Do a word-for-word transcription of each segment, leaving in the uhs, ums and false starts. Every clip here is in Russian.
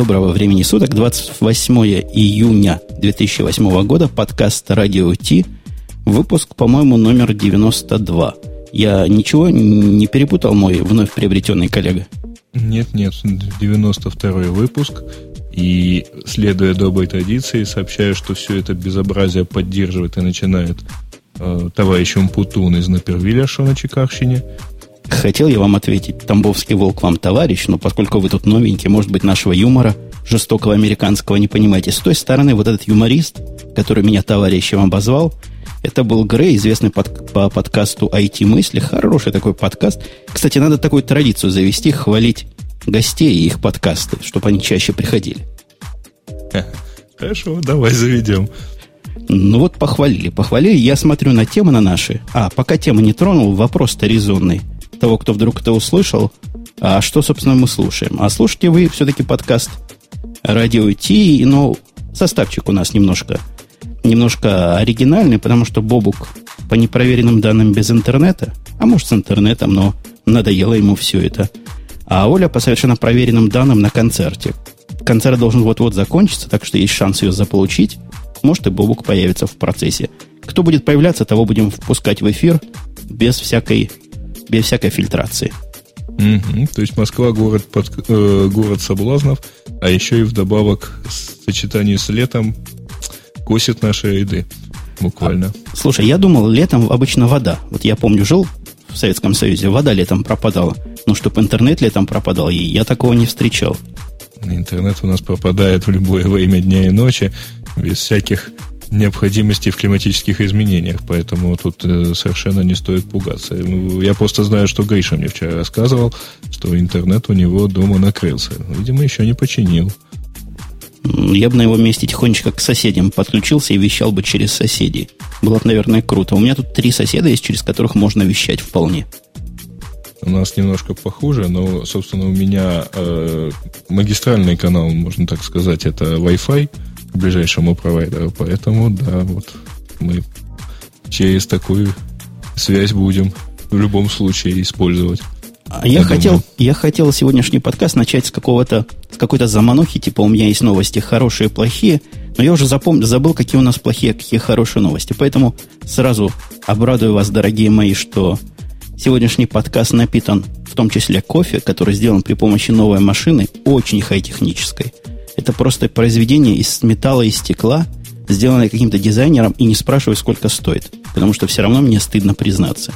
Доброго времени суток. двадцать восьмое июня две тысячи восьмого года. Подкаст «Радио Ти». Выпуск, по-моему, номер девяносто два. Я ничего не перепутал, мой вновь приобретенный коллега? Нет, нет, девяносто второй выпуск. И, следуя доброй традиции, сообщаю, что все это безобразие поддерживает и начинает э, товарищ Умпутун из Напервилля, что на Чикагщине. Хотел я вам ответить, Тамбовский волк вам товарищ, но поскольку вы тут новенький, может быть, нашего юмора, жестокого американского, не понимаете. С той стороны вот этот юморист, который меня товарищем обозвал, это был Грей, известный под, по подкасту ай ти-мысли. Хороший такой подкаст. Кстати, надо такую традицию завести, хвалить гостей и их подкасты, чтобы они чаще приходили. Хорошо, давай заведем. Ну вот похвалили, похвалили. Я смотрю на темы на наши. А, пока тему не тронул, вопрос-то резонный. Того, кто вдруг это услышал, а что, собственно, мы слушаем? А слушайте вы все-таки подкаст «Радио Ти», но составчик у нас немножко, немножко оригинальный, потому что Бобук по непроверенным данным без интернета, а может с интернетом, но надоело ему все это. А Оля по совершенно проверенным данным на концерте. Концерт должен вот-вот закончиться, так что есть шанс ее заполучить. Может, и Бобук появится в процессе. Кто будет появляться, того будем впускать в эфир без всякой... без всякой фильтрации. Угу, то есть Москва город, под, э, город соблазнов, а еще и вдобавок в сочетании с летом косит наши ряды. Буквально. А, слушай, я думал, летом обычно вода. Вот я помню, жил в Советском Союзе, вода летом пропадала. Ну, чтобы интернет летом пропадал, и я такого не встречал. Интернет у нас пропадает в любое время дня и ночи, без всяких необходимости в климатических изменениях, поэтому тут э, совершенно не стоит пугаться. Я просто знаю, что Гриша мне вчера рассказывал, что интернет у него дома накрылся. Видимо, еще не починил. Я бы на его месте тихонечко к соседям подключился и вещал бы через соседей. Было бы, наверное, круто. У меня тут три соседа есть, через которых можно вещать вполне. У нас немножко похуже, но, собственно, у меня э, магистральный канал, можно так сказать, это Wi-Fi к ближайшему провайдеру, поэтому, да, вот мы через такую связь будем в любом случае использовать. А я, я, хотел, я хотел сегодняшний подкаст начать с какого-то, с какой-то заманухи, типа у меня есть новости хорошие, плохие, но я уже запомнил, забыл, какие у нас плохие, какие хорошие новости, поэтому сразу обрадую вас, дорогие мои, что сегодняшний подкаст напитан в том числе кофе, который сделан при помощи новой машины, очень хай-технической. Это просто произведение из металла и стекла, сделанное каким-то дизайнером, и не спрашивай, сколько стоит, потому что все равно мне стыдно признаться.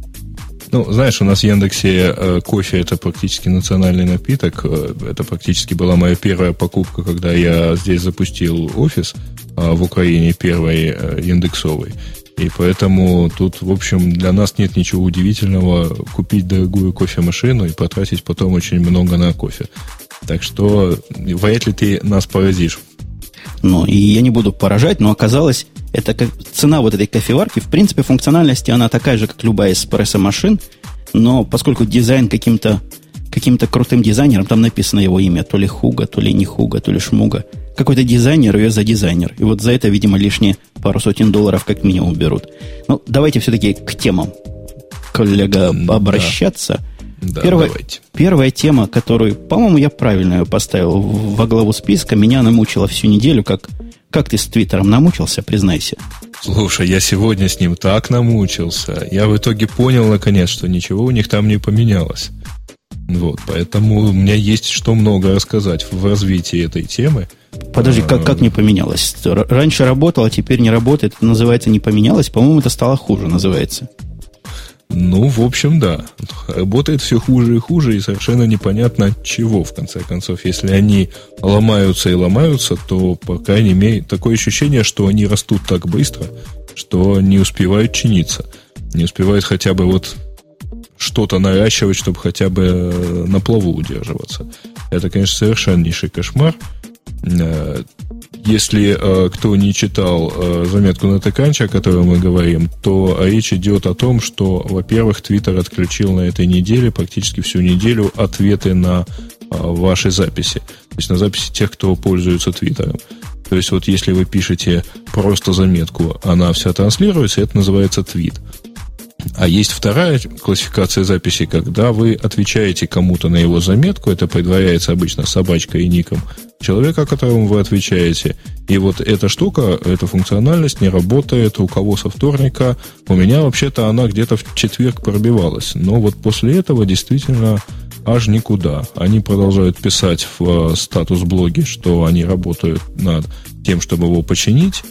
Ну, знаешь, у нас в Яндексе э, кофе – это практически национальный напиток. Это практически была моя первая покупка, когда я здесь запустил офис э, в Украине, первой э, индексовой. И поэтому тут, в общем, для нас нет ничего удивительного купить дорогую кофемашину и потратить потом очень много на кофе. Так что вряд ли ты нас поразишь. Ну, и я не буду поражать, но оказалось, это как, цена вот этой кофеварки, в принципе, функциональности она такая же, как любая эспрессо-машин, но поскольку дизайн каким-то, каким-то крутым дизайнером, там написано его имя, то ли Хуга, то ли не Хуга, то ли Шмуга, какой-то дизайнер ее за дизайнер. И вот за это, видимо, лишние пару сотен долларов как минимум берут. Ну, давайте все-таки к темам, коллега, обращаться. Да. Да, первая, первая тема, которую, по-моему, я правильно ее поставил во главу списка, меня намучила всю неделю. Как, как ты с Твиттером намучился, признайся? Слушай, я сегодня с ним так намучился. Я в итоге понял, наконец, что ничего у них там не поменялось. Вот, поэтому у меня есть что много рассказать в развитии этой темы. Подожди, как, как не поменялось? Раньше работало, а теперь не работает. Это называется не поменялось. По-моему, это стало хуже, называется. Ну, в общем, да. Работает все хуже и хуже, и совершенно непонятно чего, в конце концов. Если они ломаются и ломаются, то, по крайней мере, такое ощущение, что они растут так быстро, что не успевают чиниться. Не успевают хотя бы вот что-то наращивать, чтобы хотя бы на плаву удерживаться. Это, конечно, совершеннейший кошмар. Если э, кто не читал э, заметку на Тыканче, о которой мы говорим, то речь идет о том, что, во-первых, Twitter отключил на этой неделе, практически всю неделю, ответы на э, ваши записи. То есть на записи тех, кто пользуется Твиттером. То есть вот если вы пишете просто заметку, она вся транслируется, это называется твит. А есть вторая классификация записи, когда вы отвечаете кому-то на его заметку, это предваряется обычно собачкой и ником человека, которому вы отвечаете. И вот эта штука, эта функциональность не работает у кого со вторника. У меня вообще-то она где-то в четверг пробивалась. Но вот после этого действительно аж никуда. Они продолжают писать в статус-блоге, что они работают над тем, чтобы его починить.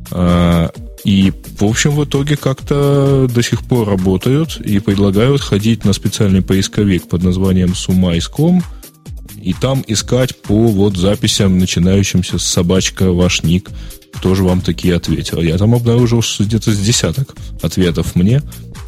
И, в общем, в итоге как-то до сих пор работают и предлагают ходить на специальный поисковик под названием сумайс точка ком и там искать по вот записям, начинающимся с собачка ваш ник, кто же вам такие ответил. Я там обнаружил где-то с десяток ответов мне.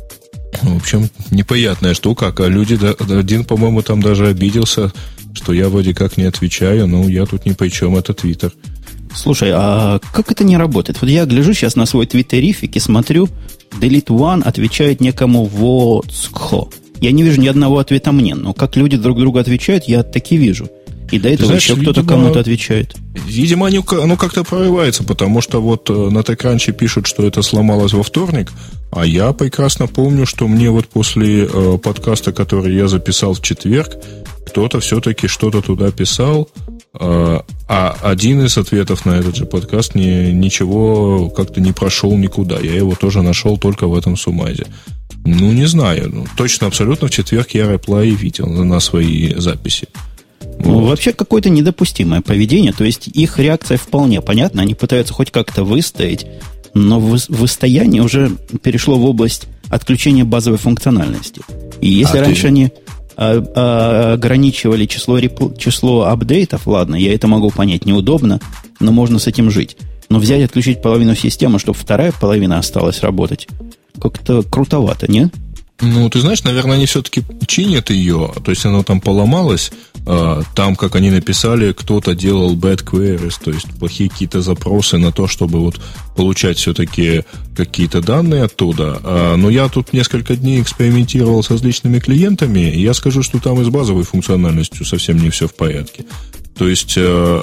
В общем, неприятная штука. А люди, один, по-моему, там даже обиделся, что я вроде как не отвечаю, но я тут ни при чем, это Твиттер. Слушай, а как это не работает? Вот я гляжу сейчас на свой твиттерифик и смотрю, Delete One отвечает некому Воцхо. Я не вижу ни одного ответа мне, но как люди друг другу отвечают, я таки вижу. И до этого Знаешь, еще кто-то видимо, кому-то отвечает. Видимо, оно как-то прорывается, потому что вот на TechCrunch пишут, что это сломалось во вторник, а я прекрасно помню, что мне вот после э, подкаста, который я записал в четверг, кто-то все-таки что-то туда писал, э, а один из ответов на этот же подкаст не, ничего как-то не прошел никуда. Я его тоже нашел только в этом суммазе. Ну, не знаю. Ну, точно, абсолютно в четверг я реплай видел на свои записи. Ну, вот. Вообще какое-то недопустимое поведение. То есть их реакция вполне понятна. Они пытаются хоть как-то выстоять, но выстояние уже перешло в область отключения базовой функциональности. И если а раньше ты... они а, а, ограничивали число, репл... число апдейтов, ладно, я это могу понять, неудобно, но можно с этим жить. Но взять и отключить половину системы, чтобы вторая половина осталась работать, как-то крутовато, не? Ну, ты знаешь, наверное, они все-таки чинят ее, то есть оно там поломалось, там, как они написали, кто-то делал bad queries, то есть плохие какие-то запросы на то, чтобы вот получать все-таки какие-то данные оттуда. Но я тут несколько дней экспериментировал с различными клиентами, и я скажу, что там и с базовой функциональностью совсем не все в порядке. То есть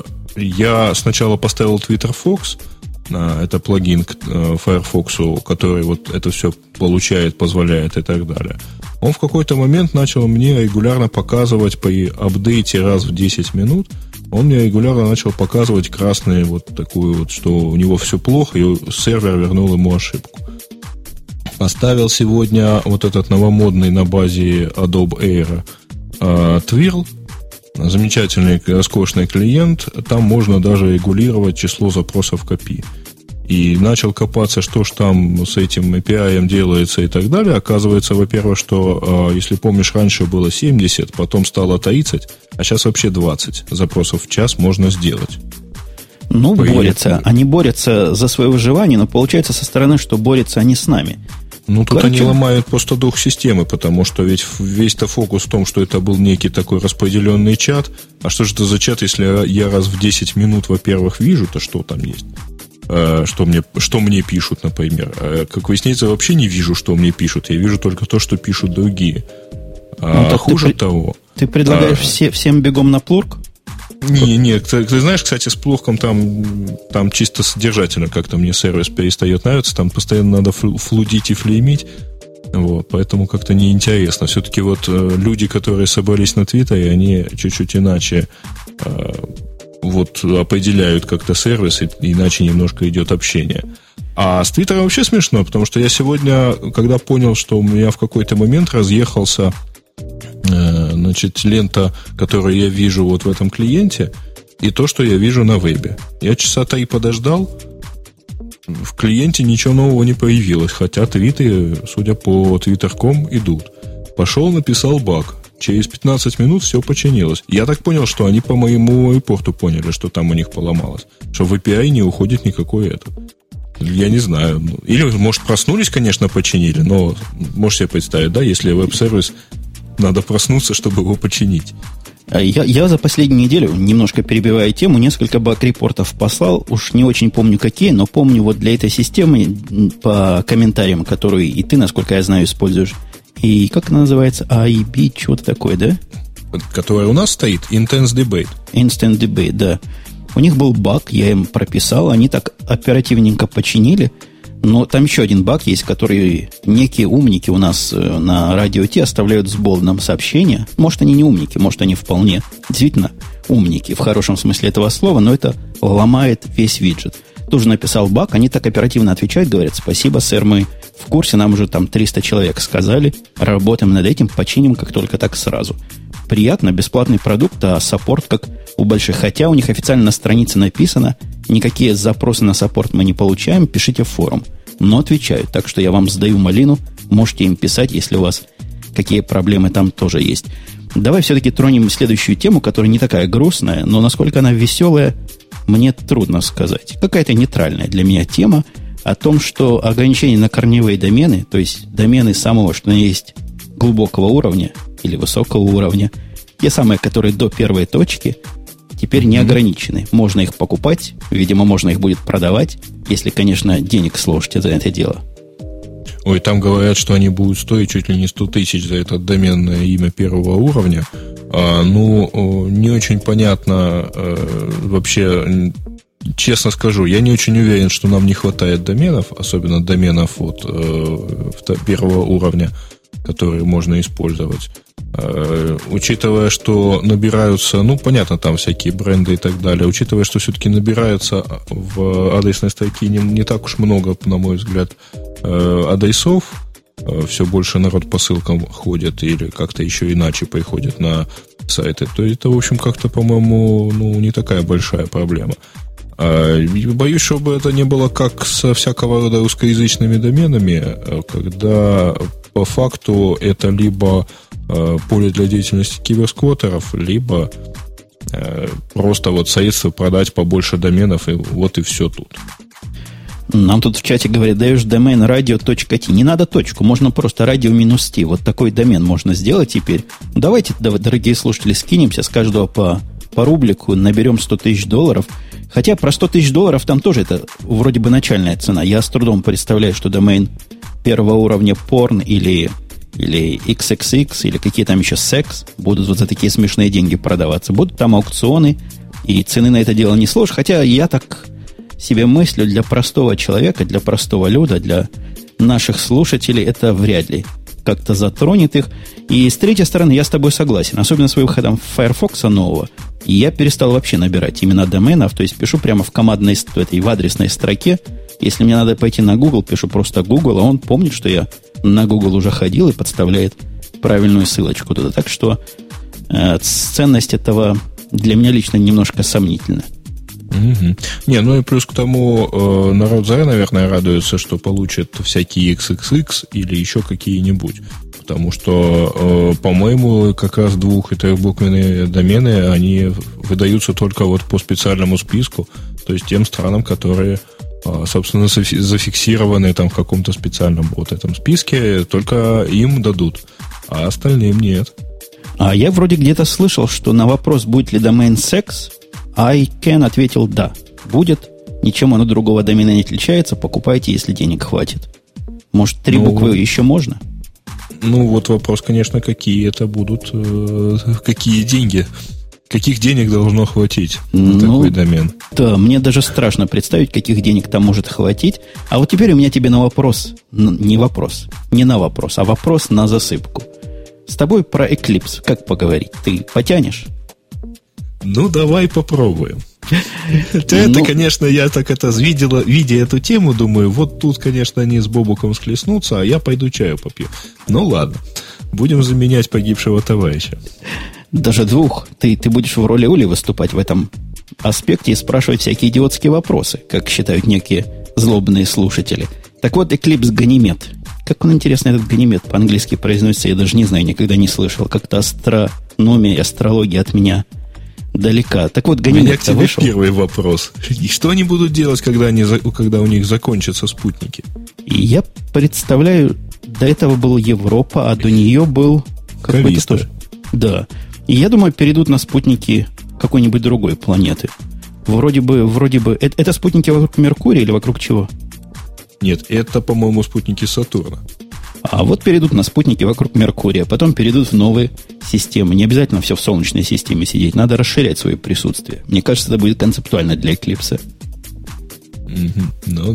я сначала поставил TwitterFox, это плагин к Firefox, который вот это все получает, позволяет и так далее. Он в какой-то момент начал мне регулярно показывать при апдейте раз в десять минут, он мне регулярно начал показывать красные вот такую вот, что у него все плохо, и сервер вернул ему ошибку. Поставил сегодня вот этот новомодный на базе Adobe Air Twirl, замечательный, роскошный клиент. Там можно даже регулировать число запросов копий. И начал копаться, что ж там с этим эй пи ай делается и так далее. Оказывается, во-первых, что, если помнишь, раньше было семьдесят, потом стало тридцать, а сейчас вообще двадцать запросов в час можно сделать. Ну, При... борются. Они борются за свое выживание, но получается со стороны, что борются они с нами. Ну, тут Короче... они ломают просто дух системы, потому что ведь весь-то фокус в том, что это был некий такой распределенный чат. А что же это за чат, если я раз в десять минут, во-первых, вижу-то, что там есть? Что мне, что мне пишут, например. Как выясняется, вообще не вижу, что мне пишут. Я вижу только то, что пишут другие. А ну, хуже ты, того... Ты предлагаешь а... все, всем бегом на плурк? Не, не, ты, ты знаешь, кстати, с плурком там, там чисто содержательно как-то мне сервис перестает нравиться, там постоянно надо флудить и флеймить, вот, поэтому как-то неинтересно. Все-таки вот люди, которые собрались на Твиттере, они чуть-чуть иначе э, вот определяют как-то сервис, и иначе немножко идет общение. А с Твиттером вообще смешно, потому что я сегодня, когда понял, что у меня в какой-то момент разъехался значит, лента, которую я вижу вот в этом клиенте, и то, что я вижу на вебе. Я часа три подождал, в клиенте ничего нового не появилось, хотя твиты, судя по твиттер точка ком, идут. Пошел, написал баг. Через пятнадцать минут все починилось. Я так понял, что они по моему репорту поняли, что там у них поломалось. Что в эй пи ай не уходит никакой это. Я не знаю. Или, может, проснулись, конечно, починили, но можешь себе представить, да, если веб-сервис надо проснуться, чтобы его починить. Я, я за последнюю неделю, немножко перебивая тему, несколько баг-репортов послал. Уж не очень помню какие, но помню вот для этой системы по комментариям, которые и ты, насколько я знаю, используешь. И как она называется? ай би, что-то такое, да? Которая у нас стоит? Intense Debate. Instant Debate, да. У них был баг, я им прописал, они так оперативненько починили. Но там еще один баг есть, который некие умники у нас на радио Ти оставляют с болдом сообщения. Может, они не умники, может, они вполне действительно умники в хорошем смысле этого слова, но это ломает весь виджет. Тоже написал баг, они так оперативно отвечают, говорят: спасибо, сэр, мы в курсе, нам уже там триста человек сказали, работаем над этим, починим как только так сразу. Приятно, бесплатный продукт, а саппорт как у больших. Хотя у них официально на странице написано, никакие запросы на саппорт мы не получаем, пишите в форум. Но отвечают, так что я вам сдаю малину, можете им писать, если у вас какие проблемы там тоже есть. Давай все-таки тронем следующую тему, которая не такая грустная, но насколько она веселая, мне трудно сказать. Какая-то нейтральная для меня тема о том, что ограничения на корневые домены, то есть домены самого, что есть глубокого уровня или высокого уровня, те самые, которые до первой точки, теперь не ограничены. Можно их покупать, видимо, можно их будет продавать, если, конечно, денег сложите за это дело. Ой, там говорят, что они будут стоить чуть ли не сто тысяч за это доменное имя первого уровня. А, ну, не очень понятно э, вообще, честно скажу, я не очень уверен, что нам не хватает доменов, особенно доменов вот, э, первого уровня, которые можно использовать. Э, учитывая, что набираются, ну, понятно, там всякие бренды и так далее, учитывая, что все-таки набирается в адресной строке не, не так уж много, на мой взгляд, э, адресов, э, все больше народ по ссылкам ходит или как-то еще иначе приходит на сайты, то это, в общем, как-то, по-моему, ну, не такая большая проблема. Э, боюсь, чтобы это не было как со всякого рода русскоязычными доменами, когда по факту это либо э, поле для деятельности киберсквоттеров, либо э, просто вот средства продать побольше доменов, и вот и все тут. Нам тут в чате говорят: даешь домен radio.t. Не надо точку, можно просто radio-t. Вот такой домен можно сделать теперь. Давайте, дорогие слушатели, скинемся с каждого по, по рублику, наберем сто тысяч долларов. Хотя про сто тысяч долларов там тоже это вроде бы начальная цена. Я с трудом представляю, что домен первого уровня porn или, или икс икс икс, или какие там еще секс будут вот за такие смешные деньги продаваться. Будут там аукционы, и цены на это дело не сложишь. Хотя я так себе мыслю, для простого человека, для простого люда, для наших слушателей это вряд ли как-то затронет их. И с третьей стороны, я с тобой согласен. Особенно с выходом Firefox нового. И я перестал вообще набирать имена доменов. То есть пишу прямо в командной, в этой, в адресной строке. Если мне надо пойти на Google, пишу просто Google, а он помнит, что я на Google уже ходил и подставляет правильную ссылочку туда. Так что э, ценность этого для меня лично немножко сомнительна. Угу. Не, ну и плюс к тому, э, народ зря, наверное, радуется, что получит всякие икс икс икс или еще какие-нибудь. Потому что, э, по-моему, как раз двух- и трехбуквенные домены, они выдаются только вот по специальному списку, то есть тем странам, которые, э, собственно, зафиксированы там в каком-то специальном вот этом списке, только им дадут, а остальным нет. А я вроде где-то слышал, что на вопрос, будет ли домен секс, iCan ответил да. Будет, ничем оно другого домена не отличается, покупайте, если денег хватит. Может, три ну, буквы еще можно? Ну, вот вопрос, конечно, какие это будут, э, какие деньги, каких денег должно хватить на ну, такой домен. Да, мне даже страшно представить, каких денег там может хватить. А вот теперь у меня тебе на вопрос, не вопрос, не на вопрос, а вопрос на засыпку. С тобой про Eclipse как поговорить? Ты потянешь? Ну, давай попробуем. Это, конечно, я так это видела, видя эту тему, думаю, вот тут, конечно, они с Бобуком схлестнутся, а я пойду чаю попью. Ну, ладно, будем заменять погибшего товарища. Даже двух. Ты, ты будешь в роли Ули выступать в этом аспекте и спрашивать всякие идиотские вопросы, как считают некие злобные слушатели. Так вот, Eclipse Ганимед. Как он, интересно, этот Ганимед по-английски произносится, я даже не знаю, никогда не слышал. Как-то астрономия, астрология от меня далека. Так вот, Ганимед-то у меня к тебе вышел. Первый вопрос. И что они будут делать, когда, они, когда у них закончатся спутники? И я представляю, до этого был Европа, а до нее был какой-то тоже. Да. И я думаю, перейдут на спутники какой-нибудь другой планеты. Вроде бы, вроде бы. Это, это спутники вокруг Меркурия или вокруг чего? Нет, это, по-моему, спутники Сатурна. А вот перейдут на спутники вокруг Меркурия, потом перейдут в новые системы. Не обязательно все в Солнечной системе сидеть. Надо расширять свое присутствие. Мне кажется, это будет концептуально для Эклипса. Mm-hmm. Ну да.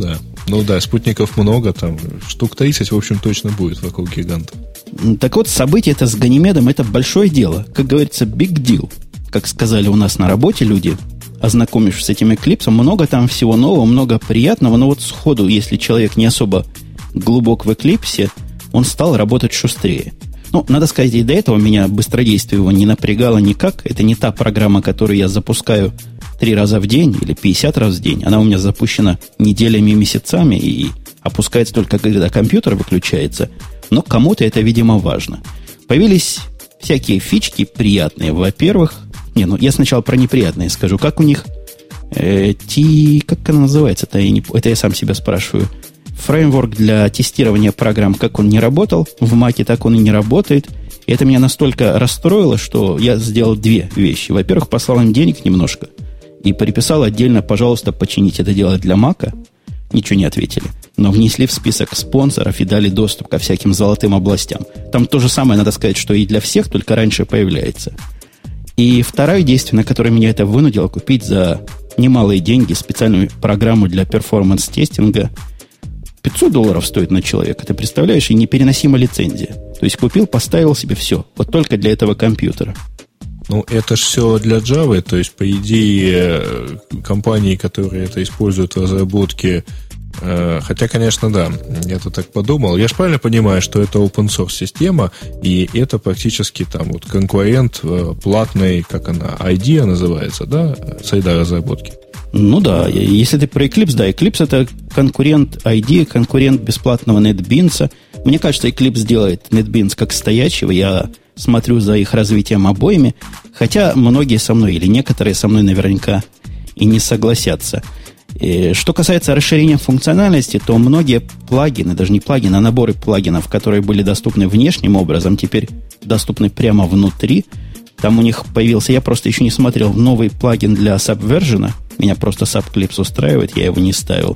Ну да, спутников много, там штук тридцать, в общем, точно будет вокруг гиганта. Так вот, событие это с Ганимедом, это большое дело. Как говорится, big deal. Как сказали у нас на работе люди, ознакомившись с этим эклипсом, много там всего нового, много приятного, но вот сходу, если человек не особо глубок в эклипсе, он стал работать шустрее. Ну, надо сказать, и до этого меня быстродействие его не напрягало никак. Это не та программа, которую я запускаю три раза в день или пятьдесят раз в день. Она у меня запущена неделями и месяцами и опускается только, когда компьютер выключается. Но кому-то это, видимо, важно. Появились всякие фички приятные. Во-первых, не, ну я сначала про неприятные скажу. Как у них э, ти, как она называется? Это я, не, это я сам себя спрашиваю. Фреймворк для тестирования программ, как он не работал в Маке, так он и не работает. И это меня настолько расстроило, что я сделал две вещи. Во-первых, послал им денег немножко и приписал отдельно, пожалуйста, починить это дело для Мака. Ничего не ответили. Но внесли в список спонсоров и дали доступ ко всяким золотым областям. Там то же самое, надо сказать, что и для всех, только раньше появляется. И второе действие, на которое меня это вынудило купить за немалые деньги специальную программу для перформанс-тестинга. пятьсот долларов стоит на человека, ты представляешь, и непереносима лицензия. То есть купил, поставил себе все, вот только для этого компьютера. Ну, это ж все для Java, то есть, по идее, компании, которые это используют в разработке, э, хотя, конечно, да, я-то так подумал. Я же правильно понимаю, что это open-source система, и это практически там вот конкурент э, платной, как она, ай ди называется, да, среда разработки. Ну да, если ты про Eclipse, да, Eclipse это конкурент ай ди, конкурент бесплатного NetBeans. Мне кажется, Eclipse делает NetBeans как стоячего, я смотрю за их развитием обоими, хотя многие со мной, или некоторые со мной наверняка и не согласятся. И что касается расширения функциональности, то многие плагины, даже не плагины, а наборы плагинов, которые были доступны внешним образом, теперь доступны прямо внутри. Там у них появился, я просто еще не смотрел, новый плагин для Subversion. Меня просто Subclipse устраивает, я его не ставил.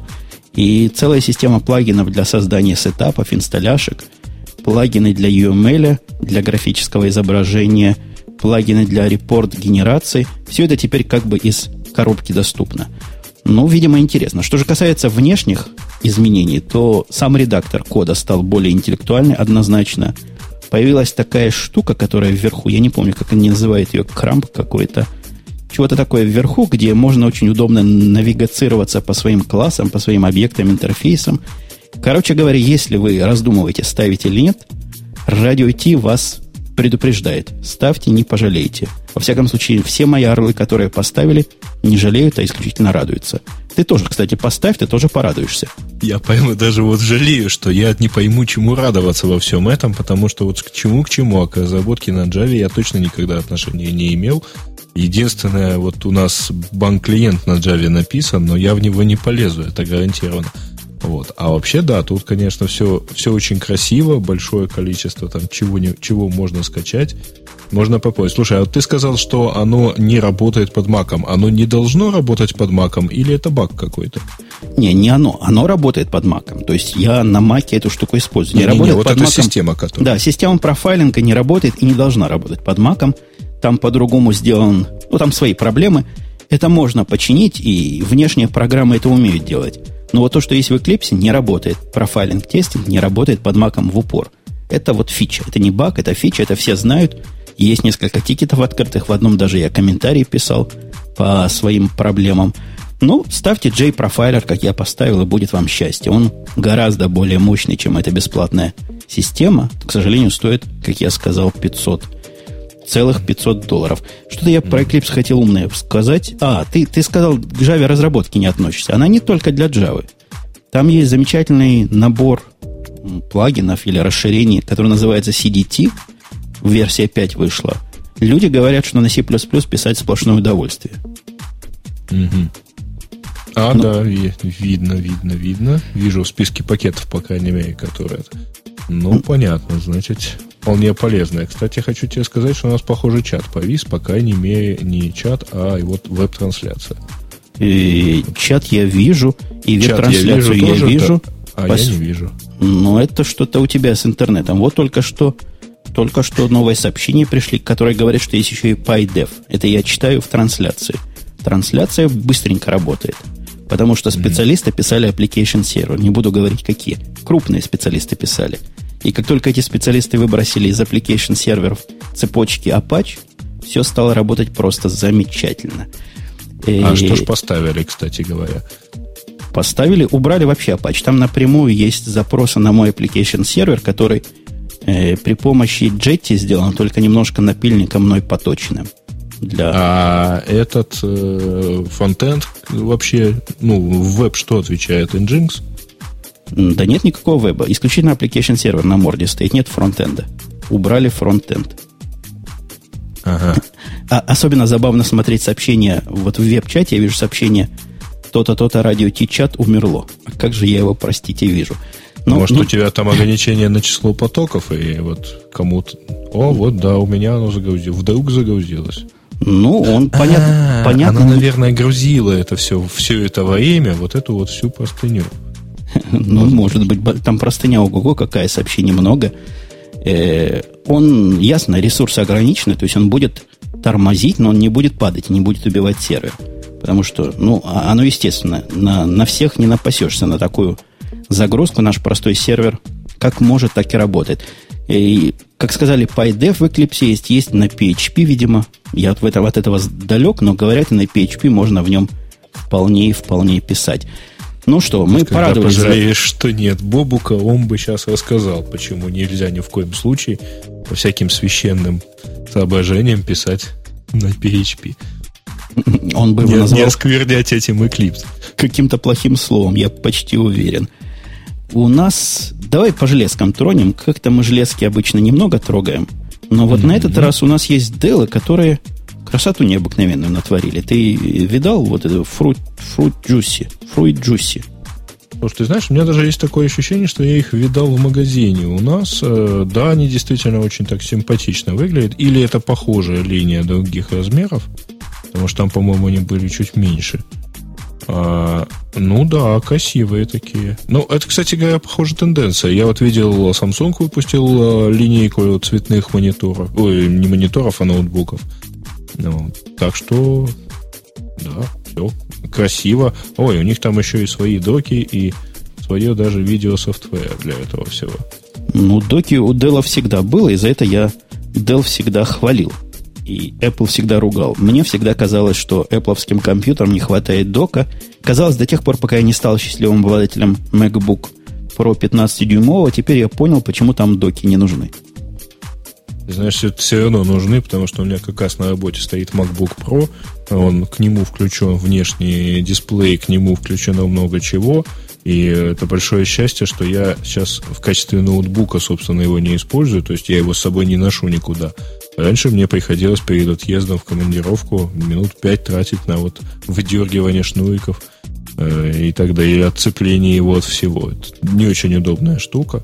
И целая система плагинов для создания сетапов, инсталляшек, плагины для ю эм эл, для графического изображения, плагины для репорт-генерации. Все это теперь как бы из коробки доступно. Ну, видимо, интересно. Что же касается внешних изменений, то сам редактор кода стал более интеллектуальный, однозначно. Появилась такая штука, которая вверху, я не помню, как они называют ее, крамп какой-то, чего-то такое вверху, где можно очень удобно навигацироваться по своим классам, по своим объектам, интерфейсам. Короче говоря, если вы раздумываете, ставить или нет, Радио Ти вас предупреждает. Ставьте, не пожалеете. Во всяком случае, все мои орлы, которые поставили, не жалеют, а исключительно радуются. Ты тоже, кстати, поставь, ты тоже порадуешься. Я пойму, даже вот жалею, что я не пойму, чему радоваться во всем этом, потому что вот к чему, к чему, а к разработке на Java я точно никогда отношения не имел. Единственное, вот у нас банк-клиент на Java написан, но я в него не полезу, это гарантированно. Вот. А вообще, да, тут, конечно, все, все очень красиво, большое количество там чего, не, чего можно скачать, можно попробовать. Слушай, а вот ты сказал, что оно не работает под Mac'ом. Оно не должно работать под Mac'ом или это баг какой-то? Не, не оно. Оно работает под Mac'ом. То есть я на Mac'е эту штуку использую. Не, не, не, работает не, вот под эта Mac'ом. Система, которая... Да, система профайлинга не работает и не должна работать под Mac'ом. Там по-другому сделан... Ну, там свои проблемы. Это можно починить, и внешние программы это умеют делать. Но вот то, что есть в Eclipse, не работает. Профайлинг-тестинг не работает под Mac'ом в упор. Это вот фича. Это не баг, это фича, это все знают. Есть несколько тикетов открытых. В одном даже я комментарий писал по своим проблемам. Ну, ставьте J-профайлер, как я поставил, и будет вам счастье. Он гораздо более мощный, чем эта бесплатная система. К сожалению, стоит, как я сказал, пятьсот. Целых пятьсот долларов. Что-то я про Eclipse хотел умное сказать. А, ты, ты сказал, к Java разработке не относишься. Она не только для Java. Там есть замечательный набор плагинов или расширений, который называется си ди ти. Версия пять вышла. Люди говорят, что на C++ писать сплошное удовольствие. Угу. А, ну, да, видно, видно, видно. Вижу в списке пакетов, по крайней мере, которые... Ну, понятно, значит, вполне полезное. Кстати, хочу тебе сказать, что у нас, похоже, чат повис, по крайней мере, не чат, а вот веб-трансляция. И чат я вижу, и веб-трансляцию я вижу. Я вижу да, а Пос... я не вижу. Ну, это что-то у тебя с интернетом. Вот только что, только что новые сообщения пришли, которые говорят, что есть еще и PyDev. Это я читаю в трансляции. Трансляция быстренько работает. Потому что специалисты писали application сервер. Не буду говорить, какие. Крупные специалисты писали. И как только эти специалисты выбросили из application серверов цепочки Apache, все стало работать просто замечательно. А и... что ж поставили, кстати говоря? Поставили, убрали вообще Apache. Там напрямую есть запросы на мой application сервер, который э, при помощи Jetty сделан, только немножко напильником мной поточенным. Для... А этот э, фронтенд вообще, ну, в веб что отвечает? Nginx? Да нет никакого веба. Исключительно application сервер на морде стоит. Нет фронтенда. Убрали фронтенд. Ага. А особенно забавно смотреть сообщения. Вот в веб-чате я вижу сообщение: то-то, то-то радио Ти-чат умерло. А как же я его, простите, вижу? Ну, Может, ну, у тебя там ограничение на число потоков, и вот кому-то... О, вот, да, у меня оно загрузилось. Вдруг загрузилось. Ну, он, понятно... А, понятно она, наверное, грузила это все, все это время, вот эту вот всю простыню. Ну, может быть, там простыня ого-го, какая сообщений много. Он, ясно, ресурсы ограничены, то есть он будет тормозить, но он не будет падать, не будет убивать сервер. Потому что, ну, оно, естественно, на, на всех не напасешься на такую загрузку. Наш простой сервер как может, так и работает. И, как сказали, PyDev в Eclipse есть, есть на пи эйч пи, видимо. Я от этого, от этого далек, но, говорят, и на пи эйч пи можно в нем вполне и вполне писать. Ну что, мы Когда порадовались. Пожалеешь, за... что нет Бобука, он бы сейчас рассказал, почему нельзя ни в коем случае по всяким священным соображениям писать на пи эйч пи. Он бы его не, назвал... не осквернять этим Eclipse. Каким-то плохим словом, я почти уверен. У нас... Давай по железкам тронем. Как-то мы железки обычно немного трогаем. Но вот mm-hmm. на этот раз у нас есть делы, которые красоту необыкновенную натворили. Ты видал вот это Fruit, fruit Juicy? Fruit Juicy. Слушай, ты знаешь, у меня даже есть такое ощущение, что я их видал в магазине. У нас, э, да, они действительно очень так симпатично выглядят. Или это похожая линия других размеров, потому что там, по-моему, они были чуть меньше. А, ну да, красивые такие. Ну, это, кстати говоря, похожая тенденция. Я вот видел, Samsung выпустил линейку цветных мониторов. Ой, не мониторов, а ноутбуков. Ну, так что, да, все красиво. Ой, у них там еще и свои доки, и свое даже видеософтвер для этого всего. Ну, доки у Dell всегда было, и за это я Dell всегда хвалил. И Apple всегда ругал. Мне всегда казалось, что Apple'овским компьютерам не хватает дока. Казалось, до тех пор, пока я не стал счастливым обладателем MacBook Pro пятнадцатидюймового, теперь я понял, почему там доки не нужны. Знаешь, это все равно нужны, потому что у меня как раз на работе стоит MacBook Pro, он, к нему включен внешний дисплей, к нему включено много чего, и это большое счастье, что я сейчас в качестве ноутбука, собственно, его не использую, то есть я его с собой не ношу никуда. Раньше мне приходилось перед отъездом в командировку минут пять тратить на вот выдергивание шнуриков э, и так далее, и отцепление его от всего. Это не очень удобная штука.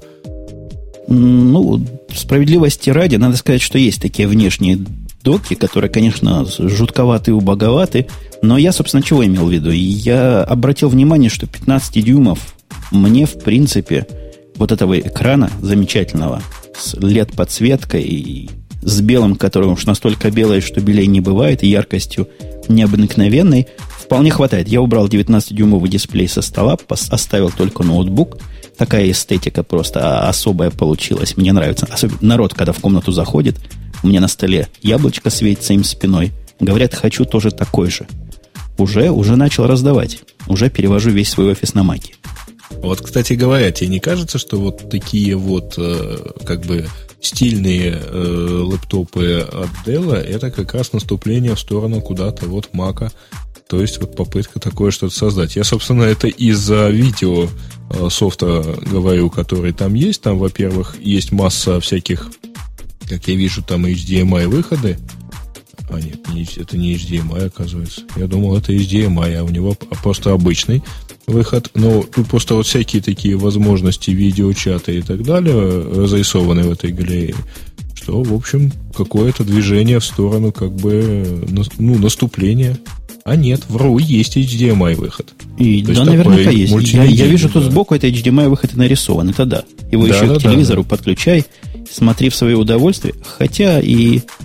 Ну, справедливости ради, надо сказать, что есть такие внешние доки, которые, конечно, жутковаты и убоговаты, но я, собственно, чего имел в виду? Я обратил внимание, что пятнадцать дюймов мне, в принципе, вот этого экрана замечательного, с лед-подсветкой и с белым, который уж настолько белое, что белей не бывает, и яркостью необыкновенной, вполне хватает. Я убрал девятнадцатидюймовый дисплей со стола, оставил только ноутбук. Такая эстетика просто особая получилась. Мне нравится. Особенно народ, когда в комнату заходит, у меня на столе яблочко светится им спиной. Говорят, хочу тоже такой же. Уже, уже начал раздавать. Уже перевожу весь свой офис на маки. Вот, кстати говоря, тебе не кажется, что вот такие вот э, как бы стильные э, лэптопы от Dell, это как раз наступление в сторону куда-то вот Мака. То есть вот попытка такое что-то создать. Я, собственно, это из-за видео э, софта говорю, который там есть. Там, во-первых, есть масса всяких, как я вижу, там эйч ди эм ай выходы. А нет, не, это не эйч ди эм ай, оказывается. Я думал, это эйч ди эм ай, а у него просто обычный выход. Но тут просто вот всякие такие возможности видеочата и так далее разрисованы в этой галерее. Что, в общем, какое-то движение в сторону как бы, ну, наступления. А нет, вру, есть эйч ди эм ай выход. И, да, наверняка есть. Я, я вижу, да. Тут сбоку это эйч ди эм ай выход и нарисован. Это да. Его да, еще да, к телевизору да, да. подключай, смотри в свое удовольствие. Хотя и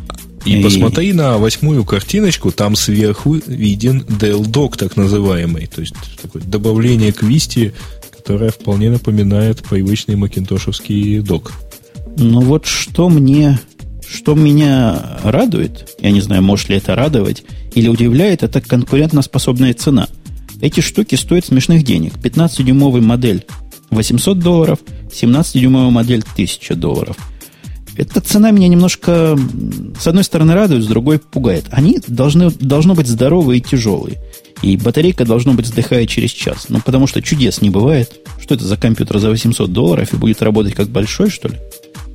И, и посмотри на восьмую картиночку, там сверху виден Dell Dock, так называемый. То есть такое добавление к Vista, которое вполне напоминает привычный макинтошевский док. Ну вот что мне, что меня радует, я не знаю, может ли это радовать, или удивляет, это конкурентоспособная цена. Эти штуки стоят смешных денег. пятнадцатидюймовая модель восемьсот долларов, семнадцатидюймовая модель тысяча долларов. Эта цена меня немножко, с одной стороны, радует, с другой пугает. Они должны, должны быть здоровые и тяжелые. И батарейка должна быть сдыхает через час. Ну, потому что чудес не бывает. Что это за компьютер за восемьсот долларов и будет работать как большой, что ли?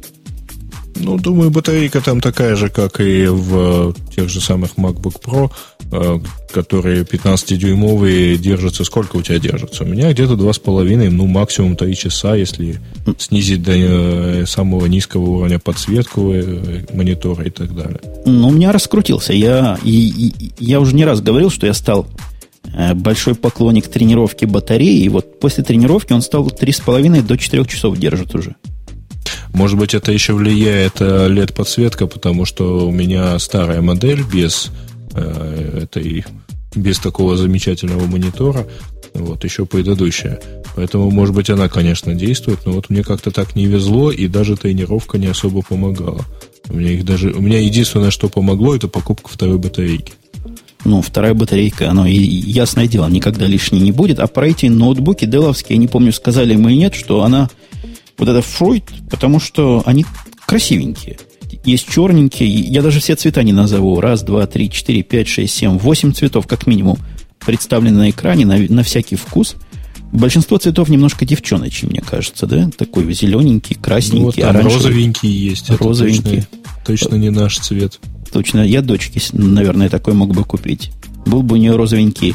Ну, думаю, батарейка там такая же, как и в тех же самых MacBook Pro, которые пятнадцатидюймовые держатся. Сколько у тебя держатся? У меня где-то два с половиной, ну, максимум три часа, если снизить до самого низкого уровня подсветку монитора и так далее. Ну, у меня раскрутился. Я, и, и, я уже не раз говорил, что я стал большой поклонник тренировки батареи, и вот после тренировки он стал три с половиной до четырех часов держит уже. Может быть, это еще влияет эл и ди-подсветка, потому что у меня старая модель без э, этой, без такого замечательного монитора, вот, еще предыдущая. Поэтому, может быть, она, конечно, действует, но вот мне как-то так не везло, и даже тренировка не особо помогала. У меня, их даже, у меня единственное, что помогло, это покупка второй батарейки. Ну, вторая батарейка, оно, и, ясное дело, никогда лишней не будет. А про эти ноутбуки деловские, я не помню, сказали мы или нет, что она... Вот это Фройд, потому что они красивенькие. Есть черненькие, я даже все цвета не назову. Раз, два, три, четыре, пять, шесть, семь, восемь цветов, как минимум, представлены на экране на, на всякий вкус. Большинство цветов немножко девчоночи, мне кажется, да? Такой зелененький, красненький, ну, вот там оранжевый. Розовенький есть. Розовенький. Точно, точно не наш цвет. Точно. Я дочке, наверное, такой мог бы купить. Был бы у нее розовенький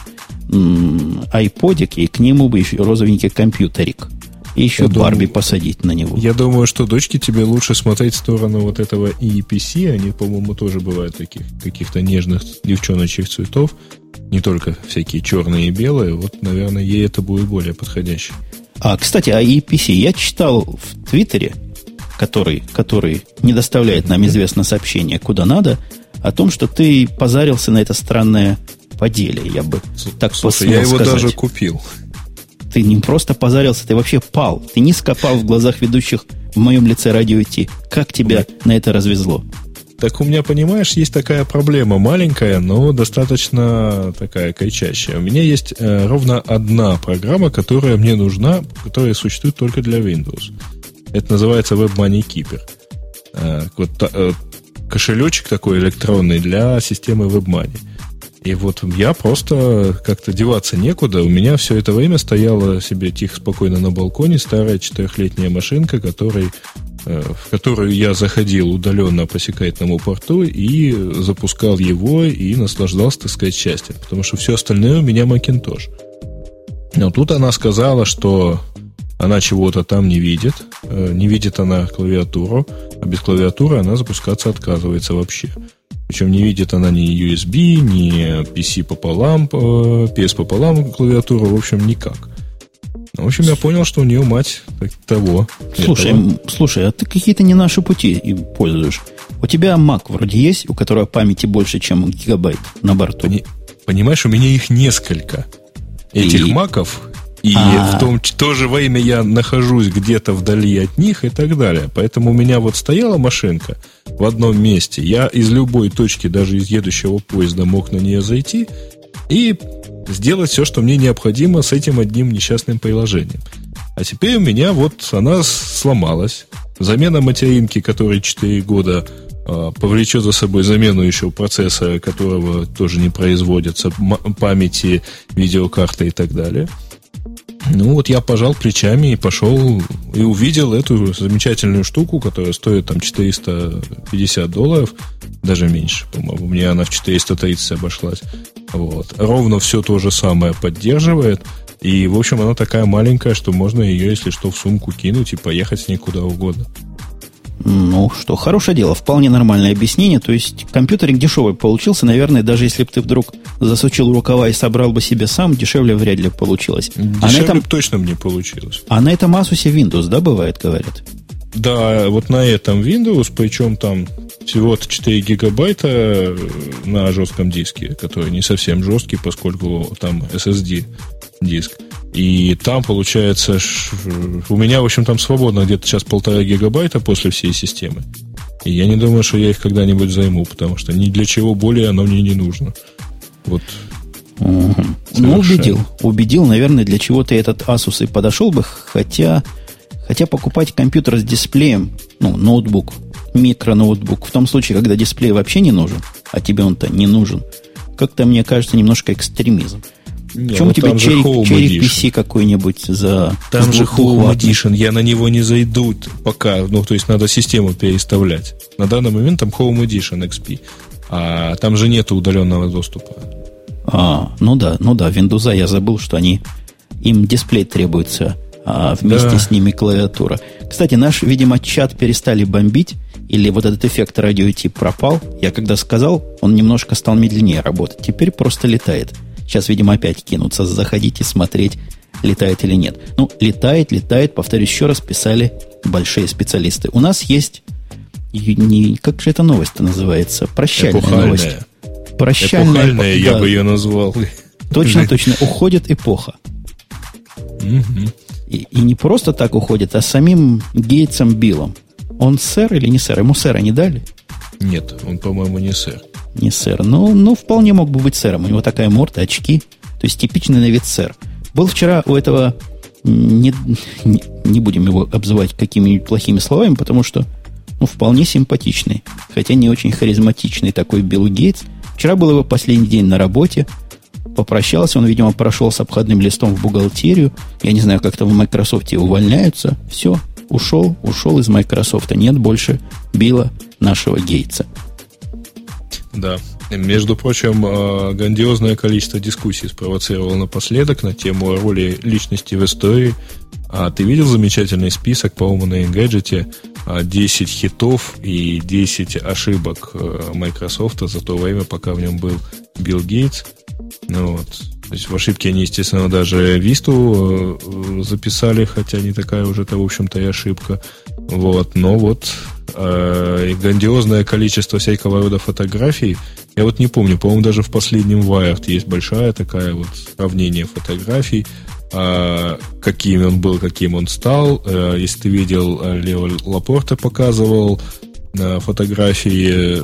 м- айподик, и к нему бы еще розовенький компьютерик. И еще я Барби думаю, посадить на него. Я думаю, что дочке тебе лучше смотреть в сторону вот этого и пи си. Они, по-моему, тоже бывают таких каких-то нежных девчоночьих цветов. Не только всякие черные и белые. Вот, наверное, ей это будет более подходяще. А, кстати, о и пи си. Я читал в Твиттере, который, который не доставляет нам известно сообщение, куда надо, о том, что ты позарился на это странное поделие. Я бы Слушай, так посмел я его сказать. даже купил. Ты не просто позарился, ты вообще пал. Ты низко пал в глазах ведущих в моем лице радио Ти. Как тебя Ой. на это развезло? Так у меня, понимаешь, есть такая проблема маленькая, но достаточно такая кричащая. У меня есть э, ровно одна программа, которая мне нужна, которая существует только для Windows. Это называется Web Money Keeper. Э, вот, э, кошелечек такой электронный для системы Web Money. И вот я просто как-то деваться некуда. У меня все это время стояла себе тихо, спокойно на балконе старая четырехлетняя машинка, который, э, в которую я заходил удаленно по секретному порту и запускал его и наслаждался, так сказать, счастьем. Потому что все остальное у меня Macintosh. Но тут она сказала, что она чего-то там не видит. Э, не видит она клавиатуру, а без клавиатуры она запускаться отказывается вообще. Причем не видит она ни ю эс би, ни пи си пополам, пи эс пополам клавиатуру, в общем, никак. В общем, я понял, что у нее мать того. Слушай, этого. слушай, а ты какие-то не наши пути пользуешь. У тебя Mac вроде есть, у которого памяти больше, чем гигабайт на борту. Пони- понимаешь, у меня их несколько. Этих и... маков. И А-а-а. в том в то же время я нахожусь где-то вдали от них и так далее. Поэтому у меня вот стояла машинка в одном месте. Я из любой точки, даже из едущего поезда, мог на нее зайти и сделать все, что мне необходимо с этим одним несчастным приложением. А теперь у меня вот она сломалась. Замена материнки, которой четыре года а, повлечет за собой замену еще процессора, которого тоже не производится, м- памяти, видеокарты и так далее. Ну вот я пожал плечами и пошел и увидел эту замечательную штуку, которая стоит там четыреста пятьдесят долларов, даже меньше, по-моему. Мне она в четыреста тридцать обошлась. Вот. Ровно все то же самое поддерживает. И, в общем, она такая маленькая, что можно ее, если что, в сумку кинуть и поехать с ней куда угодно. Ну что, хорошее дело, вполне нормальное объяснение. То есть компьютерик дешевый получился. Наверное, даже если бы ты вдруг засучил рукава и собрал бы себе сам, дешевле вряд ли получилось. Дешевле а на этом... точно мне получилось. А на этом Asus Windows, да, бывает, говорят? Да, вот на этом Windows, причем там всего-то четыре гигабайта на жестком диске, который не совсем жесткий, поскольку там эс эс ди диск. И там, получается, у меня, в общем, там свободно где-то сейчас полтора гигабайта после всей системы. И я не думаю, что я их когда-нибудь займу, потому что ни для чего более оно мне не нужно. Вот. Угу. Ну, убедил. Убедил, наверное, для чего-то этот Asus и подошел бы, хотя, хотя покупать компьютер с дисплеем, ну, ноутбук, микроноутбук, в том случае, когда дисплей вообще не нужен, а тебе он-то не нужен, как-то, мне кажется, немножко экстремизм. Почему ну, тебе черик пи си какой-нибудь за... Там же Home Edition, я на него не зайду пока, ну, то есть надо систему переставлять. На данный момент там Home Edition икс пи, а там же нету удаленного доступа. А, ну да, ну да, Windows я забыл, что они, им дисплей требуется, а вместе да. с ними клавиатура. Кстати, наш, видимо, чат перестали бомбить, или вот этот эффект радио ти пропал. Я когда сказал, он немножко стал медленнее работать. Теперь просто летает. Сейчас, видимо, опять кинутся заходить и смотреть, летает или нет. Ну, летает, летает, повторюсь еще раз, писали большие специалисты. У нас есть, не, как же эта новость-то называется? Прощальная Эпохальная. новость. Прощальная. Эпохальная, я да. бы ее назвал. Точно, точно. Уходит эпоха. Угу. И, и не просто так уходит, а самим Гейтсом Биллом. Он сэр или не сэр? Ему сэра не дали? Нет, он, по-моему, не сэр. Не сэр. Ну, ну, вполне мог бы быть сэром. У него такая морда, очки. То есть типичный на вид сэр. Был вчера у этого... Не, не, не будем его обзывать какими-нибудь плохими словами, потому что ну, вполне симпатичный. Хотя не очень харизматичный такой Билл Гейтс. Вчера был его последний день на работе. Попрощался. Он, видимо, прошел с обходным листом в бухгалтерию. Я не знаю, как там в Microsoft увольняются. Все. Ушел, ушел из Microsoft. Нет больше Билла нашего Гейтса. Да. Между прочим, грандиозное количество дискуссий спровоцировало напоследок на тему роли личности в истории. А ты видел замечательный список, по-моему, на Engadget? десять хитов и десять ошибок Microsoft за то время, пока в нем был Билл Гейтс. Ну вот. То есть в ошибке они, естественно, даже Висту записали, хотя не такая уже это, в общем-то, и ошибка. Вот. Но вот э, грандиозное количество всякого рода фотографий. Я вот не помню, по-моему, даже в последнем Wired есть большая такая вот сравнение фотографий, э, каким он был, каким он стал. Э, если ты видел, Лео Лапорте показывал э, фотографии,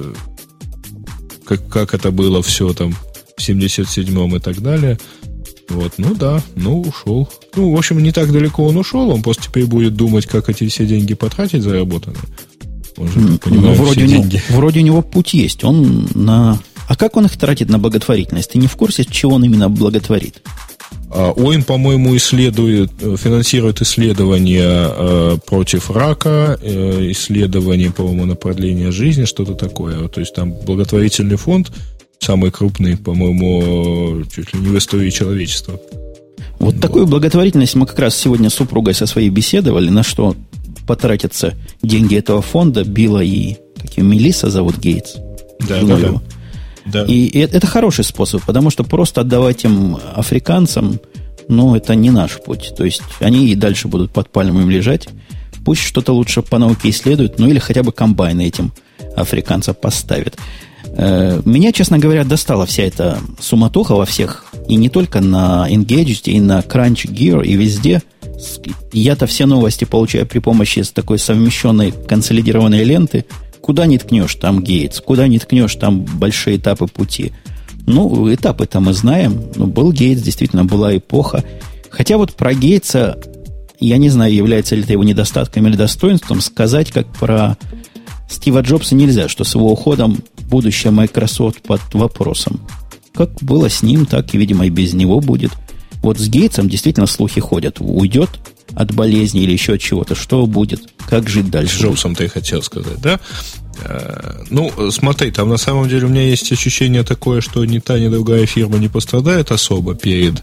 как, как это было все там в семьдесят седьмом и так далее. Вот, ну да, ну ушел. Ну, в общем, не так далеко он ушел, он просто теперь будет думать, как эти все деньги потратить заработанные. Он же, как понимаю, ну, вроде, все у него, деньги. вроде у него путь есть. Он на... А как он их тратит на благотворительность? Ты не в курсе, чего он именно благотворит? Он, по-моему, исследует, финансирует исследования э, против рака, э, исследования, по-моему, на продление жизни, что-то такое. То есть там благотворительный фонд, самый крупный, по-моему, чуть ли не в истории человечества. Вот, вот такую благотворительность мы как раз сегодня с супругой со своей беседовали, на что потратятся деньги этого фонда, Билла и как ее, Мелисса зовут Гейтс. Да, да, да. Да. И это, это хороший способ, потому что просто отдавать им африканцам, ну, это не наш путь. То есть они и дальше будут под пальмами лежать. Пусть что-то лучше по науке исследуют, ну или хотя бы комбайны этим африканцам поставят. Меня, честно говоря, достала вся эта суматоха во всех, и не только на Engadget, и на Crunch Gear, и везде. Я-то все новости получаю при помощи такой совмещенной консолидированной ленты. Куда не ткнешь, там Гейтс, куда не ткнешь, там большие этапы пути. Ну, этапы-то мы знаем. Ну, был Гейтс, действительно, была эпоха. Хотя вот про Гейтса, я не знаю, является ли это его недостатком или достоинством, сказать, как про Стива Джобса нельзя, что с его уходом будущее Microsoft под вопросом. Как было с ним, так и, видимо, и без него будет. Вот с Гейтсом действительно слухи ходят. Уйдет от болезни или еще от чего-то. Что будет? Как жить дальше? С Джобсом ты хотел сказать, да? Ну, смотри, там на самом деле у меня есть ощущение такое, что ни та, ни другая фирма не пострадает особо перед,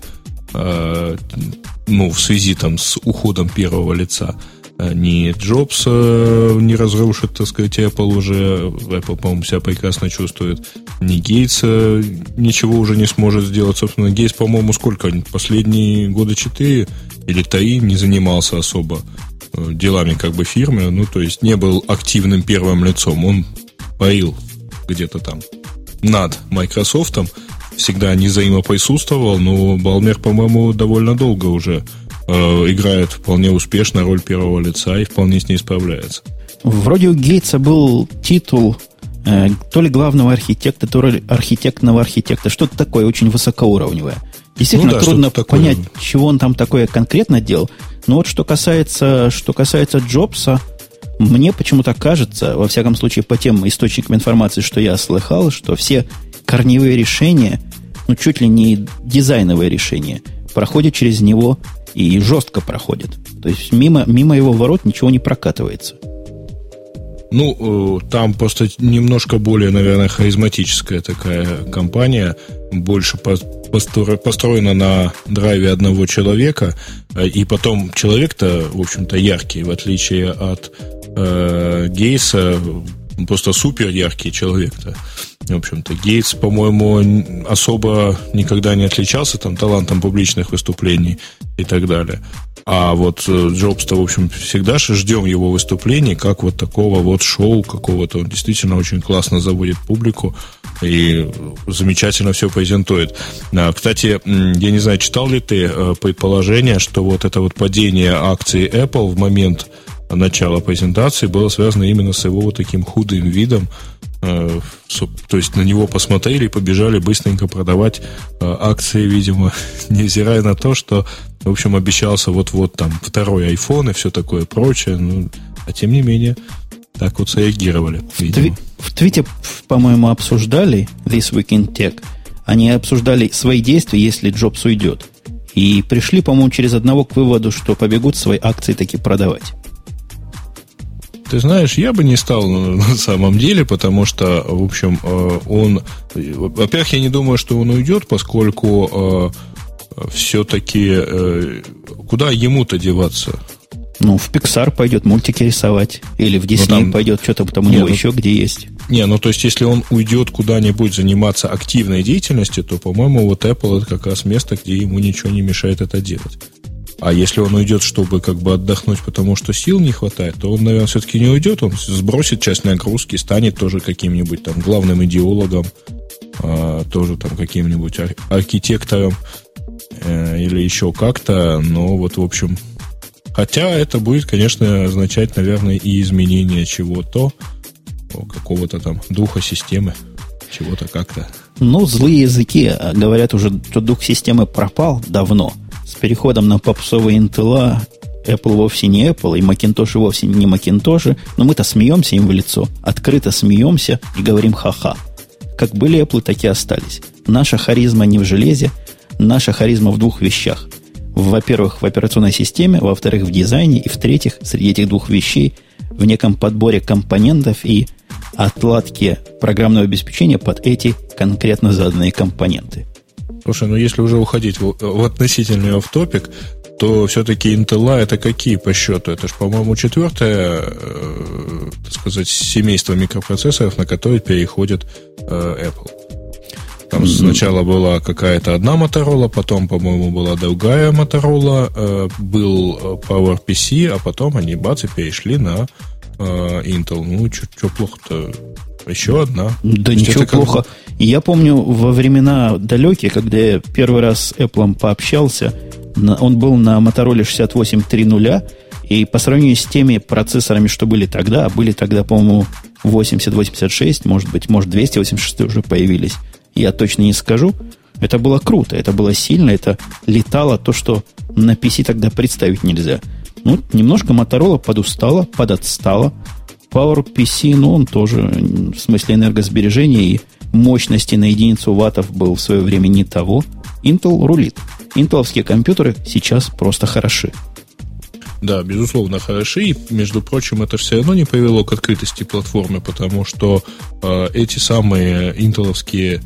ну, в связи там с уходом первого лица. Ни Джобс не разрушит, так сказать, Apple уже, Apple, по-моему, себя прекрасно чувствует, ни Гейтс ничего уже не сможет сделать. Собственно, Гейтс, по-моему, сколько? Последние года четыре или таи, не занимался особо делами как бы фирмы, ну, то есть не был активным первым лицом. Он парил где-то там над Microsoft, всегда не взаимоприсутствовал, но Балмер, по-моему, довольно долго уже э, играет вполне успешно роль первого лица и вполне с ней справляется. Вроде у Гейтса был титул э, то ли главного архитекта, то ли архитектного архитекта, что-то такое очень высокоуровневое. Действительно, ну да, трудно понять, такое, чего он там такое конкретно делал. Но вот что касается, что касается Джобса, мне почему-то кажется, во всяком случае, по тем источникам информации, что я слыхал, что все корневые решения, ну, чуть ли не дизайновые решения, проходят через него и жестко проходят. То есть мимо, мимо его ворот ничего не прокатывается. Ну, там просто немножко более, наверное, харизматическая такая компания, больше построена на драйве одного человека, и потом человек-то, в общем-то, яркий, в отличие от э, Гейтса, просто супер яркий человек-то. В общем-то, Гейтс, по-моему, особо никогда не отличался там талантом публичных выступлений и так далее. А вот Джобс-то, в общем, всегда же ждем его выступлений, как вот такого вот шоу какого-то. Он действительно очень классно заводит публику и замечательно все презентует. Кстати, я не знаю, читал ли ты предположение, что вот это вот падение акций Apple в момент начала презентации было связано именно с его вот таким худым видом. То есть на него посмотрели и побежали быстренько продавать акции, видимо, невзирая на то, что, в общем, обещался вот-вот там второй iPhone и все такое прочее. Ну, а тем не менее, так вот среагировали. В, тви- в твите, по-моему, обсуждали This Week in Tech. Они обсуждали свои действия, если Джобс уйдет. И пришли, по-моему, через одного к выводу, что побегут свои акции таки продавать. Ты знаешь, я бы не стал на самом деле, потому что, в общем, он... Во-первых, я не думаю, что он уйдет, поскольку все-таки куда ему-то деваться? Ну, в Pixar пойдет мультики рисовать. Или в Disney ну, там... пойдет, что-то там у него ну... еще где есть. Не, ну то есть, если он уйдет куда-нибудь заниматься активной деятельностью, то, по-моему, вот Apple это как раз место, где ему ничего не мешает это делать. А если он уйдет, чтобы как бы отдохнуть, потому что сил не хватает, то он, наверное, все-таки не уйдет, он сбросит часть нагрузки, станет тоже каким-нибудь там главным идеологом, а, тоже там каким-нибудь ар- архитектором э, или еще как-то, но вот, в общем... Хотя это будет, конечно, означать, наверное, и изменение чего-то, какого-то там духа системы, чего-то как-то. Ну, злые языки говорят уже, что дух системы пропал давно. С переходом на попсовые Intel Apple вовсе не Apple, и Macintosh вовсе не Macintosh, но мы-то смеемся им в лицо, открыто смеемся и говорим ха-ха. Как были Apple, так и остались. Наша харизма не в железе, наша харизма в двух вещах. Во-первых, в операционной системе, во-вторых, в дизайне, и в-третьих, среди этих двух вещей, в неком подборе компонентов и отладке программного обеспечения под эти конкретно заданные компоненты. Слушай, ну если уже уходить в, в относительный офф-топик, то все-таки Intel это какие по счету? Это же, по-моему, четвертое, э, так сказать, семейство микропроцессоров, на которые переходит э, Apple. Там mm-hmm. сначала была какая-то одна Motorola, потом, по-моему, была другая Motorola, э, был PowerPC, а потом они, бац, и перешли на э, Intel. Ну, что плохо-то? Еще одна. Да ничего плохо. Как... Я помню во времена далекие, когда я первый раз с Apple пообщался, он был на Motorola шестьдесят восемь три ноль, и по сравнению с теми процессорами, что были тогда, были тогда, по-моему, восемьдесят восемьдесят шесть, может быть, может, двести восемьдесят шесть уже появились. Я точно не скажу. Это было круто, это было сильно, это летало то, что на пи си тогда представить нельзя. Ну, немножко Motorola подустала, подотстала. PowerPC, ну, он тоже в смысле энергосбережения и мощности на единицу ваттов был в свое время не того. Intel рулит. Интеловские компьютеры сейчас просто хороши. Да, безусловно, хороши. И, между прочим, это все равно не привело к открытости платформы, потому что э, эти самые интеловские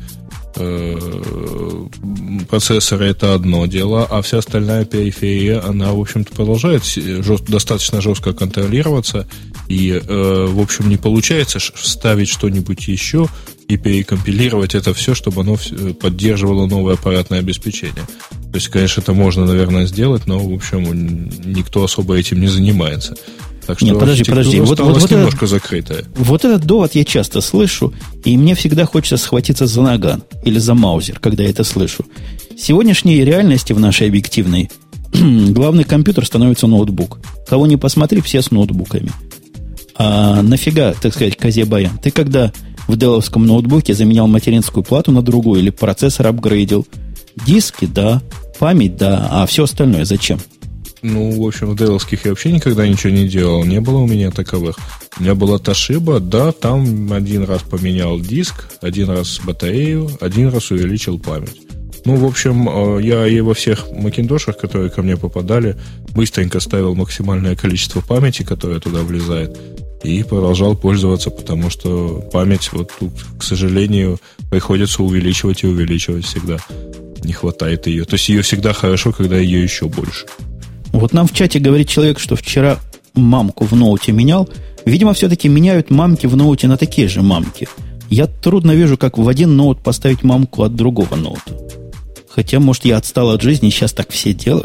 э, процессоры — это одно дело, а вся остальная периферия, она, в общем-то, продолжает жест, достаточно жестко контролироваться. И, э, в общем, не получается вставить что-нибудь еще и перекомпилировать это все, чтобы оно поддерживало новое аппаратное обеспечение. То есть, конечно, это можно, наверное, сделать, но, в общем, никто особо этим не занимается. Так что Нет, подожди, подожди. Вот, вот, вот немножко этот, закрытая. Вот этот довод я часто слышу, и мне всегда хочется схватиться за наган или за маузер, когда я это слышу. В сегодняшней реальности, в нашей объективной, главный компьютер становится ноутбук. Кого не посмотри, все с ноутбуками. А нафига, так сказать, козе баян? Ты когда в деловском ноутбуке заменял материнскую плату на другую или процессор апгрейдил? Диски, да, память, да, а все остальное зачем? Ну, в общем, в деловских я вообще никогда ничего не делал. Не было у меня таковых. У меня была Toshiba, да, там один раз поменял диск, один раз батарею, один раз увеличил память. Ну, в общем, я и во всех макинтошах, которые ко мне попадали, быстренько ставил максимальное количество памяти, которое туда влезает, и продолжал пользоваться, потому что память вот тут, к сожалению, приходится увеличивать и увеличивать всегда. Не хватает ее. То есть ее всегда хорошо, когда ее еще больше. Вот нам в чате говорит человек, что вчера мамку в ноуте менял. Видимо, все-таки меняют мамки в ноуте на такие же мамки. Я трудно вижу, как в один ноут поставить мамку от другого ноута. Хотя, может, я отстал от жизни, сейчас так все делают.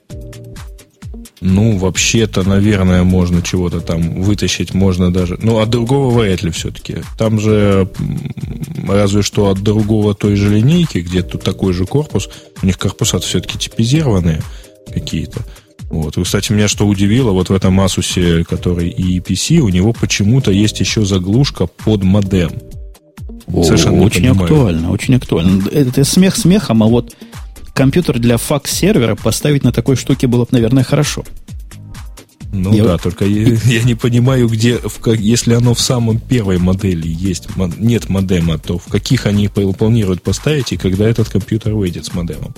Ну, вообще-то, наверное, можно чего-то там вытащить, можно даже... Ну, от другого вряд ли все-таки. Там же разве что от другого той же линейки, где тут такой же корпус. У них корпуса все-таки типизированные какие-то. Вот. И, кстати, меня что удивило, вот в этом Asus, который и пи си, у него почему-то есть еще заглушка под модем. О, очень актуально, очень актуально. Это смех смехом, а вот компьютер для факс-сервера поставить на такой штуке было бы, наверное, хорошо. Ну я... да, только я, я не понимаю, где, в, как, если оно в самом первой модели есть, нет модема, то в каких они планируют поставить и когда этот компьютер выйдет с модемом?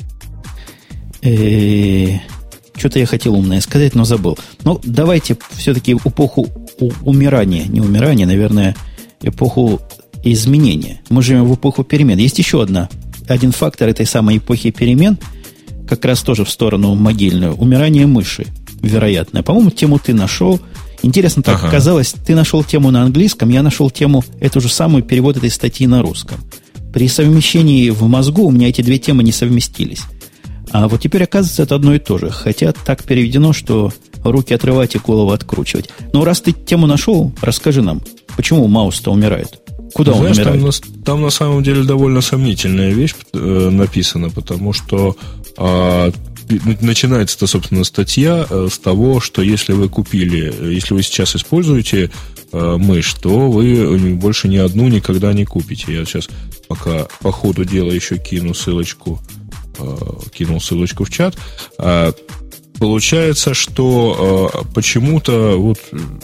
Что-то я хотел умное сказать, но забыл. Ну, давайте все-таки эпоху умирания, не умирания, наверное, эпоху изменения. Мы живем в эпоху перемен. Есть еще одна, один фактор этой самой эпохи перемен, как раз тоже в сторону могильную. Умирание мыши, вероятно. По-моему, тему ты нашел. Интересно, так ага. оказалось, ты нашел тему на английском, я нашел тему, эту же самую, перевод этой статьи на русском. При совмещении в мозгу у меня эти две темы не совместились. А вот теперь, оказывается, это одно и то же. Хотя так переведено, что руки отрывать и голову откручивать. Но раз ты тему нашел, расскажи нам, почему Маус-то умирает? Куда ну, он знаешь, умирает? Там, там на самом деле довольно сомнительная вещь э, написана, потому что э, начинается-то, собственно, статья э, с того, что если вы купили, если вы сейчас используете э, мышь, то вы больше ни одну никогда не купите. Я сейчас пока по ходу дела еще кину ссылочку кинул ссылочку в чат. Получается, что почему-то вот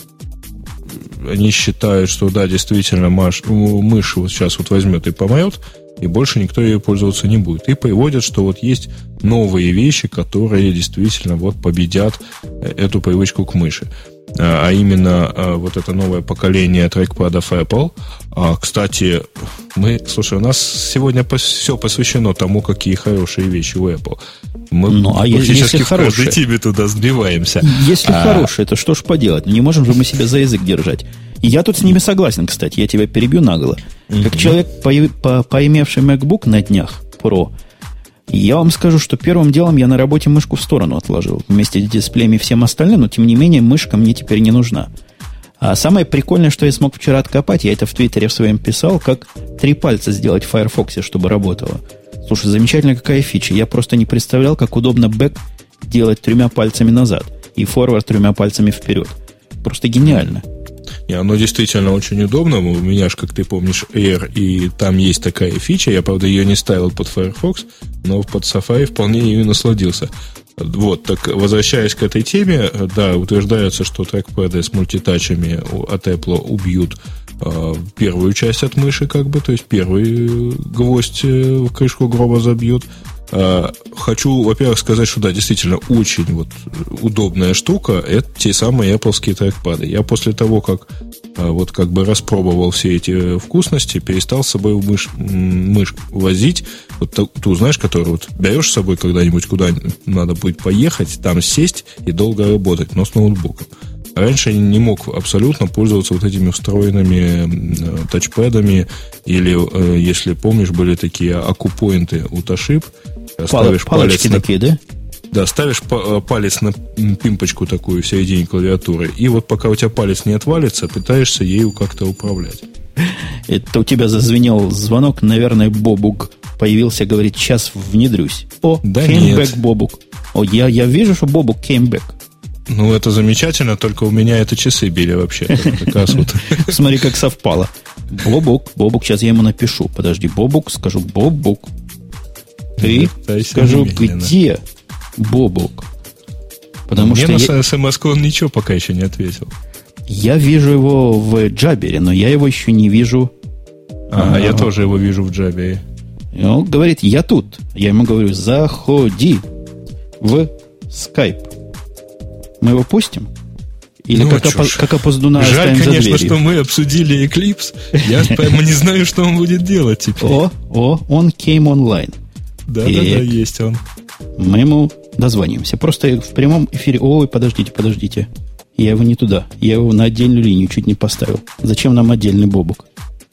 они считают, что да, действительно мышь вот сейчас вот возьмет и помоет, и больше никто ее пользоваться не будет. И приводят, что вот есть новые вещи, которые действительно вот победят эту привычку к мыши. А именно вот это новое поколение трекпадов Apple. Кстати, мы, слушай, у нас сегодня все посвящено тому, какие хорошие вещи у Apple. Мы ну, а если в каждой теме туда сбиваемся. Если а... хорошие, то что ж поделать? Не можем же мы себя за язык держать. И я тут с ними согласен, кстати. Я тебя перебью наголо. Mm-hmm. Как человек, по, по, поимевший MacBook на днях Pro, я вам скажу, что первым делом я на работе мышку в сторону отложил. Вместе с дисплеем и всем остальным, но тем не менее мышка мне теперь не нужна. А самое прикольное, что я смог вчера откопать, я это в Твиттере в своем писал, как три пальца сделать в Firefox, чтобы работало. Слушай, замечательная какая фича. Я просто не представлял, как удобно бэк делать тремя пальцами назад и форвард тремя пальцами вперед. Просто гениально. И оно действительно очень удобно. У меня же, как ты помнишь, Air, и там есть такая фича. Я, правда, ее не ставил под Firefox, но под Safari вполне ею насладился. Вот, так возвращаясь к этой теме, да, утверждается, что трекпэды с мультитачами от Apple убьют э, первую часть от мыши, как бы, то есть первый гвоздь в крышку гроба забьют. Э, хочу, во-первых, сказать, что да, действительно очень вот удобная штука. Это те самые Apple'ские трекпэды. Я после того, как э, вот как бы распробовал все эти вкусности, перестал с собой мышь, мышь возить. Вот ту, ту, знаешь, которую вот берешь с собой когда-нибудь, куда надо будет поехать, там сесть и долго работать, но с ноутбуком. Раньше я не мог абсолютно пользоваться вот этими встроенными тачпэдами, или, если помнишь, были такие акупоинты у Toshiba, когда ставишь Пал- палец на... такие, да? Да, ставишь палец на пимпочку такую в середине клавиатуры, и вот пока у тебя палец не отвалится, пытаешься ею как-то управлять. Это у тебя зазвенел звонок, наверное, Бобук появился, говорит, сейчас внедрюсь. О, да came нет. back Бобук. О, я, я вижу, что Бобук came back. Ну, это замечательно, только у меня это часы били вообще. Как раз вот. Смотри, как совпало. Бобук, Бобук, сейчас я ему напишу. Подожди, Бобук, скажу, Бобук. Ты, скажу, где Бобук? Потому Мне что на я... смс-ку он ничего пока еще не ответил. Я вижу его в Джабере, но я его еще не вижу. А, а я тоже его вижу в Джабере. И он говорит, я тут. Я ему говорю, заходи в скайп. Мы его пустим? Или ну, как, опо- как опоздуна Жаль, оставим конечно, за дверью? что мы обсудили Eclipse. Я прямо не знаю, что он будет делать теперь. О, о, он came online. Да-да-да, есть он. Мы ему дозвонимся. Просто в прямом эфире. Ой, подождите, подождите. Я его не туда. Я его на отдельную линию чуть не поставил. Зачем нам отдельный Бобук?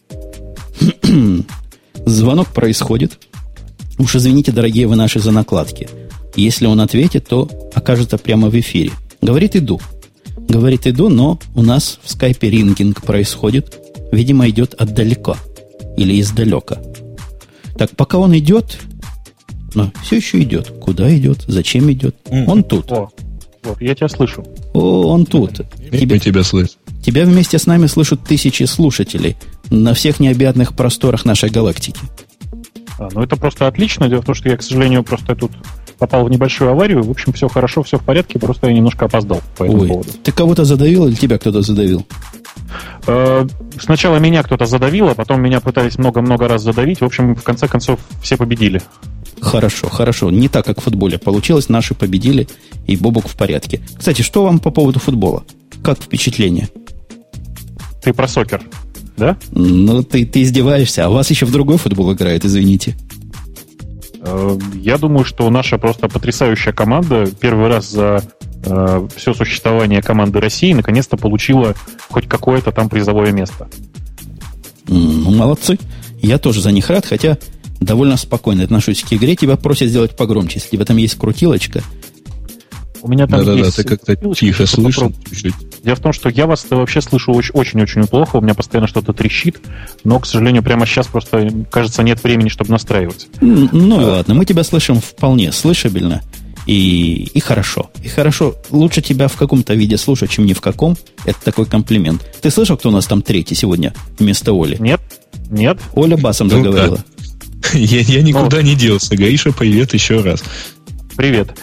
Звонок происходит. Уж извините, дорогие вы наши, за накладки. Если он ответит, то окажется прямо в эфире. Говорит, иду. Говорит, иду, но у нас в скайпе рингинг происходит. Видимо, идет отдалека. Или издалека. Так, пока он идет... Но все еще идет. Куда идет? Зачем идет? Mm. Он тут. О, вот, я тебя слышу. О, он тут. Тебя, тебя слышат. Тебя вместе с нами слышат тысячи слушателей на всех необъятных просторах нашей галактики. А, ну, это просто отлично. Дело в том, что я, к сожалению, просто тут попал в небольшую аварию. В общем, все хорошо, все в порядке. Просто я немножко опоздал по этому Ой, поводу. Ты кого-то задавил или тебя кто-то задавил? Э, сначала меня кто-то задавил, а потом меня пытались много-много раз задавить. В общем, в конце концов, все победили. Хорошо, хорошо. Не так, как в футболе. Получилось, наши победили, и Бобук в порядке. Кстати, что вам по поводу футбола? Как впечатление? Ты про сокер, да? Ну, ты, ты издеваешься, а у вас еще в другой футбол играет, извините. Э, я думаю, что наша просто потрясающая команда первый раз за э, все существование команды России наконец-то получила хоть какое-то там призовое место. Ну, молодцы. Я тоже за них рад, хотя довольно спокойно отношусь к игре. Тебя просят сделать погромче. Если в этом есть крутилочка. У меня там Да-да-да, есть... ты как-то тихо слышно чуть-чуть. Дело в том, что я вас вообще слышу очень-очень плохо. У меня постоянно что-то трещит. Но, к сожалению, прямо сейчас просто, кажется, нет времени, чтобы настраивать. Ну, ну и ладно. Мы тебя слышим вполне слышабельно. И, и хорошо. И хорошо. Лучше тебя в каком-то виде слушать, чем ни в каком. Это такой комплимент. Ты слышал, кто у нас там третий сегодня вместо Оли? Нет, нет. Оля басом Ну, заговорила. да. Я, я никуда ну, не делся. Гаиша, привет еще раз. Привет.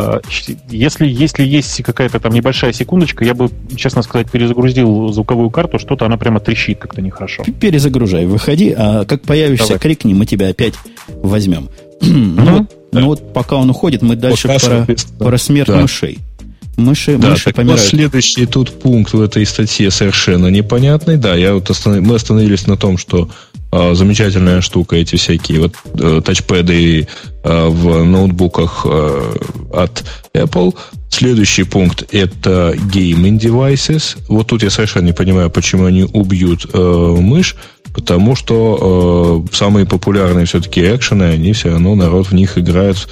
Если, если есть какая-то там небольшая секундочка, я бы, честно сказать, перезагрузил звуковую карту, что-то она прямо трещит как-то нехорошо. Перезагружай, выходи, а как появишься, Давай. крикни, мы тебя опять возьмем. ну, вот, ну вот пока он уходит, мы дальше вот про, про смерть да. мышей. Мыши, да, мыши так помирают. Вот следующий тут пункт в этой статье совершенно непонятный. Да, я вот останов... мы остановились на том, что э, замечательная штука, эти всякие вот э, тачпэды э, в ноутбуках э, от Apple. Следующий пункт это gaming devices. Вот тут я совершенно не понимаю, почему они убьют э, мышь, потому что э, самые популярные все-таки экшены, они все равно, народ в них играет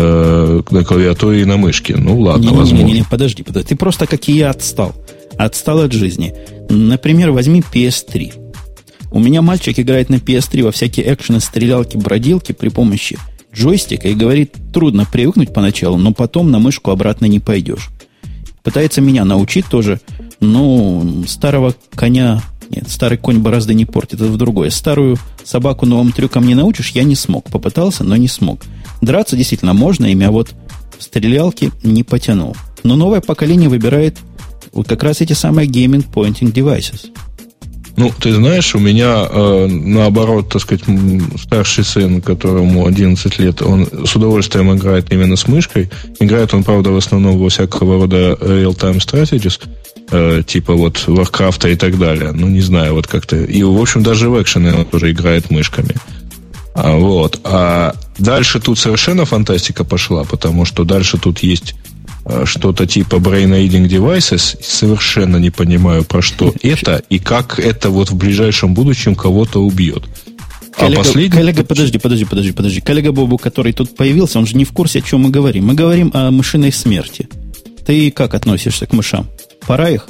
на клавиатуре и на мышке. Ну, ладно, не, возможно. Не-не-не, подожди, подожди. Ты просто, как и я, отстал. Отстал от жизни. Например, возьми пи эс три. У меня мальчик играет на пи эс три во всякие экшены, стрелялки, бродилки при помощи джойстика и говорит, трудно привыкнуть поначалу, но потом на мышку обратно не пойдешь. Пытается меня научить тоже. Ну, старого коня... Нет, старый конь борозды не портит, это в другое. Старую собаку новым трюкам не научишь, я не смог. Попытался, но не смог. Драться действительно можно ими, а вот в стрелялке не потянул. Но новое поколение выбирает вот как раз эти самые gaming pointing devices. Ну, ты знаешь, у меня э, наоборот, так сказать, старший сын, которому одиннадцать лет, он с удовольствием играет именно с мышкой. Играет он, правда, в основном во всякого рода real-time strategies, э, типа вот Warcraft и так далее. Ну, не знаю, вот как-то... И, в общем, даже в экшены он тоже играет мышками. А, вот. А дальше тут совершенно фантастика пошла, потому что дальше тут есть что-то типа brain aiding devices. Совершенно не понимаю, про что это и как это вот в ближайшем будущем кого-то убьет. Коллега, а последний... коллега, подожди, подожди, подожди, подожди. Коллега Бобу, который тут появился, он же не в курсе, о чем мы говорим. Мы говорим о мышиной смерти. Ты как относишься к мышам? Пора их?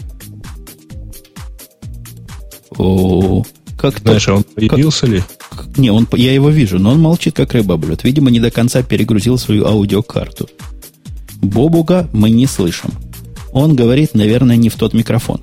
О, как Знаешь, а он появился как... ли? Не, он, я его вижу, но он молчит, как рыба об лед. Видимо, не до конца перегрузил свою аудиокарту. Бобуга мы не слышим. Он говорит, наверное, не в тот микрофон.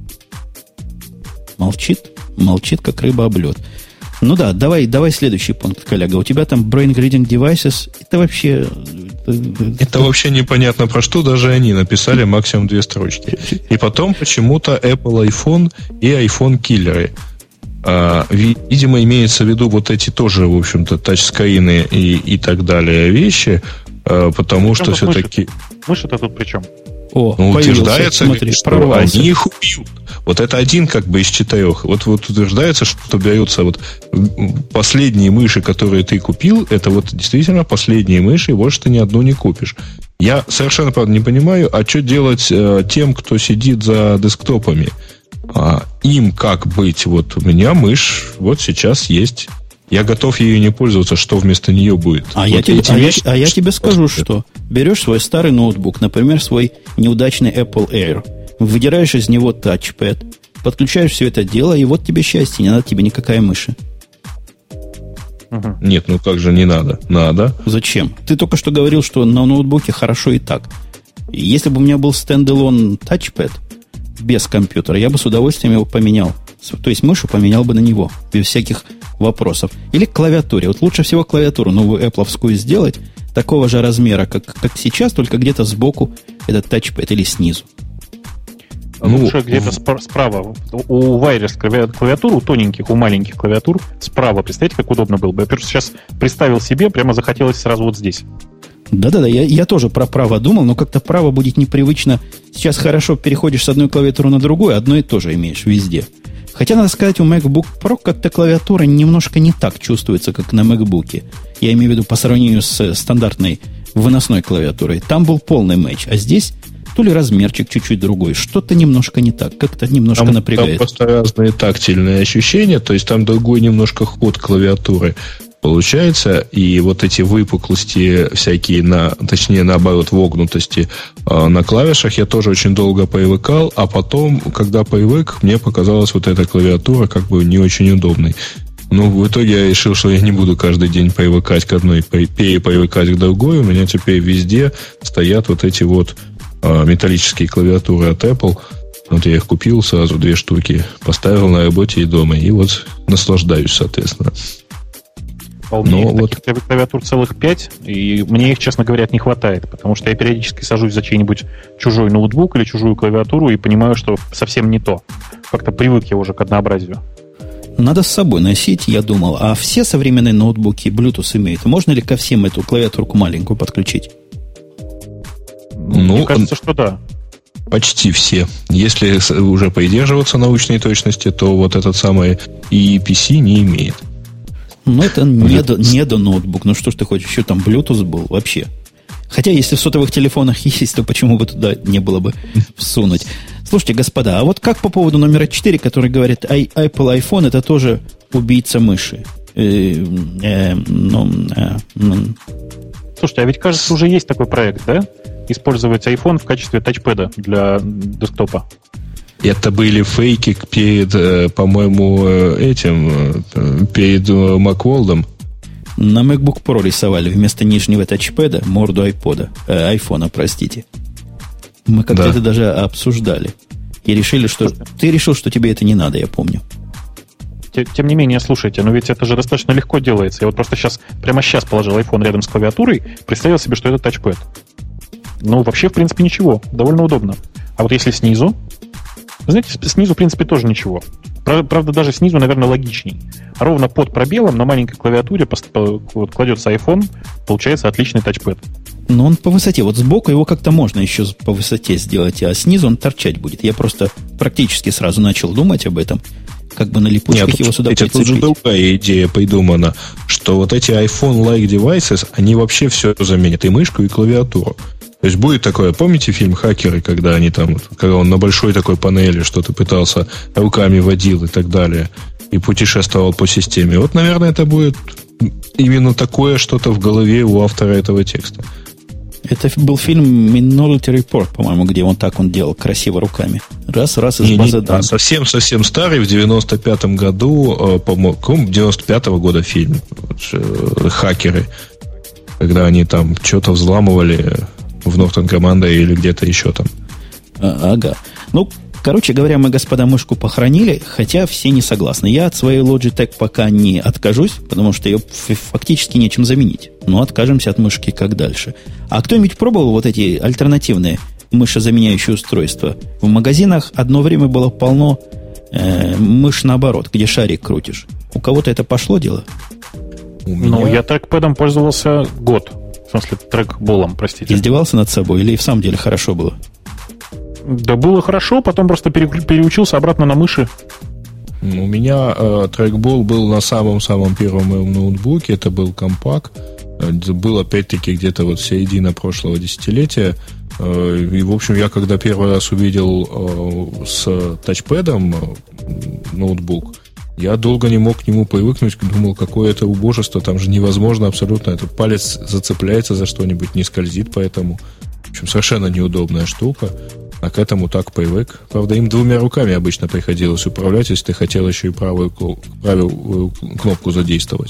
Молчит? Молчит, как рыба об лед. Ну да, давай, давай следующий пункт, коллега. У тебя там Brain Reading Devices. Это вообще... Это вообще непонятно про что. Даже они написали максимум две строчки. И потом почему-то Apple iPhone и iPhone киллеры. А, видимо, имеется в виду вот эти тоже, в общем-то, тачскрины и, и так далее вещи, а, потому что все-таки... Мышь-то тут при чем? О, ну, утверждается, смотри, что прорвался. Они их убьют. Вот это один как бы из четырех. Вот, вот утверждается, что берутся вот последние мыши, которые ты купил, это вот действительно последние мыши, и больше ты ни одну не купишь. Я совершенно, правда, не понимаю, а что делать э, тем, кто сидит за десктопами? А, им как быть? Вот у меня мышь вот сейчас есть. Я готов ею не пользоваться, что вместо нее будет. А, вот я, тебе, а, вещи, я, а я тебе скажу, что берешь свой старый ноутбук, например, свой неудачный Apple Air, выдираешь из него тачпэд, подключаешь все это дело, и вот тебе счастье, не надо тебе никакая мыши. Нет, ну как же не надо? Надо. Зачем? Ты только что говорил, что на ноутбуке хорошо и так. Если бы у меня был стендалон тачпэд без компьютера, я бы с удовольствием его поменял. То есть мышу поменял бы на него, без всяких вопросов. Или к клавиатуре. Вот лучше всего клавиатуру новую Apple'овскую сделать такого же размера, как, как сейчас, только где-то сбоку этот тачпэд или снизу. Ну, лучше где-то в... справа. У Wireless клавиатур, у тоненьких, у маленьких клавиатур справа. Представляете, как удобно было бы? Я просто сейчас представил себе, прямо захотелось сразу вот здесь. Да-да-да, я, я тоже про право думал, но как-то право будет непривычно. Сейчас хорошо переходишь с одной клавиатуры на другую, одно и то же имеешь везде. Хотя, надо сказать, у MacBook Pro как-то клавиатура немножко не так чувствуется, как на MacBook. Я имею в виду по сравнению с стандартной выносной клавиатурой. Там был полный матч, а здесь то ли размерчик чуть-чуть другой. Что-то немножко не так, как-то немножко там, напрягает. Там просто разные тактильные ощущения, то есть там другой немножко ход клавиатуры получается, и вот эти выпуклости всякие, на, точнее, наоборот, вогнутости э, на клавишах я тоже очень долго привыкал, а потом, когда привык, мне показалась вот эта клавиатура как бы не очень удобной. Ну, в итоге я решил, что я не буду каждый день привыкать к одной, перепривыкать к другой. У меня теперь везде стоят вот эти вот э, металлические клавиатуры от Apple. Вот я их купил сразу, две штуки, поставил на работе и дома, и вот наслаждаюсь, соответственно. А у меня их вот... таких клавиатур целых пять, и мне их, честно говоря, не хватает, потому что я периодически сажусь за чей-нибудь чужой ноутбук или чужую клавиатуру и понимаю, что совсем не то. Как-то привык я уже к однообразию. Надо с собой носить, я думал. А все современные ноутбуки Bluetooth имеют? Можно ли ко всем эту клавиатурку маленькую подключить? Ну, мне кажется, что да. Почти все. Если уже придерживаться научной точности, то вот этот самый и и пи си не имеет. Ну, это не до, не до ноутбук. Ну, что ж ты хочешь? Еще там Bluetooth был вообще. Хотя, если в сотовых телефонах есть, то почему бы туда не было бы всунуть? Слушайте, господа, а вот как по поводу номера четыре, который говорит, Apple iPhone это тоже убийца мыши? Э, э, ну, э, ну. Слушайте, а ведь, кажется, уже есть такой проект, да? Использовать iPhone в качестве тачпэда для десктопа. Это были фейки перед, по-моему, этим, перед Macworld'ом. На MacBook Pro рисовали вместо нижнего тачпэда морду айпода, э, айфона, простите. Мы как-то да. это даже обсуждали. И решили, что... Ты решил, что тебе это не надо, я помню. Тем не менее, слушайте, но ведь это же достаточно легко делается. Я вот просто сейчас, прямо сейчас положил iPhone рядом с клавиатурой, представил себе, что это тачпэд. Ну, вообще, в принципе, ничего. Довольно удобно. А вот если снизу... Вы знаете, снизу, в принципе, тоже ничего. Правда, даже снизу, наверное, логичней. А ровно под пробелом на маленькой клавиатуре вот, кладется iPhone, получается отличный тачпэд. Но он по высоте. Вот сбоку его как-то можно еще по высоте сделать, а снизу он торчать будет. Я просто практически сразу начал думать об этом. Как бы на липучках Нет, его сюда прицепить. Тут же другая идея придумана, что вот эти iPhone-like devices, они вообще все заменят, и мышку, и клавиатуру. То есть будет такое, помните фильм «Хакеры», когда они там, когда он на большой такой панели что-то пытался, руками водил и так далее. и путешествовал по системе. Вот, наверное, это будет именно такое что-то в голове у автора этого текста. Это был фильм Minority Report, по-моему, где он так он делал, красиво руками. Раз, раз из не, базы не, данных. Совсем-совсем старый, в девяносто пятом году, по-моему, девяносто пятого года фильм «Хакеры», когда они там что-то взламывали в Norton Command или где-то еще там. А, ага. Ну, короче говоря, мы, господа, мышку похоронили, хотя все не согласны. Я от своей Logitech пока не откажусь, потому что ее фактически нечем заменить. Но откажемся от мышки как дальше. А кто-нибудь пробовал вот эти альтернативные мышезаменяющие устройства? В магазинах одно время было полно э, мышь наоборот, где шарик крутишь. У кого-то это пошло дело? У меня... Ну, я трекпэдом пользовался год. В смысле, трекболом, простите. Издевался над собой или и в самом деле хорошо было? Да было хорошо, потом просто переучился обратно на мыши. У меня э, трекбол был на самом-самом первом моем ноутбуке. Это был компакт. Это был, опять-таки, где-то вот середина прошлого десятилетия. Э, и, в общем, я когда первый раз увидел э, с тачпэдом э, ноутбук, я долго не мог к нему привыкнуть. Думал, какое это убожество. Там же невозможно абсолютно. Этот палец зацепляется за что-нибудь, не скользит, поэтому... В общем, совершенно неудобная штука. А к этому так привык. Правда, им двумя руками обычно приходилось управлять, если ты хотел еще и правую, правую кнопку задействовать.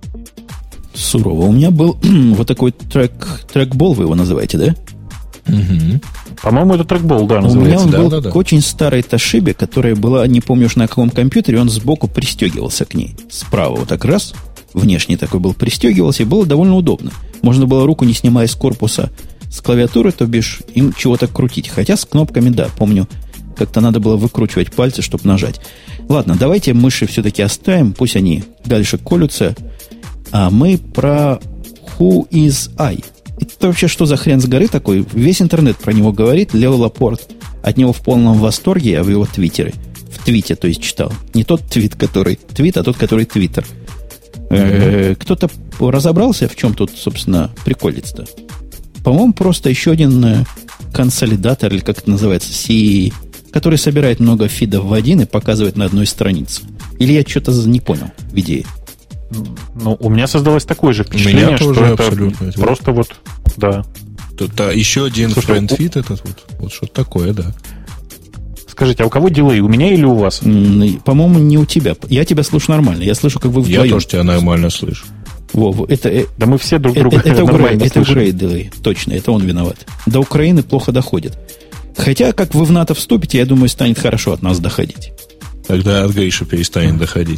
Сурово. У меня был вот такой трек, трекбол, вы его называете, да? Угу. По-моему, это трекбол, да, называется. У меня он да, был да, да. к очень старой Toshiba, которая была, не помню уж на каком компьютере, он сбоку пристегивался к ней. Справа вот так раз, внешний такой был, пристегивался, и было довольно удобно. Можно было руку, не снимая с корпуса, с клавиатуры, то бишь, им чего-то крутить. Хотя с кнопками, да, помню, как-то надо было выкручивать пальцы, чтобы нажать. Ладно, давайте мыши все-таки оставим, пусть они дальше колются. А мы про Who is I? Это вообще что за хрен с горы такой? Весь интернет про него говорит. Лео Лапорт от него в полном восторге, а в его твиттере. В твите, то есть, читал. Не тот твит, который твит, а тот, который твиттер. Mm-hmm. Кто-то разобрался, в чем тут, собственно, приколец-то? По-моему, просто еще один консолидатор, или как это называется, си, который собирает много фидов в один и показывает на одной странице. Или я что-то не понял в идее? Ну, у меня создалось такое же впечатление, что это абсолютно. Просто вот, да. Тут а, еще один френдфит этот вот, вот что-то такое, да. Скажите, а у кого дилей? У меня или у вас? По-моему, не у тебя. Я тебя слышу нормально. Я слышу, как вы вдвоем. Я тоже тебя нормально слышу. Во, это, да мы все друг друга это, это нормально это слышим. Это делей. Точно, это он виноват. До Украины плохо доходит. Хотя, как вы в НАТО вступите, я думаю, станет хорошо от нас доходить. Тогда от Гриша перестанет доходить.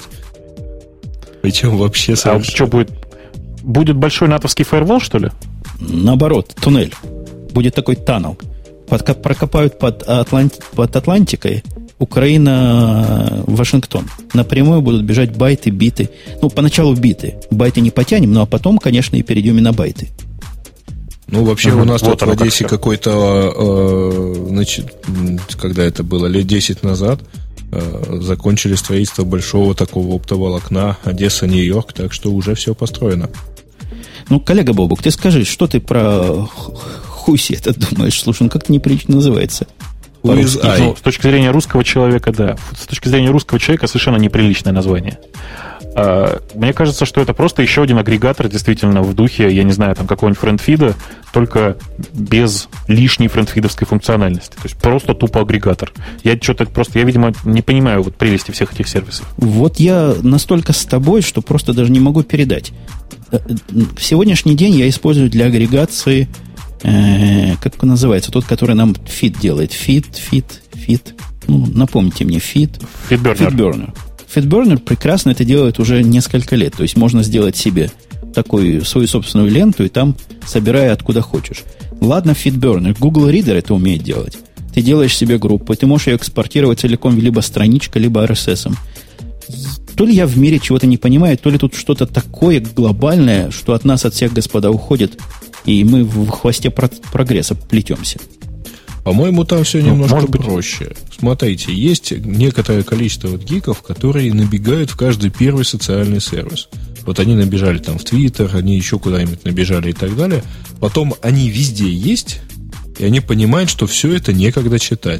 Причем вообще совершенно. А что будет? Будет большой натовский фаервол, что ли? Наоборот, туннель. Будет такой тоннел. Под, прокопают под, Атланти, под Атлантикой Украина, Вашингтон. Напрямую будут бежать байты, биты. Ну, поначалу биты. Байты не потянем, ну, а потом, конечно, и перейдем и на байты. Ну, вообще, угу. у нас вот тут в Одессе как какой-то, э, значит, когда это было, лет десять назад, э, закончили строительство большого такого оптоволокна Одесса-Нью-Йорк, так что уже все построено. Ну, коллега Бобук, ты скажи, что ты про Хуси это думаешь? Слушай, он как-то неприлично называется. Ну, с точки зрения русского человека, да. С точки зрения русского человека совершенно неприличное название. Мне кажется, что это просто еще один агрегатор, действительно, в духе, я не знаю, там какого-нибудь френдфида, только без лишней френдфидовской функциональности. То есть просто тупо агрегатор. Я что-то просто, я, видимо, не понимаю вот прелести всех этих сервисов. Вот я настолько с тобой, что просто даже не могу передать. В сегодняшний день я использую для агрегации, э, как он называется, тот, который нам фид делает. Фид, фид, фид. Ну, напомните мне, фид. FeedBurner. FeedBurner. FeedBurner прекрасно это делает уже несколько лет. То есть можно сделать себе такую свою собственную ленту и там собирая откуда хочешь. Ладно, FeedBurner. Google Reader это умеет делать. Ты делаешь себе группу, и ты можешь ее экспортировать целиком либо страничкой, либо ар эс эс. То ли я в мире чего-то не понимаю, то ли тут что-то такое глобальное, что от нас, от всех, господа, уходит, и мы в хвосте прогресса плетемся. По-моему, там все немножко Может быть... проще. Смотрите, есть некоторое количество вот гиков, которые набегают в каждый первый социальный сервис. Вот они набежали там в Твиттер, они еще куда-нибудь набежали и так далее. Потом они везде есть, и они понимают, что все это некогда читать.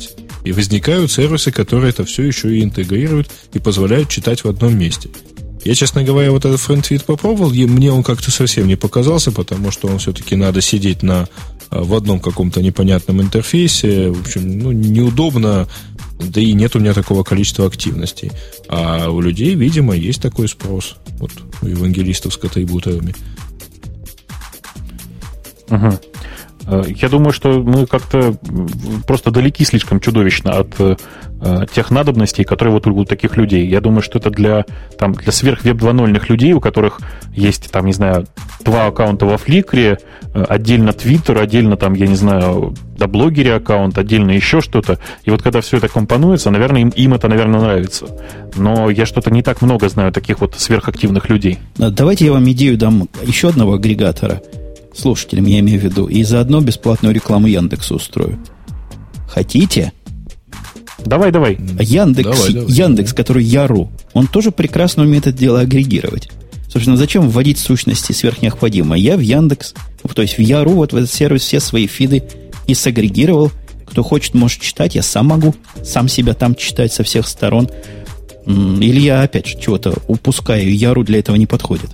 И возникают сервисы, которые это все еще и интегрируют и позволяют читать в одном месте. Я, честно говоря, вот этот FriendTweet попробовал, и мне он как-то совсем не показался, потому что он все-таки надо сидеть на, в одном каком-то непонятном интерфейсе. В общем, ну, неудобно, да и нет у меня такого количества активностей. А у людей, видимо, есть такой спрос. Вот у евангелистов с котрибуторами. Угу. Я думаю, что мы как-то просто далеки слишком чудовищно от э, тех надобностей, которые вот у таких людей. Я думаю, что это для, там, для сверх-веб два ноль-ных людей, у которых есть, там, не знаю, два аккаунта во Фликре, отдельно Твиттер, отдельно, там, я не знаю, на блогере аккаунт, отдельно еще что-то. И вот когда все это компонуется, наверное, им, им это, наверное, нравится. Но я что-то не так много знаю таких вот сверхактивных людей. Давайте я вам идею дам еще одного агрегатора. Слушателям, я имею в виду. И заодно бесплатную рекламу Яндексу устрою. Хотите? Давай, давай. Яндекс, давай, давай. Яндекс, который Яру, он тоже прекрасно умеет это дело агрегировать. Собственно, зачем вводить сущности сверхнеобходимо? Я в Яндекс, то есть в Яру, вот в этот сервис все свои фиды и сагрегировал. Кто хочет, может читать. Я сам могу сам себя там читать со всех сторон. Или я опять же чего-то упускаю, Яру для этого не подходит.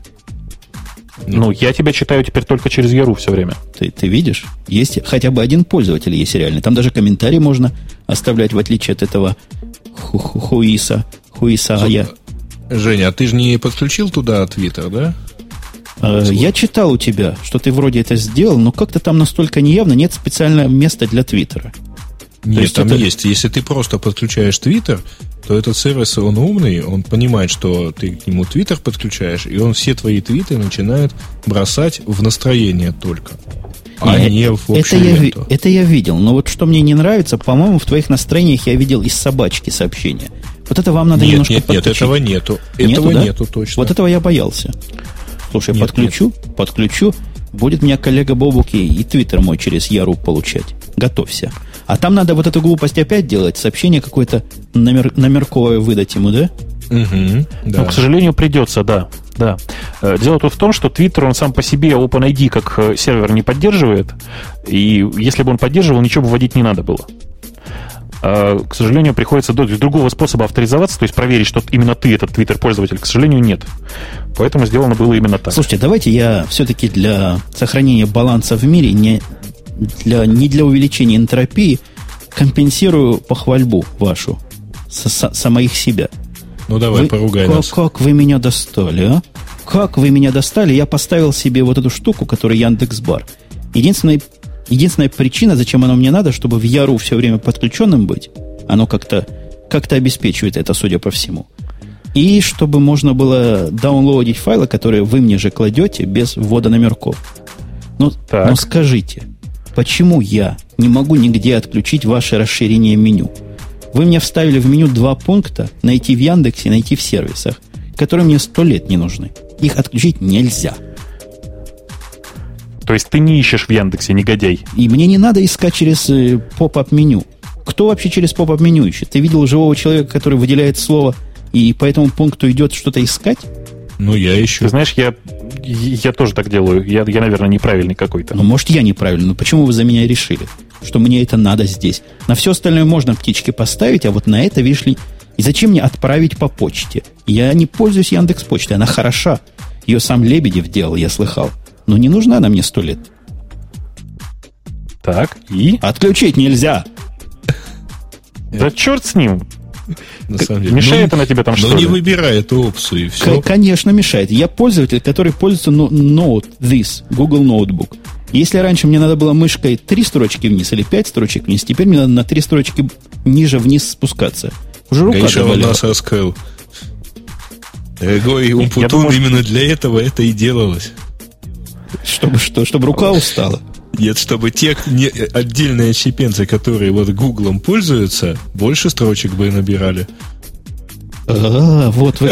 Ну, я тебя читаю теперь только через Яру все время. Ты, ты видишь? Есть хотя бы один пользователь есть реальный. Там даже комментарий можно оставлять, в отличие от этого ху- ху- хуиса. Хуиса Ая. Женя, а ты же не подключил туда Твиттер, да? Э, я читал у тебя, что ты вроде это сделал, но как-то там настолько неявно, нет специального места для Твиттера. Нет, есть там это... есть. Если ты просто подключаешь Твиттер, то этот сервис, он умный, он понимает, что ты к нему Твиттер подключаешь, и он все твои твиты начинает бросать в настроение только, а Нет, не в это общую я, ленту. это я видел, но вот что мне не нравится, по-моему, в твоих настроениях я видел из собачки сообщения. Вот это вам надо нет, немножко нет, подключить. Нет, этого нету. Нету, этого да? нету точно. Вот этого я боялся. Слушай, Нет, подключу, нет. подключу, будет меня коллега Бобуки и Твиттер мой через Яру получать. Готовься. А там надо вот эту глупость опять делать, сообщение какое-то номер, номерковое выдать ему, да? Угу, да. Ну, к сожалению, придется, да. да. Дело тут в том, что Twitter, он сам по себе OpenID как сервер не поддерживает, и если бы он поддерживал, ничего бы вводить не надо было. К сожалению, приходится другого способа авторизоваться, то есть проверить, что именно ты этот Twitter-пользователь, к сожалению, нет. Поэтому сделано было именно так. Слушайте, давайте я все-таки для сохранения баланса в мире, не для, не для увеличения энтропии, компенсирую похвальбу вашу со, со, самих себя. Ну, давай, вы, поругай как, нас. Как вы меня достали, а? Как вы меня достали? Я поставил себе вот эту штуку, которая Яндекс.Бар. Единственная, единственная причина, зачем оно мне надо, чтобы в Яру все время подключенным быть, оно как-то, как-то обеспечивает это, судя по всему. И чтобы можно было даунлоадить файлы, которые вы мне же кладете без ввода номерков. Ну, ну скажите, почему я не могу нигде отключить ваше расширение меню? Вы мне вставили в меню два пункта: найти в Яндексе, найти в сервисах, которые мне сто лет не нужны. Их отключить нельзя. То есть ты не ищешь в Яндексе, негодяй? И мне не надо искать через э, поп-ап меню. Кто вообще через поп-ап меню ищет? Ты видел живого человека, который выделяет слово и по этому пункту идет что-то искать? Ну, я ищу. Ты знаешь, я, я тоже так делаю. Я, я, наверное, неправильный какой-то. Ну, может, я неправильный, но почему вы за меня решили, что мне это надо здесь? На все остальное можно птички поставить, а вот на это, видишь ли, и зачем мне отправить по почте? Я не пользуюсь Яндекс.Почтой, она хороша. Ее сам Лебедев делал, я слыхал. Но не нужна она мне сто лет. Так, и? Отключить нельзя. Да черт с ним. На самом деле. Мешает ну, она тебе там, что ли? Ну, не ли? выбирай эту опцию, и все. К- конечно, мешает. Я пользователь, который пользуется no- Note, this, Google Notebook. Если раньше мне надо было мышкой три строчки вниз или пять строчек вниз, теперь мне надо на три строчки ниже вниз спускаться. Уже рука Гриша, он заболела. нас раскрыл. Дорогой Я Умпутун, думаю, именно для этого это и делалось. Чтобы что? Чтобы рука устала. Нет, чтобы те не, отдельные отщепенцы, которые вот Гуглом пользуются, больше строчек бы набирали. А, вот вы как.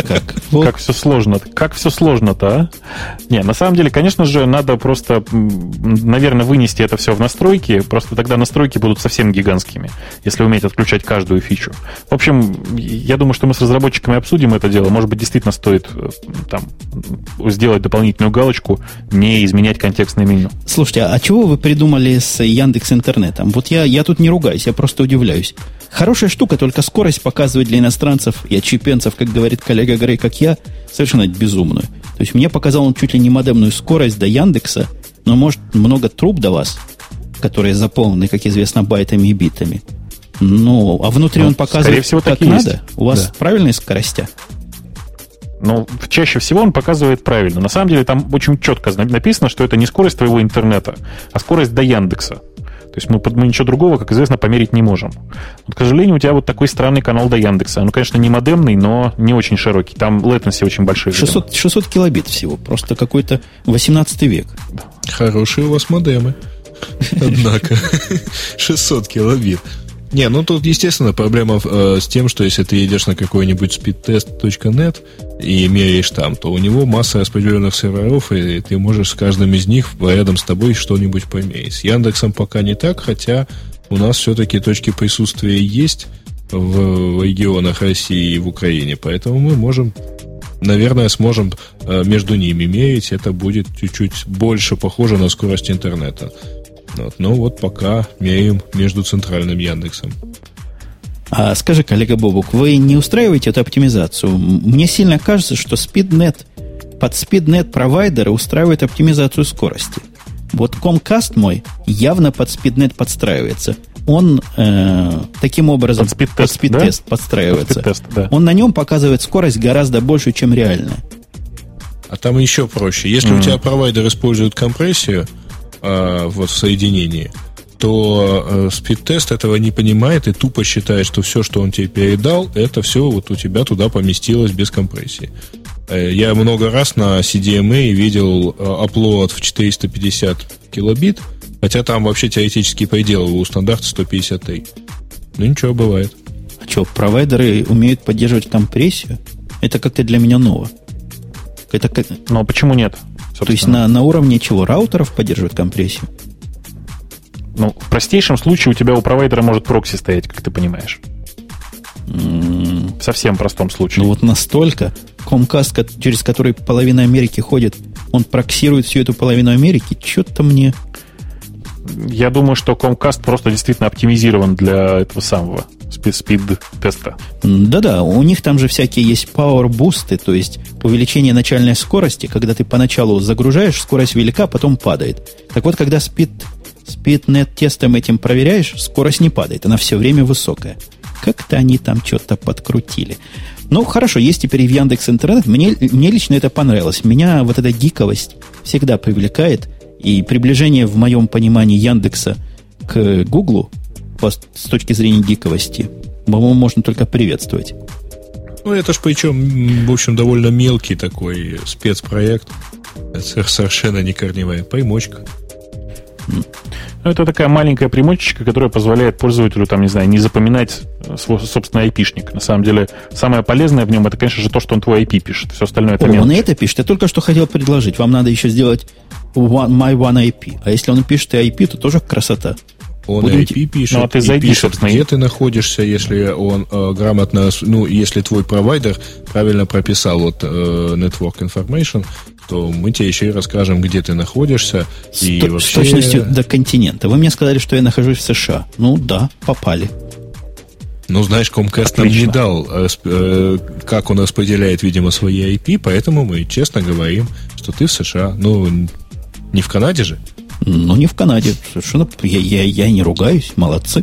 Вот. Как все сложно. Как все сложно-то, а? Не, на самом деле, конечно же, надо просто, наверное, вынести это все в настройки. Просто тогда настройки будут совсем гигантскими, если уметь отключать каждую фичу. В общем, я думаю, что мы с разработчиками обсудим это дело. Может быть, действительно стоит там сделать дополнительную галочку, не изменять контекстное меню. Слушайте, а чего вы придумали с Яндекс.Интернетом? Вот я, я тут не ругаюсь, я просто удивляюсь. Хорошая штука, только скорость показывает для иностранцев и отщепенцев, как говорит коллега Грей, как я, совершенно безумную. То есть мне показал он чуть ли не модемную скорость до Яндекса, но, может, много труб до вас, которые заполнены, как известно, байтами и битами. Ну, а внутри ну, он показывает, всего, как надо. Есть. У вас да. правильные скоростя? Ну, чаще всего он показывает правильно. На самом деле там очень четко написано, что это не скорость твоего интернета, а скорость до Яндекса. То есть мы, мы ничего другого, как известно, померить не можем. Вот, к сожалению, у тебя вот такой странный канал до Яндекса. Ну, конечно, не модемный, но не очень широкий. Там latency очень большой. шестьсот, шестьсот килобит всего. Просто какой-то восемнадцатый век. Хорошие у вас модемы. Однако. шестьсот килобит. Не, ну тут, естественно, проблема э, с тем, что если ты едешь на какой-нибудь спидтест точка нет и меряешь там, то у него масса распределенных серверов, и ты можешь с каждым из них рядом с тобой что-нибудь померить. С Яндексом пока не так, хотя у нас все-таки точки присутствия есть в регионах России и в Украине, поэтому мы можем, наверное, сможем э, между ними мерить. Это будет чуть-чуть больше похоже на скорость интернета. Вот. Но вот пока меряем между центральным Яндексом. А скажи, коллега Бобук, вы не устраиваете эту оптимизацию? Мне сильно кажется, что SpeedNet, под SpeedNet провайдеры устраивают оптимизацию скорости. Вот Comcast мой явно под SpeedNet подстраивается. Он э, таким образом под speed-тест, под speed-тест да? подстраивается. Под speed-тест, да. Он на нем показывает скорость гораздо больше, чем реальная. А там еще проще. Если mm-hmm. у тебя провайдер использует компрессию вот в соединении, то э, спид-тест этого не понимает и тупо считает, что все, что он тебе передал, это все вот у тебя туда поместилось без компрессии. Э, я много раз на си ди эм эй видел э, upload в четыреста пятьдесят килобит, хотя там вообще теоретический предел у стандарта сто пятьдесят три. Ну ничего, бывает. А что, провайдеры умеют поддерживать компрессию? Это как-то для меня ново. Это как... Но почему нет? Собственно. То есть на, на уровне чего? Раутеров поддерживают компрессию? Ну, в простейшем случае у тебя у провайдера может прокси стоять, как ты понимаешь. Mm. В совсем простом случае. Ну вот настолько. Comcast, через который половина Америки ходит, он проксирует всю эту половину Америки. Что-то мне... Я думаю, что Comcast просто действительно оптимизирован для этого самого спид-теста. Да-да, у них там же всякие есть power-бусты, то есть увеличение начальной скорости, когда ты поначалу загружаешь, скорость велика, потом падает. Так вот, когда speed, SpeedNet тестом этим проверяешь, скорость не падает, она все время высокая. Как-то они там что-то подкрутили. Ну, хорошо, есть теперь в Яндекс.Интернет. Мне, мне лично это понравилось. Меня вот эта гиковость всегда привлекает. И приближение, в моем понимании, Яндекса к Гуглу с точки зрения гиковости, по-моему, можно только приветствовать. Ну, это ж причем, в общем, довольно мелкий такой спецпроект. Это совершенно не корневая примочка. Ну, это такая маленькая примочечка, которая позволяет пользователю, там, не знаю, не запоминать свой собственный айпишник. На самом деле, самое полезное в нем, это, конечно же, то, что он твой ай пи пишет. Все остальное это мелочь. Он и это пишет. Я только что хотел предложить. Вам надо еще сделать one, my one ай пи. А если он пишет и ай пи, то тоже красота. Он Будем... ай пи пишет, ну, а ты зайди, и пишет, где ты находишься, если он э, грамотно, ну, если твой провайдер правильно прописал вот э, Network Information, то мы тебе еще и расскажем, где ты находишься. С, и т- вообще... с точностью до континента. Вы мне сказали, что я нахожусь в США. Ну да, попали. Ну, знаешь, Comcast нам не дал, э, как он распределяет, видимо, свои ай пи, поэтому мы честно говорим, что ты в США. Ну, не в Канаде же? Ну, не в Канаде. Совершенно. Я, я, я не ругаюсь. Молодцы.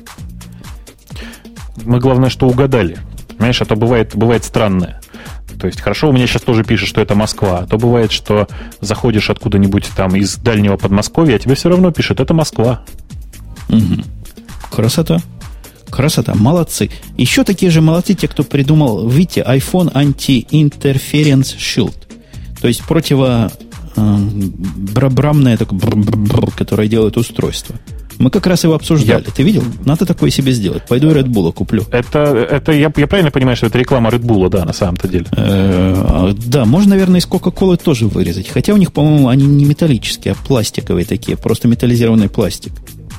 Мы, главное, что угадали. Понимаешь, а то бывает, бывает странное. То есть, хорошо, у меня сейчас тоже пишет, что это Москва. А то бывает, что заходишь откуда-нибудь там из дальнего Подмосковья, а тебе все равно пишет, это Москва. Угу. Красота. Красота. Молодцы. Еще такие же молодцы те, кто придумал, видите, iPhone Anti-Interference Shield. То есть противо... брамное такое, которое делает устройство. Мы как раз его обсуждали. Я... Ты видел? Надо такое себе сделать. Пойду Red Bull куплю. Это, это я, я правильно понимаю, что это реклама Red Bull, да, на самом-то деле? Э-э- да, можно, наверное, из Coca-Cola тоже вырезать. Хотя у них, по-моему, они не металлические, а пластиковые такие. Просто металлизированный пластик.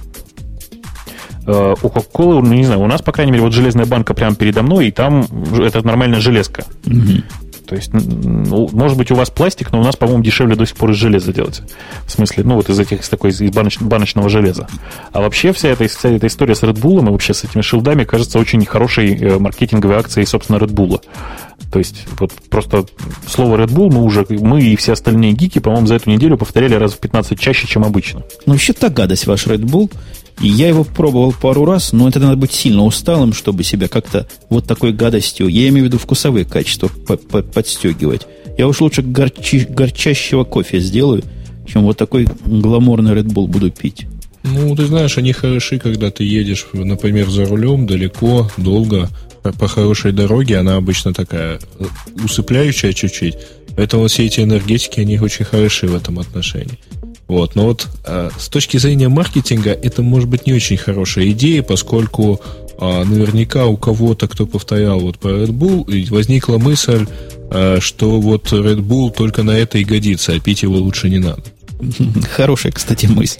Э-э- у Coca-Cola, ну, не знаю, у нас, по крайней мере, вот железная банка прямо передо мной, и там это нормальная железка. Угу. То есть, ну, может быть, у вас пластик, но у нас, по-моему, дешевле до сих пор из железа делать. В смысле, ну, вот из этих, из такой, из баноч, баночного железа. А вообще вся эта, вся эта история с Red Bull и вообще с этими шилдами кажется очень хорошей э, маркетинговой акцией, собственно, Red Bull. То есть, вот просто слово Red Bull мы уже, мы и все остальные гики, по-моему, за эту неделю повторяли раз в пятнадцать чаще, чем обычно. Ну, вообще так гадость ваш Red Bull. И я его пробовал пару раз, но это надо быть сильно усталым, чтобы себя как-то вот такой гадостью, я имею в виду вкусовые качества, подстегивать. Я уж лучше горчи, горчащего кофе сделаю, чем вот такой гламурный Red Bull буду пить. Ну, ты знаешь, они хороши, когда ты едешь, например, за рулем далеко, долго, по хорошей дороге, она обычно такая усыпляющая чуть-чуть. Поэтому все эти энергетики, они очень хороши в этом отношении. Вот, но вот э, с точки зрения маркетинга это может быть не очень хорошая идея, поскольку э, наверняка у кого-то, кто повторял вот про Red Bull, возникла мысль, э, что вот Red Bull только на это и годится, а пить его лучше не надо. Хорошая, кстати, мысль.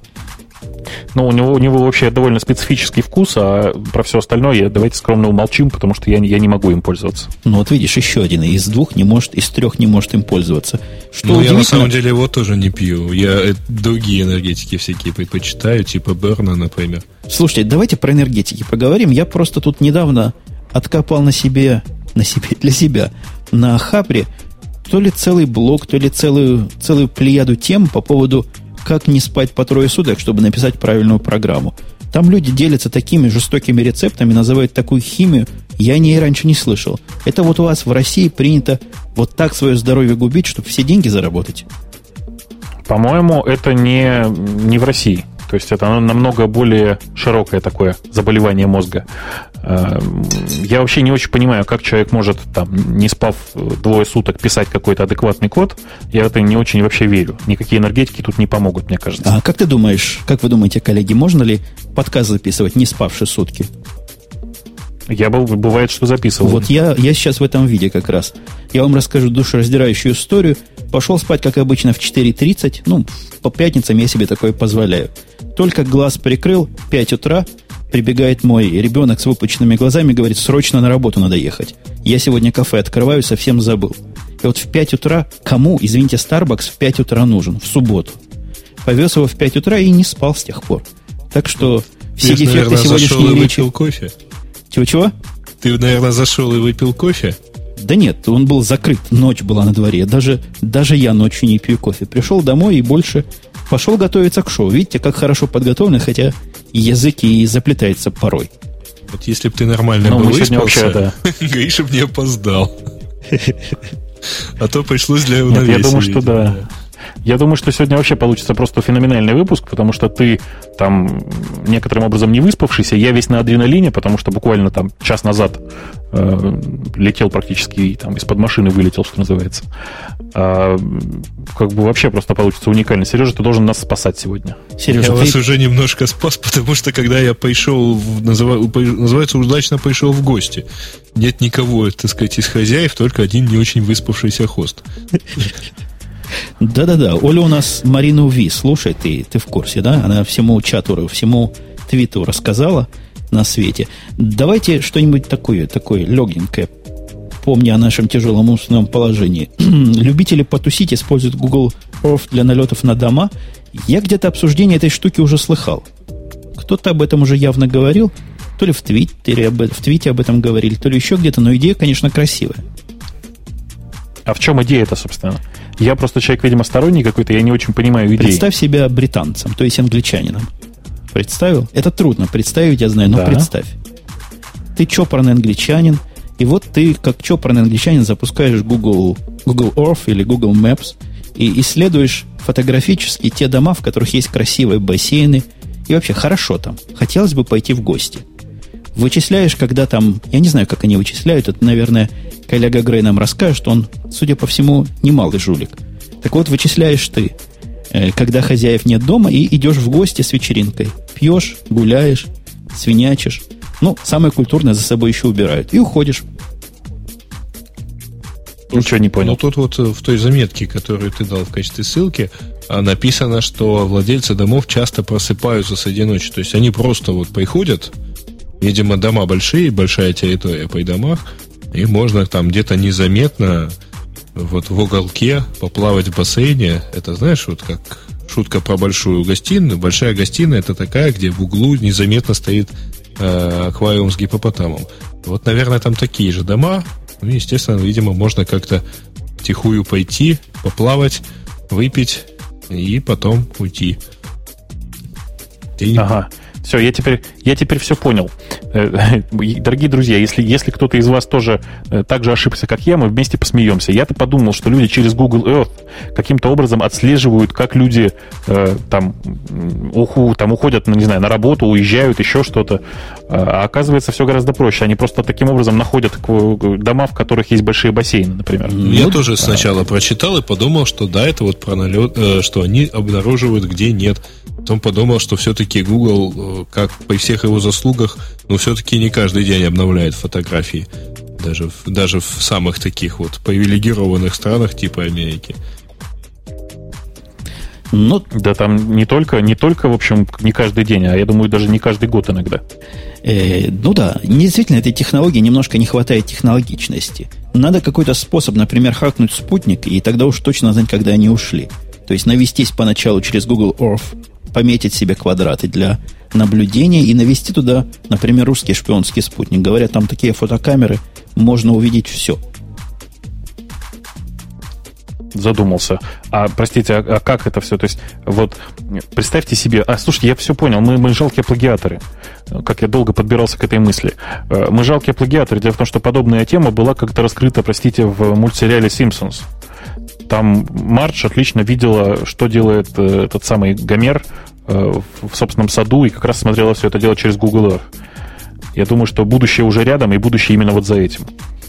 Ну, у него, у него вообще довольно специфический вкус, а про все остальное давайте скромно умолчим, потому что я, я не могу им пользоваться. Ну, вот видишь, еще один из двух не может, из трех не может им пользоваться. Что ну, я на самом деле его тоже не пью. Я другие энергетики всякие предпочитаю, типа Берна, например. Слушайте, давайте про энергетики поговорим. Я просто тут недавно откопал на себе, на себе, для себя, на Хабре, то ли целый блок, то ли целую, целую плеяду тем по поводу как не спать по трое суток, чтобы написать правильную программу. Там люди делятся такими жестокими рецептами, называют такую химию, я о ней раньше не слышал. Это вот у вас в России принято вот так свое здоровье губить, чтобы все деньги заработать? По-моему, это не, не в России. То есть это намного более широкое такое заболевание мозга. Я вообще не очень понимаю, как человек может, там, не спав двое суток, писать какой-то адекватный код. Я в это не очень вообще верю. Никакие энергетики тут не помогут, мне кажется. А как ты думаешь, как вы думаете, коллеги, можно ли подкаст записывать, не спавши сутки? Я был, бывает, что записывал. Вот я, я сейчас в этом виде как раз. Я вам расскажу душераздирающую историю. Пошел спать, как обычно, в четыре тридцать. Ну, по пятницам я себе такое позволяю. Только глаз прикрыл, пять утра, прибегает мой ребенок с выпученными глазами и говорит, срочно на работу надо ехать. Я сегодня кафе открываю, совсем забыл. И вот в пять утра, кому, извините, Starbucks в пять утра нужен? В субботу. Повез его в пять утра и не спал с тех пор. Так что все Ты, дефекты наверное, сегодняшней зашел и речи... выпил кофе? Чего-чего? Ты, наверное, зашел и выпил кофе? Да нет, он был закрыт, ночь была на дворе. Даже, даже я ночью не пью кофе. Пришел домой и больше пошел готовиться к шоу. Видите, как хорошо подготовлен, хотя язык и заплетается порой. Вот если бы ты нормально ну, бы выспался, вообще, да. Гриша бы не опоздал. А то пришлось для Нет, я думаю, что да. Я думаю, что сегодня вообще получится просто феноменальный выпуск, потому что ты там некоторым образом не выспавшийся, я весь на адреналине, потому что буквально там час назад э, летел практически, там из-под машины вылетел, что называется. А, как бы вообще просто получится уникально. Сережа, ты должен нас спасать сегодня. Сережа, я ты... вас уже немножко спас, потому что когда я пришел, в, называ, называется, удачно пришел в гости. Нет никого, так сказать, из хозяев, только один не очень выспавшийся хост. Да-да-да, Оля у нас Марину Ви слушает, ты, ты в курсе, да? Она всему чату, всему твиту рассказала на свете. Давайте что-нибудь такое, такое легенькое, помня о нашем тяжелом умственном положении. Любители потусить используют Google Earth для налетов на дома. Я где-то обсуждение этой штуки уже слыхал. Кто-то об этом уже явно говорил, то ли в Твиттере, в твите об этом говорили, то ли еще где-то, но идея, конечно, красивая. А в чем идея-то, собственно? Я просто человек, видимо, сторонний какой-то, я не очень понимаю идеи. Представь себя британцем, то есть англичанином. Представил? Это трудно представить, я знаю, но да. Представь. Ты чопорный англичанин, и вот ты, как чопорный англичанин, запускаешь Google, Google Earth или Google Maps и исследуешь фотографически те дома, в которых есть красивые бассейны, и вообще хорошо там. Хотелось бы пойти в гости. Вычисляешь, когда там... Я не знаю, как они вычисляют. Это, наверное, коллега Грей нам расскажет, что он, судя по всему, немалый жулик. Так вот, вычисляешь ты, когда хозяев нет дома, и идешь в гости с вечеринкой. Пьешь, гуляешь, свинячишь. Ну, самое культурное за собой еще убирают. И уходишь. Ничего не понял. Ну, тут вот в той заметке, которую ты дал в качестве ссылки, написано, что владельцы домов часто просыпаются среди ночи. То есть они просто вот приходят, видимо, дома большие, большая территория при домах, и можно там где-то незаметно вот в уголке поплавать в бассейне. Это, знаешь, вот как шутка про большую гостиную. Большая гостиная — это такая, где в углу незаметно стоит э, аквариум с гиппопотамом. Вот, наверное, там такие же дома. Ну, естественно, видимо, можно как-то тихую пойти, поплавать, выпить и потом уйти. Ты... Ага. Все, я теперь, я теперь все понял. Дорогие друзья, если, если кто-то из вас тоже так же ошибся, как я, мы вместе посмеемся. Я-то подумал, что люди через Google Earth каким-то образом отслеживают, как люди э, там, уху, там уходят, ну, не знаю, на работу, уезжают, еще что-то. А оказывается, все гораздо проще. Они просто таким образом находят дома, в которых есть большие бассейны, например. Я ну, тоже а... сначала прочитал и подумал, что да, это вот про налет, э, что они обнаруживают, где нет. Потом подумал, что все-таки Google, как при всех его заслугах, но все-таки не каждый день обновляет фотографии. Даже, даже в самых таких вот привилегированных странах типа Америки. Ну, да там не только, не только, в общем, не каждый день, а я думаю, даже не каждый год иногда. Э, ну да, действительно, этой технологии немножко не хватает технологичности. Надо какой-то способ, например, хакнуть спутник, и тогда уж точно знать, когда они ушли. То есть навестись поначалу через Google Earth, пометить себе квадраты для наблюдения и навести туда, например, русский шпионский спутник. Говорят, там такие фотокамеры, можно увидеть все. Задумался. А, простите, а, а как это все? То есть, вот, представьте себе... А, слушайте, я все понял, мы, мы жалкие плагиаторы. Как я долго подбирался к этой мысли. Мы жалкие плагиаторы. Дело в том, что подобная тема была как-то раскрыта, простите, в мультсериале «Симпсонс». Там Мардж отлично видела, что делает э, этот самый Гомер э, в, в собственном саду, и как раз смотрела все это дело через Google Earth. Я думаю, что будущее уже рядом, и будущее именно вот за этим.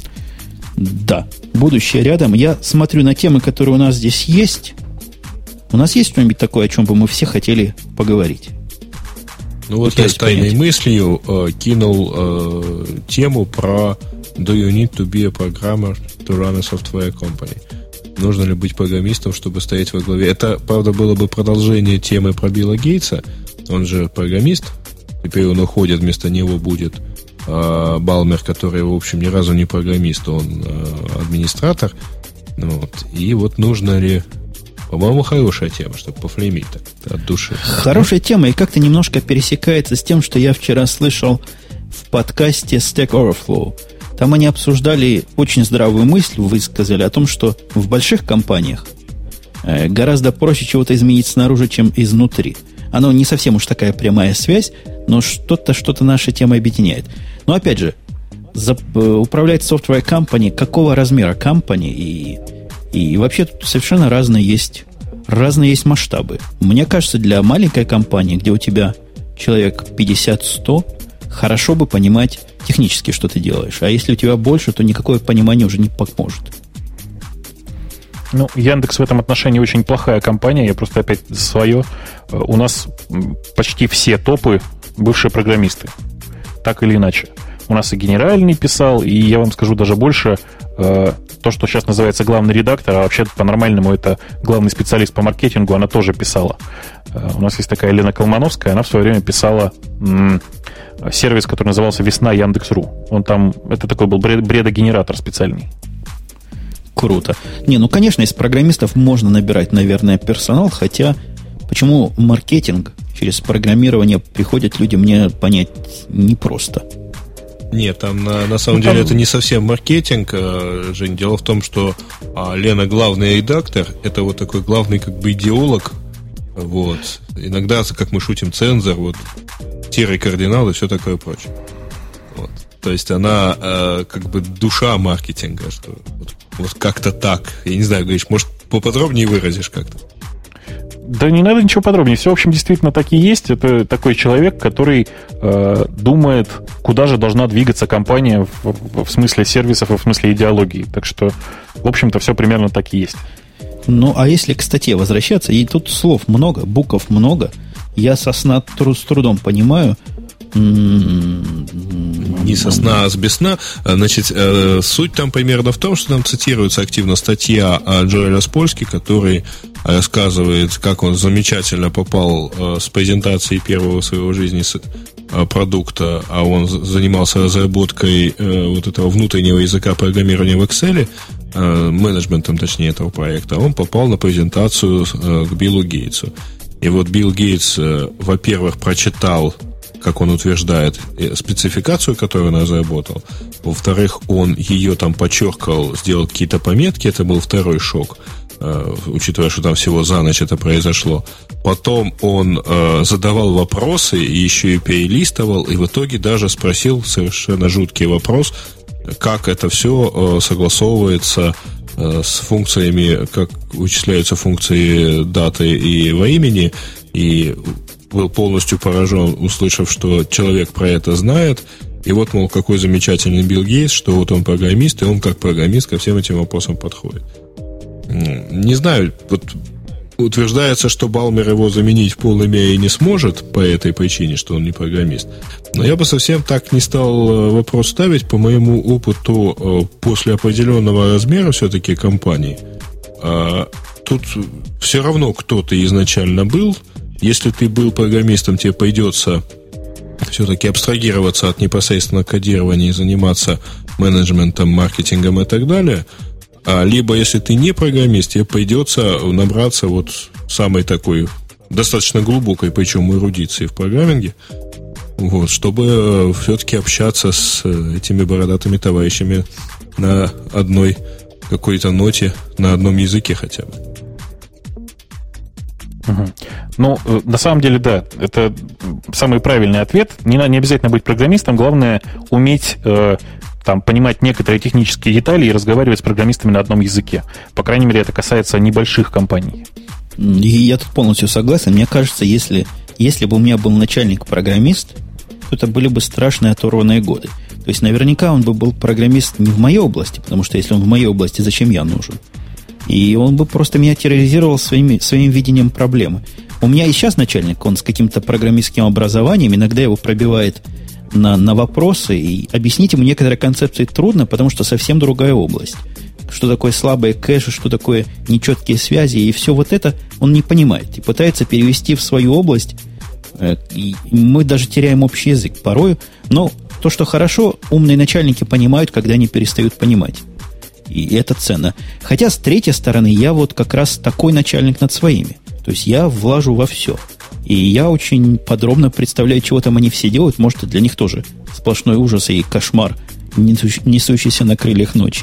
Да, будущее рядом. Я смотрю на темы, которые у нас здесь есть. У нас есть что-нибудь такое, о чем бы мы все хотели поговорить? Ну вот я с тайной мыслью э, кинул э, тему про «Do you need to be a programmer to run a software company?» Нужно ли быть программистом, чтобы стоять во главе? Это, правда, было бы продолжение темы про Билла Гейтса. Он же программист. Теперь он уходит, вместо него будет э, Балмер, который, в общем, ни разу не программист, он э, администратор. Вот. И вот нужно ли... По-моему, хорошая тема, чтобы пофлеймить так, от души. Хорошая тема, и как-то немножко пересекается с тем, что я вчера слышал в подкасте Stack Overflow. Там они обсуждали очень здравую мысль, высказали о том, что в больших компаниях э, гораздо проще чего-то изменить снаружи, чем изнутри. Оно не совсем уж такая прямая связь, но что-то, что-то наша тема объединяет. Но опять же, за, э, управлять software company, какого размера company, и, и вообще тут совершенно разные есть, разные есть масштабы. Мне кажется, для маленькой компании, где у тебя человек пятьдесят-сто, хорошо бы понимать технически, что ты делаешь. А если у тебя больше, то никакое понимание уже не поможет. Ну, Яндекс в этом отношении очень плохая компания. Я просто опять свое. У нас почти все топы бывшие программисты. Так или иначе. У нас и генеральный писал, и я вам скажу даже больше, то, что сейчас называется главный редактор, а вообще по-нормальному это главный специалист по маркетингу, она тоже писала. У нас есть такая Лена Колмановская, она в свое время писала м- сервис, который назывался «Весна Яндекс.ру». Он там, это такой был бред, бредогенератор специальный. Круто. Не, ну, конечно, из программистов можно набирать, наверное, персонал, хотя почему маркетинг через программирование приходят люди, мне понять непросто. Нет, там на, на самом ну, деле там... это не совсем маркетинг, Жень. Дело в том, что а, Лена главный редактор, это вот такой главный как бы идеолог. Вот. Иногда, как мы шутим, цензор, вот, серый кардинал и все такое прочее. Вот. То есть она э, как бы душа маркетинга, что вот, вот как-то так. Я не знаю, говоришь, может, поподробнее выразишь как-то? Да не надо ничего подробнее. Все, в общем, действительно так и есть. Это такой человек, который э, думает, куда же должна двигаться компания в, в, в смысле сервисов и в смысле идеологии. Так что, в общем-то, все примерно так и есть. Ну, а если к статье возвращаться, и тут слов много, букв много, я со сна тру- с трудом понимаю. Не со сна, а с без сна. Значит, суть там примерно в том, что там цитируется активно статья Джоэля Спольски, который рассказывает, как он замечательно попал с презентацией первого в своего жизни продукта, а он занимался разработкой вот этого внутреннего языка программирования в Excel, менеджментом, точнее, этого проекта. Он попал на презентацию к Биллу Гейтсу. И вот Билл Гейтс, во-первых, прочитал, как он утверждает, спецификацию, которую он разработал. Во-вторых, он ее там подчеркал, сделал какие-то пометки. Это был второй шок, учитывая, что там всего за ночь это произошло. Потом он задавал вопросы, еще и перелистывал, и в итоге даже спросил совершенно жуткий вопрос, как это все согласовывается с функциями, как вычисляются функции даты и времени, и был полностью поражен, услышав, что человек про это знает. И вот, мол, какой замечательный Билл Гейтс, что вот он программист, и он как программист ко всем этим вопросам подходит. Не знаю, вот утверждается, что Балмер его заменить в полной мере не сможет по этой причине, что он не программист. Но я бы совсем так не стал вопрос ставить. По моему опыту, после определенного размера все-таки компании, тут все равно кто-то изначально был. Если ты был программистом, тебе придется все-таки абстрагироваться от непосредственно кодирования и заниматься менеджментом, маркетингом и так далее. А либо, если ты не программист, тебе придется набраться вот самой такой достаточно глубокой, причем эрудиции в программинге, вот, чтобы все-таки общаться с этими бородатыми товарищами на одной какой-то ноте, на одном языке хотя бы. Угу. Ну, на самом деле, да, это самый правильный ответ. Не, не обязательно быть программистом, главное уметь э, там, понимать некоторые технические детали и разговаривать с программистами на одном языке. По крайней мере, это касается небольших компаний. И я тут полностью согласен. Мне кажется, если, если бы у меня был начальник-программист, то это были бы страшные оторванные годы. То есть наверняка он бы был программист не в моей области, потому что если он в моей области, зачем я нужен? И он бы просто меня терроризировал своими, своим видением проблемы. У меня и сейчас начальник, он с каким-то программистским образованием, иногда его пробивает на, на вопросы, и объяснить ему некоторые концепции трудно, потому что совсем другая область. Что такое слабые кэши, что такое нечеткие связи, и все вот это он не понимает. И пытается перевести в свою область, и мы даже теряем общий язык порою. Но то, что хорошо, умные начальники понимают, когда они перестают понимать. И это ценно. Хотя, с третьей стороны, я вот как раз такой начальник над своими. То есть я влажу во все. И я очень подробно представляю, чего там они все делают. Может, для них тоже сплошной ужас и кошмар, несущийся на крыльях ночи.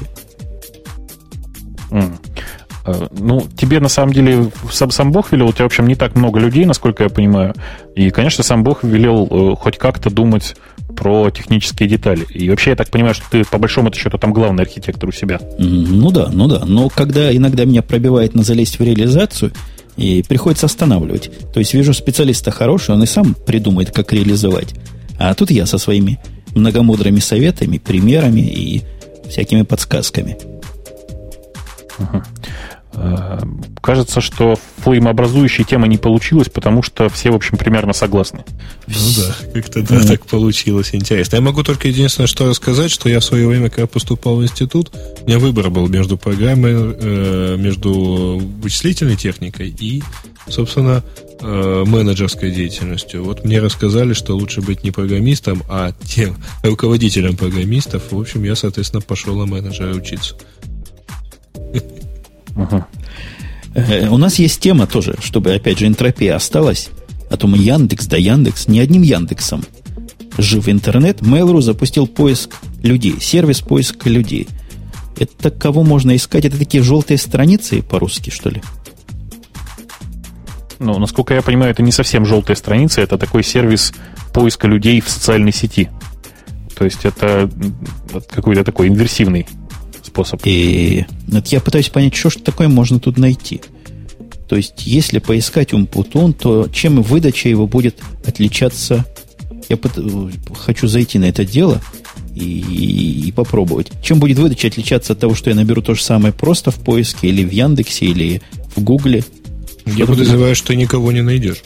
Mm. Ну, тебе на самом деле сам, сам Бог велел, у тебя, в общем, не так много людей, насколько я понимаю. И, конечно, сам Бог велел э, хоть как-то думать про технические детали. И вообще, я так понимаю, что ты, по большому счету, там главный архитектор у себя. Ну да, ну да. Но когда иногда меня пробивает на залезть в реализацию, и приходится останавливать. То есть вижу специалиста хороший, он и сам придумает, как реализовать. А тут я со своими многомудрыми советами, примерами и всякими подсказками. Угу. Кажется, что флеймообразующей темы не получилось, потому что все, в общем, примерно согласны. Ну да, как-то да, так получилось. Интересно. Я могу только единственное, что рассказать, что я в свое время, когда поступал в институт, у меня выбор был между программой, между вычислительной техникой и, собственно, менеджерской деятельностью. Вот мне рассказали, что лучше быть не программистом, а тем руководителем программистов. В общем, я, соответственно, пошел на менеджера учиться. Uh-huh. Э, у нас есть тема тоже, чтобы, опять же, энтропия осталась. А то мы Яндекс, да Яндекс, не одним Яндексом жив интернет. Mail.ru запустил поиск людей, сервис поиска людей. Это кого можно искать? Это такие желтые страницы по-русски, что ли? Ну, насколько я понимаю, это не совсем желтые страницы, это такой сервис поиска людей в социальной сети. То есть это какой-то такой инверсивный способ. И вот я пытаюсь понять, что же такое можно тут найти. То есть, если поискать Умпутун, то чем выдача его будет отличаться? Я под... хочу зайти на это дело и... и попробовать. Чем будет выдача отличаться от того, что я наберу то же самое просто в поиске, или в Яндексе, или в Гугле. Я подозреваю, что ты никого не найдешь.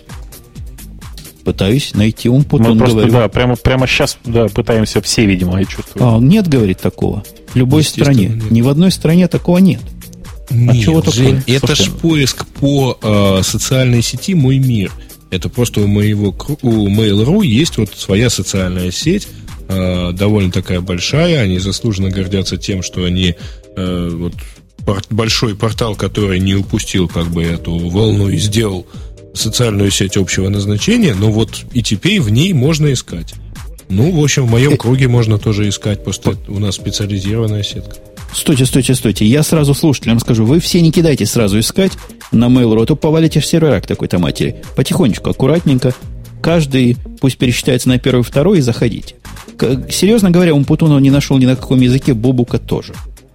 Пытаюсь найти Умпутун, Мы просто, говорю. да, прямо, прямо сейчас да, пытаемся все, видимо, я чувствую. А, нет, говорит, такого. В любой стране. Нет. Ни в одной стране такого нет. Нет, а чего Жень, такое? это ж поиск по э, социальной сети «Мой мир». Это просто у моего у Mail.ru есть вот своя социальная сеть, э, довольно такая большая. Они заслуженно гордятся тем, что они э, вот, пор- большой портал, который не упустил как бы эту волну и сделал социальную сеть общего назначения, но вот и теперь в ней можно искать. Ну, в общем, в моем круге можно тоже искать, просто у нас специализированная сетка. Стойте, стойте, стойте. Я сразу слушателям скажу, вы все не кидайте сразу искать на Mail.ru, а то повалите в сервера к такой-то матери. Потихонечку, аккуратненько. Каждый пусть пересчитается на первый, второй и заходите. К- серьезно говоря, Умпутунов не нашел ни на каком языке, Бобука тоже.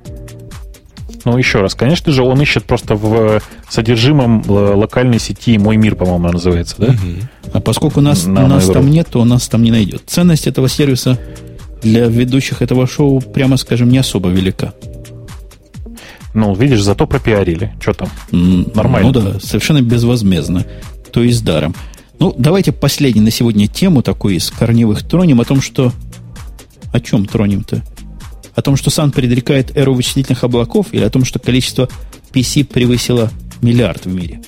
Ну, еще раз, конечно же, он ищет просто в содержимом локальной сети «Мой мир», по-моему, называется, да? Угу. А поскольку нас, На нас Mail.ru. там нет, то нас там не найдет. Ценность этого сервиса для ведущих этого шоу, прямо скажем, не особо велика. Ну, видишь, зато пропиарили. Что там? М, Нормально. Ну да, совершенно безвозмездно. То есть даром. Ну, давайте последнюю на сегодня тему такую из корневых тронем о том, что... О чем тронем-то? О том, что Сан предрекает эру вычислительных облаков, или о том, что количество пи си превысило миллиард в мире?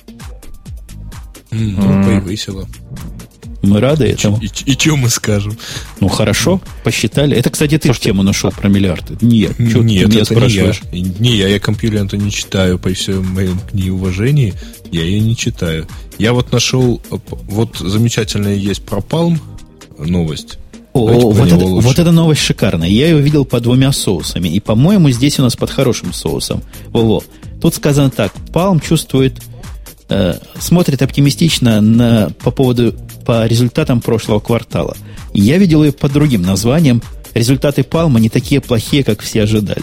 Ну, М. повысило. Мы рады этому. И, и, и что мы скажем? Ну, хорошо, посчитали. Это, кстати, ты Слушайте, тему нашел про миллиарды. Нет, что Нет, ты меня это не я. спрашиваешь? Не я, я компьюлента не читаю, по всему моему к ней уважении, я ее не читаю. Я вот нашел, вот замечательная есть про Palm новость. О, Давайте про вот, него это, лучше. вот эта новость шикарная. Я ее видел по двумя соусами. И, по-моему, здесь у нас под хорошим соусом. Во-во. Тут сказано так. Palm чувствует, э, смотрит оптимистично на, по поводу, по результатам прошлого квартала. Я видел ее под другим названием. Результаты Palm не такие плохие, как все ожидали.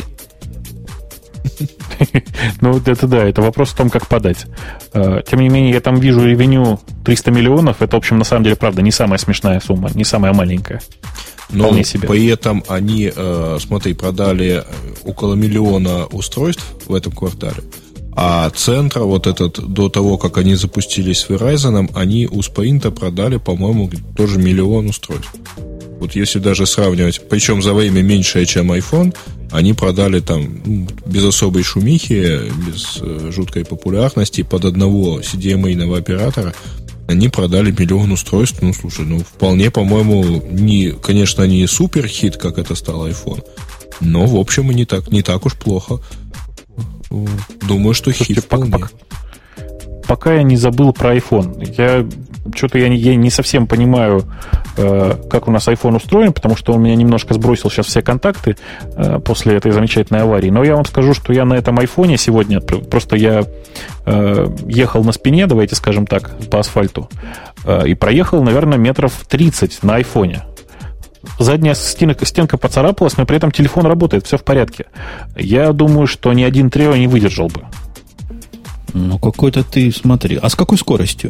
Ну, это да, это вопрос в том, как подать. Э, Тем не менее, я там вижу ревеню триста миллионов. Это, в общем, на самом деле, правда, не самая смешная сумма, не самая маленькая. Но Вполне себе. при этом они, э, смотри, продали около миллиона устройств в этом квартале. А центра, вот этот, до того, как они запустились с Verizon, они у Sprint продали, по-моему, тоже миллион устройств. Вот если даже сравнивать, причем за время меньшее, чем iPhone, они продали там ну, без особой шумихи, без э, жуткой популярности, под одного си ди эм эй-ного оператора, они продали миллион устройств. Ну, слушай, ну, вполне, по-моему, не, конечно, не супер хит, как это стал iPhone, но, в общем, и не так, не так уж плохо. Думаю, что Слушайте, хит вполне. пока, пока я не забыл про iPhone. Я что-то я не, я не совсем понимаю, э, как у нас iPhone устроен, потому что он меня немножко сбросил сейчас все контакты э, после этой замечательной аварии. Но я вам скажу, что я на этом iPhone сегодня, просто я э, ехал на спине, давайте скажем так, по асфальту, э, и проехал, наверное, метров тридцать на iPhone. Задняя стенка, стенка поцарапалась, но при этом телефон работает, все в порядке. Я думаю, что ни один Трео не выдержал бы. Ну, какой-то ты, смотри. А с какой скоростью?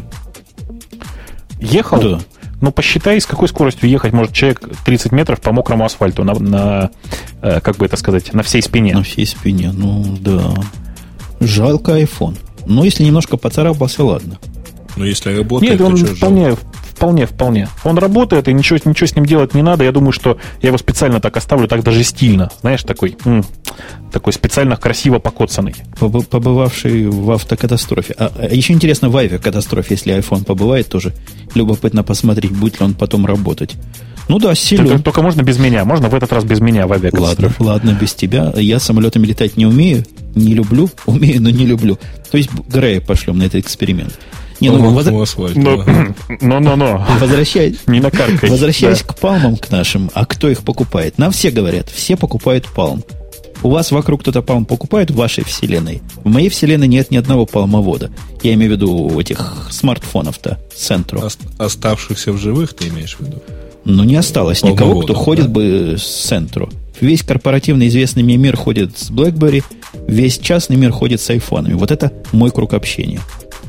Ехал? Да. Ну, посчитай, с какой скоростью ехать может человек тридцать метров по мокрому асфальту на, на э, как бы это сказать, на всей спине. На всей спине, ну, да. Жалко iPhone. Но если немножко поцарапался, ладно. Но если работает, Нет, то он что вполне, вполне, вполне. Он работает, и ничего, ничего с ним делать не надо. Я думаю, что я его специально так оставлю, так даже стильно. Знаешь, такой, м, такой специально красиво покоцанный. Побы- Побывавший в автокатастрофе. А, а еще интересно, в авиакатастрофе, если iPhone побывает, тоже любопытно посмотреть, будет ли он потом работать. Ну да, силен. Только, только можно без меня. Можно в этот раз без меня в Ладно, авиакатастрофе. ладно, без тебя. Я самолетами летать не умею, не люблю, умею, но не люблю. То есть Грея пошлем на этот эксперимент. Не, ну, воз- Но, но, но, но. возвращаясь, Не накаркай. возвращаясь Да. к палмам, к нашим, а кто их покупает? Нам все говорят, все покупают палм. У вас вокруг кто-то палм покупает в вашей вселенной? В моей вселенной нет ни одного палмовода. Я имею в виду этих смартфонов-то, Сентру. Ост- оставшихся в живых, ты имеешь в виду? Но не осталось никого, кто Палмоводов, ходит да? бы с Сентру. Весь корпоративно известный мне мир ходит с BlackBerry, весь частный мир ходит с айфонами. Вот это мой круг общения.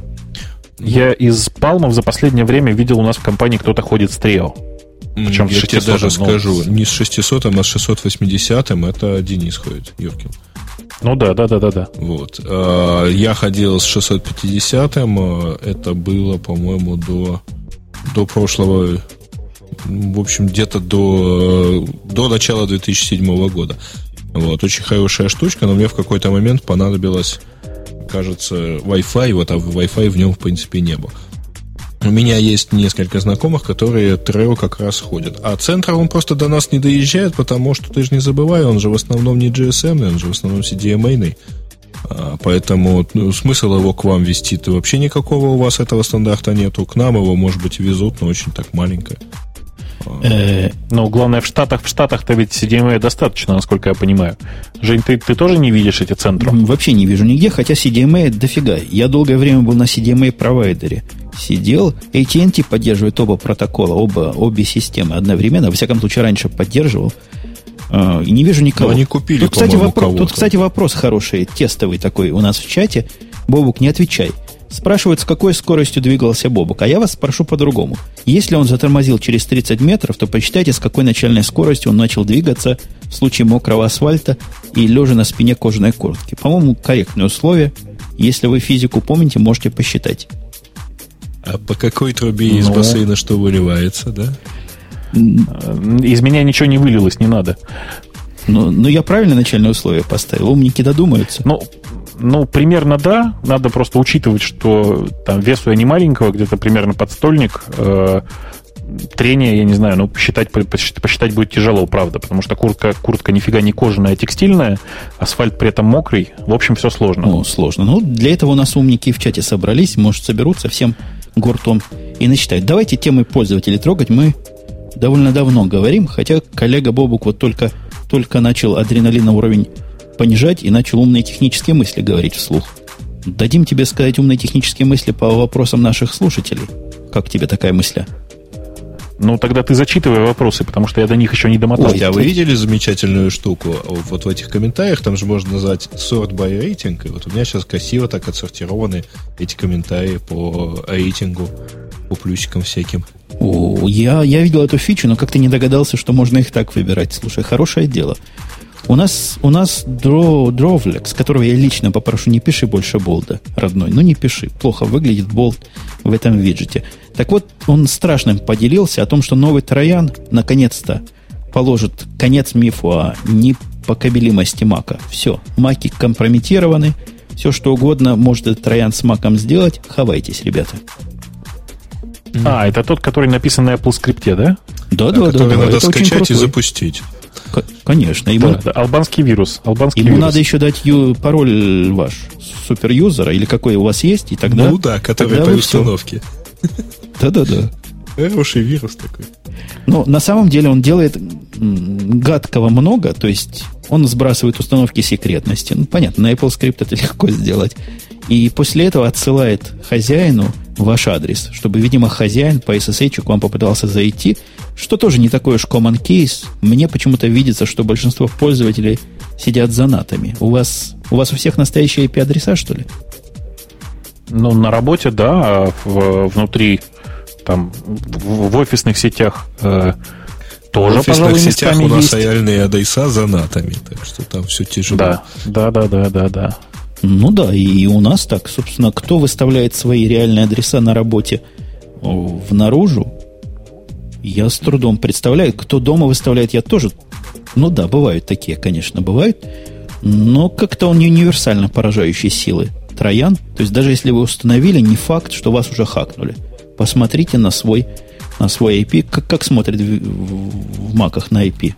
Я из палмов за последнее время видел у нас в компании кто-то ходит с Трео. Причем Я с тебе шестисотом, даже ну, скажу, не с шестисотым, а с шестьсот восьмидесятым это Денис ходит, Юркин. Ну да, да, да, да, да. Вот. Я ходил с шестьсот пятидесятым, это было, по-моему, до, до прошлого, в общем, где-то до, до начала две тысячи седьмого года. Вот. Очень хорошая штучка, но мне в какой-то момент понадобилось, кажется, Wi-Fi, вот, а Wi-Fi в нем, в принципе, не было. У меня есть несколько знакомых, которые Treo как раз ходят. А центр, он просто до нас не доезжает, потому что, ты же не забывай, он же в основном не джи эс эм, он же в основном си ди эм эй-ный. А, поэтому ну, смысл его к вам вести-то вообще никакого у вас этого стандарта нету. К нам его, может быть, везут, но очень так маленькое. Ну, главное, в Штатах, в Штатах-то ведь си ди эм эй достаточно, насколько я понимаю. Жень, ты, ты тоже не видишь эти центры? Вообще не вижу нигде, хотя си ди эм эй дофига. Я долгое время был на си ди эм эй-провайдере. Сидел. эй ти энд ти поддерживает оба протокола, оба, обе системы одновременно. Во всяком случае, раньше поддерживал. Uh, и не вижу никого. Но они купили, тут, кстати, вопрос, тут, кстати, вопрос хороший, тестовый такой у нас в чате. Бобук, не отвечай. Спрашивают, с какой скоростью двигался Бобук. А я вас спрошу по-другому. Если он затормозил через тридцать метров, то посчитайте, с какой начальной скоростью он начал двигаться в случае мокрого асфальта и лежа на спине кожаной куртки. По-моему, корректные условия. Если вы физику помните, можете посчитать. А по какой трубе из ну, бассейна что выливается, да? Из меня ничего не вылилось, не надо. Ну, ну я правильно начальные условия поставил. Умники додумаются. Ну, ну, примерно да. Надо просто учитывать, что там весу я не маленького, где-то примерно подстольник. Э, трение, я не знаю, ну, посчитать, посчитать, посчитать будет тяжело, правда, потому что куртка, куртка нифига не кожаная, а текстильная, асфальт при этом мокрый. В общем, все сложно. Ну, сложно. Ну, для этого у нас умники в чате собрались. Может, соберутся всем гуртом и насчитать. Давайте темы пользователей трогать. Мы довольно давно говорим, хотя коллега Бобук вот только, только начал адреналиновый уровень понижать и начал умные технические мысли говорить вслух. Дадим тебе сказать умные технические мысли по вопросам наших слушателей. Как тебе такая мысль? Ну, тогда ты зачитывай вопросы, потому что я до них еще не домотал. Ой, а вы видели замечательную штуку? Вот в этих комментариях, там же можно назвать sort by rating, и вот у меня сейчас красиво так отсортированы эти комментарии по рейтингу, по плюсикам всяким. О, я, я видел эту фичу, но как-то не догадался, что можно их так выбирать. Слушай, хорошее дело. У нас, у нас Drovlex, которого я лично попрошу, не пиши больше болда, родной. Ну, не пиши. Плохо выглядит болт в этом виджете. Так вот, он страшным поделился о том, что новый Троян наконец-то положит конец мифу о непокабелимости Мака. Все, маки компрометированы. Все, что угодно может этот Троян с Маком сделать. Хавайтесь, ребята. А, это тот, который написан на Apple скрипте, да? Да, да, да. Который да, надо скачать и запустить. К- конечно. Ему, да, да, албанский вирус. Албанский ему вирус. надо еще дать ю, пароль ваш суперюзера, или какой у вас есть, и тогда... Ну да, который по установке. Да-да-да. Хороший вирус такой. Но на самом деле он делает гадкого много, то есть он сбрасывает установки секретности. Ну, понятно, на Apple Script это легко сделать. И после этого отсылает хозяину ваш адрес, чтобы, видимо, хозяин по эс эс эйч к вам попытался зайти, что тоже не такой уж common case. Мне почему-то видится, что большинство пользователей сидят за натами. У вас, у вас у всех настоящие ай пи-адреса, что ли? Ну, на работе, да, а в, внутри, там, в, в офисных сетях э, тоже, в офисных пожалуй, сетях у нас есть. реальные адреса за натами, так что там все тяжело. Да, да, да, да, да, да. Ну да, и у нас так, собственно, кто выставляет свои реальные адреса на работе в наружу, я с трудом представляю. Кто дома выставляет, я тоже. Ну да, бывают такие, конечно, бывают. Но как-то он не универсально поражающий силы Троян. То есть даже если вы установили, не факт, что вас уже хакнули. Посмотрите на свой, на свой ай пи, как, как смотрит в, в, в маках на ай пи.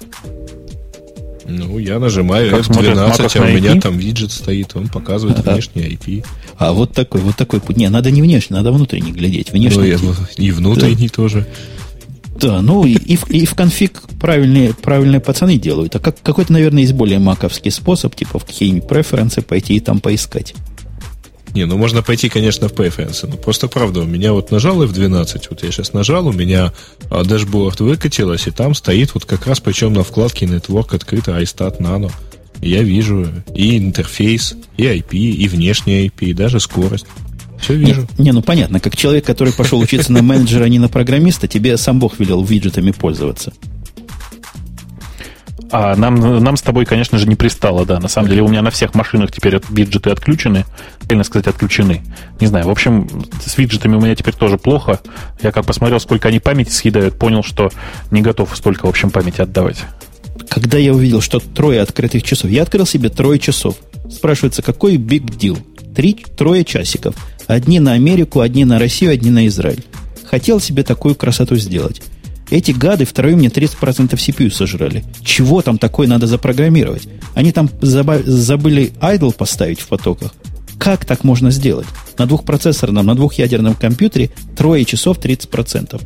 Ну, я нажимаю эф двенадцать, а у меня там виджет стоит, он показывает а, внешний ай пи. А вот такой, вот такой путь. Не, надо не внешний, надо внутренний глядеть. Внешний. Ну, и внутренний да. тоже. Да, ну и, и, в, и в конфиг правильные, правильные пацаны делают. А как, какой-то, наверное, есть более маковский способ, типа в какие-нибудь преференсы пойти и там поискать. Не, ну можно пойти, конечно, в преференсы. Но просто правда, у меня вот нажал эф двенадцать, вот я сейчас нажал, у меня а, дашборд выкатилось, и там стоит вот как раз, причем на вкладке Network открыто iStat Nano. И я вижу и интерфейс, и ай пи, и внешний ай пи, и даже скорость. Все вижу. Не, не, ну понятно, как человек, который пошел учиться на менеджера, а не на программиста, тебе сам Бог велел виджетами пользоваться. А нам, нам с тобой, конечно же, не пристало, да. На самом деле у меня на всех машинах теперь виджеты отключены. Правильно сказать, отключены. Не знаю, в общем, с виджетами у меня теперь тоже плохо. Я как посмотрел, сколько они памяти съедают, понял, что не готов столько, в общем, памяти отдавать. Когда я увидел, что трое открытых часов, я открыл себе трое часов. Спрашивается, какой big deal? Три, трое часиков. Одни на Америку, одни на Россию, одни на Израиль. Хотел себе такую красоту сделать. Эти гады втроем мне тридцать процентов си пи ю сожрали. Чего там такое надо запрограммировать? Они там заба- забыли idle поставить в потоках. Как так можно сделать? На двухпроцессорном, на двухъядерном компьютере трое часов тридцать процентов.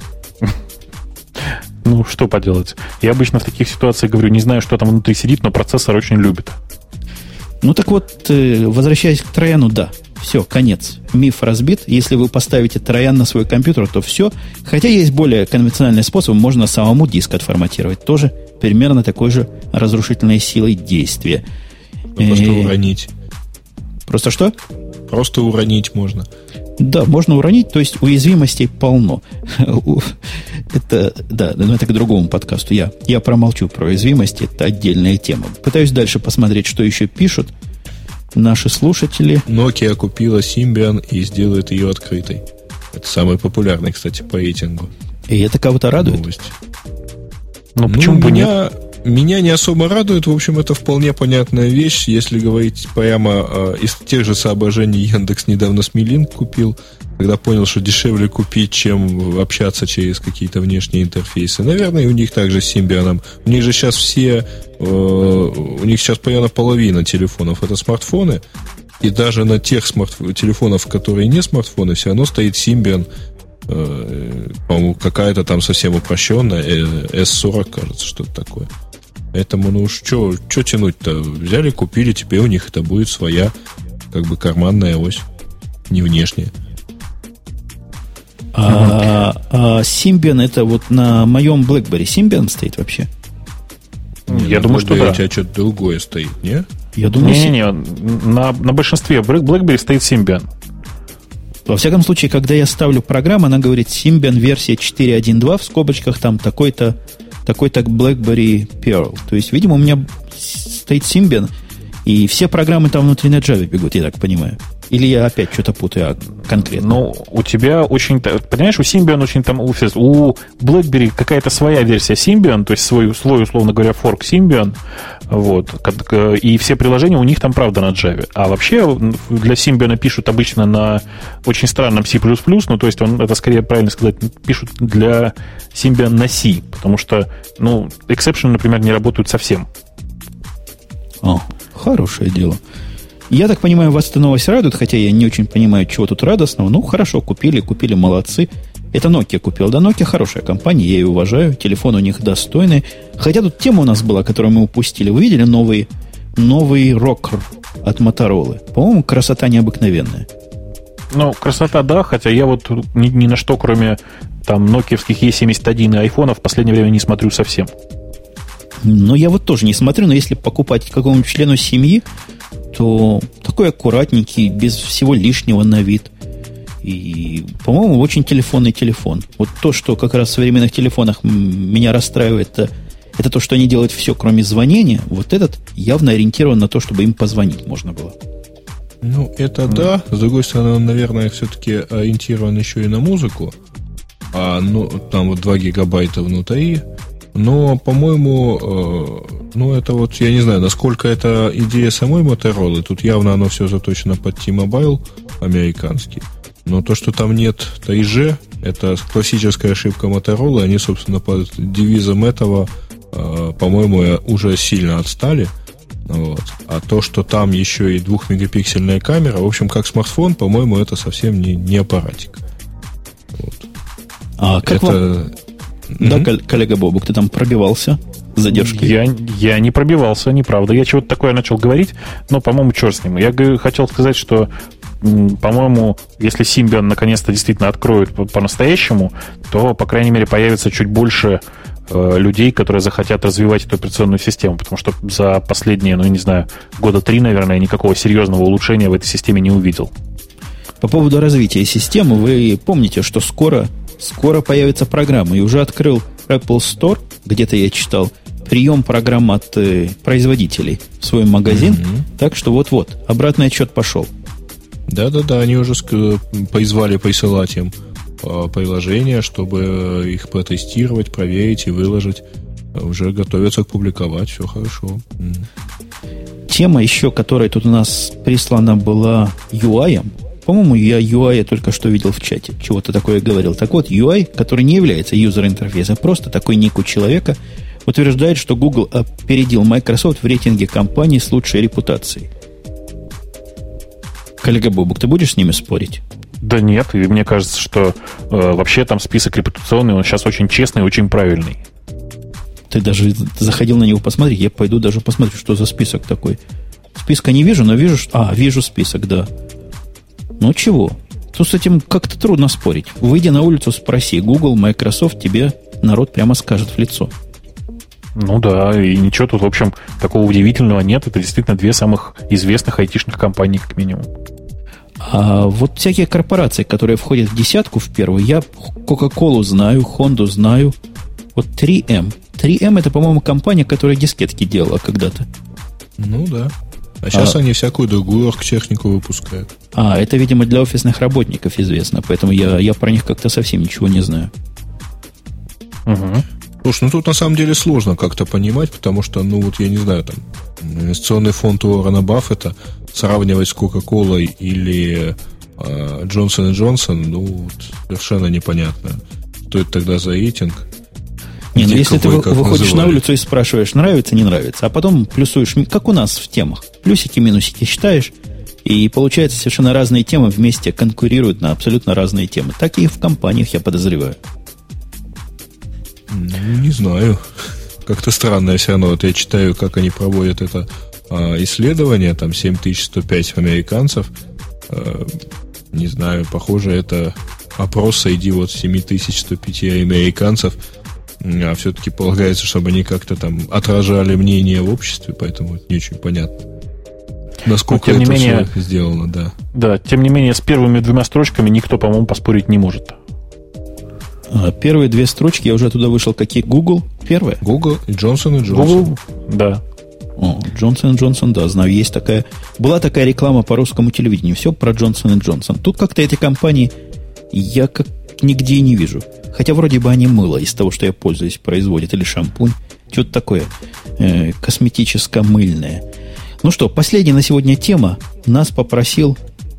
Ну, что поделать? Я обычно в таких ситуациях говорю, не знаю, что там внутри сидит, но процессор очень любит. Ну, так вот, возвращаясь к Трояну, да. Все, конец. Миф разбит. Если вы поставите Троян на свой компьютер, то все. Хотя есть более конвенциональный способ. Можно самому диск отформатировать. Тоже примерно такой же разрушительной силой действия. Просто э- уронить. Просто что? Просто уронить можно. Да, можно уронить, то есть уязвимостей полно. Это, да, но это к другому подкасту. Я, я промолчу про уязвимости, это отдельная тема. Пытаюсь дальше посмотреть, что еще пишут наши слушатели. Nokia купила Symbian и сделает ее открытой. Это самый популярный, кстати, по рейтингу. И это кого-то радует? Новость. Ну, почему ну, бы меня, нет? Меня не особо радует. В общем, это вполне понятная вещь. Если говорить прямо э, из тех же соображений, Яндекс недавно Смилинк купил, когда понял, что дешевле купить, чем общаться через какие-то внешние интерфейсы. Наверное, и у них также с Symbian. У них же сейчас все... Э, у них сейчас примерно половина телефонов это смартфоны. И даже на тех смарт... телефонах, которые не смартфоны, все равно стоит Symbian. Э, по-моему, какая-то там совсем упрощенная. эс сорок, кажется, что-то такое. Поэтому, ну, что тянуть-то? Взяли, купили, теперь у них это будет своя, как бы, карманная ось. Не внешняя. А, а Symbian это вот на моем BlackBerry Symbian стоит вообще? Не, Я думаю, что да. У тебя что-то другое стоит, не? Я думаю, Не-не-не, на, на большинстве BlackBerry стоит Symbian. Во всяком случае, когда я ставлю программу, она говорит Symbian версия четыре точка один точка два, в скобочках там такой-то такой-то BlackBerry Pearl. То есть, видимо, у меня стоит Symbian, и все программы там внутри на Java бегут, я так понимаю. Или я опять что-то путаю а конкретно? Ну, у тебя очень... Понимаешь, у Symbian очень там... У BlackBerry какая-то своя версия Symbian, то есть свой, свой условно говоря, форк Symbian. Вот. И все приложения у них там, правда, на Java. А вообще для Symbian пишут обычно на очень странном C++, ну, то есть он, это скорее правильно сказать, пишут для Symbian на C, потому что, ну, exception, например, не работают совсем. О, хорошее дело. Я так понимаю, вас эта новость радует, хотя я не очень понимаю, чего тут радостного. Ну, хорошо, купили, купили, молодцы. Это Nokia купил. Да, Nokia хорошая компания, я ее уважаю. Телефон у них достойный. Хотя тут тема у нас была, которую мы упустили. Вы видели новый, новый рокер от Motorola? По-моему, красота необыкновенная. Ну, красота, да, хотя я вот ни, ни на что, кроме там нокиевских и семьдесят один и айфонов, в последнее время не смотрю совсем. Ну, я вот тоже не смотрю, но если покупать какому-нибудь члену семьи, то такой аккуратненький, без всего лишнего на вид. И, по-моему, очень телефонный телефон. Вот то, что как раз в современных телефонах меня расстраивает, это, это то, что они делают все, кроме звонения. Вот этот явно ориентирован на то, чтобы им позвонить можно было. Ну, это mm. да. С другой стороны, он, наверное, все-таки ориентирован еще и на музыку. А, ну, там вот два гигабайта внутри. Но, по-моему, э, ну, это вот, я не знаю, насколько это идея самой Motorola. Тут явно оно все заточено под T-Mobile американский. Но то, что там нет три джи, это классическая ошибка Motorola. Они, собственно, под девизом этого, э, по-моему, уже сильно отстали. Вот. А то, что там еще и двухмегапиксельная камера, в общем, как смартфон, по-моему, это совсем не, не аппаратик. Вот. А как это... вам... Да, mm-hmm. коллега Бобук, ты там пробивался с задержкой? Я, я не пробивался, неправда. Я чего-то такое начал говорить, но, по-моему, черт с ним. Я хотел сказать, что, по-моему, если Symbian наконец-то действительно откроют по-настоящему, то, по крайней мере, появится чуть больше э, людей, которые захотят развивать эту операционную систему, потому что за последние, ну, не знаю, года три, наверное, никакого серьезного улучшения в этой системе не увидел. По поводу развития системы, вы помните, что скоро... Скоро появится программа. И уже открыл Apple Store, где-то я читал, прием программ от э, производителей в свой магазин. Mm-hmm. Так что вот-вот, обратный отчет пошел. Да-да-да, они уже позвали присылать им приложения, чтобы их протестировать, проверить и выложить. Уже готовятся публиковать, все хорошо. Mm-hmm. Тема еще, которая тут у нас прислана, была ю ай. По-моему, я ю ай только что видел в чате. Чего-то такое говорил. Так вот, ю ай, который не является юзер-интерфейсом, просто такой ник у человека, утверждает, что Google опередил Microsoft в рейтинге компаний с лучшей репутацией. Коллега Бобук, ты будешь с ними спорить? Да нет, и мне кажется, что э, вообще там список репутационный, он сейчас очень честный и очень правильный. Ты даже заходил на него посмотреть, я пойду даже посмотрю, что за список такой. Списка не вижу, но вижу... А, вижу список, да. Ну чего? Тут с этим как-то трудно спорить. Выйди на улицу, спроси. Google, Microsoft, тебе народ прямо скажет в лицо. Ну да, и ничего тут, в общем, такого удивительного нет. Это действительно две самых известных айтишных компании, как минимум. А вот всякие корпорации, которые входят в десятку, в первую, я Coca-Cola знаю, Honda знаю. Вот три эм. три эм это, по-моему, компания, которая дискетки делала когда-то. Ну да. А сейчас а, они всякую другую оргтехнику выпускают. А, это, видимо, для офисных работников известно, поэтому я, я про них как-то совсем ничего не знаю. Угу. Слушай, ну тут на самом деле сложно как-то понимать, потому что, ну вот я не знаю, там, инвестиционный фонд Уоррена Баффета сравнивать с Coca-Cola или э, Johnson энд Johnson, ну вот, совершенно непонятно. Что это тогда за рейтинг? Не, ну если ты выходишь называли. На улицу и спрашиваешь, нравится, не нравится, а потом плюсуешь, как у нас в темах, плюсики, минусики считаешь, и получается совершенно разные темы вместе конкурируют на абсолютно разные темы. Так и в компаниях, я подозреваю. Ну, не знаю. Как-то странно все равно. Вот я читаю, как они проводят это а, исследование, там семь тысяч сто пять американцев. А, не знаю, похоже, это опрос среди вот семь тысяч сто пять американцев. А все-таки полагается, чтобы они как-то там отражали мнение в обществе, поэтому не очень понятно, насколько это менее, все сделано, да. Да, тем не менее, с первыми двумя строчками никто, по-моему, поспорить не может. А, первые две строчки, я уже оттуда вышел, какие? Google? Первая? Google и Johnson энд Johnson. Google, да. О, Johnson энд Johnson, да, знаю, есть такая. Была такая реклама по русскому телевидению, все про Johnson энд Johnson. Тут как-то эти компании я как нигде не вижу. Хотя вроде бы они мыло из того, что я пользуюсь, производят, или шампунь. Что-то такое э, косметическо-мыльное. Ну что, последняя на сегодня тема. Нас попросил,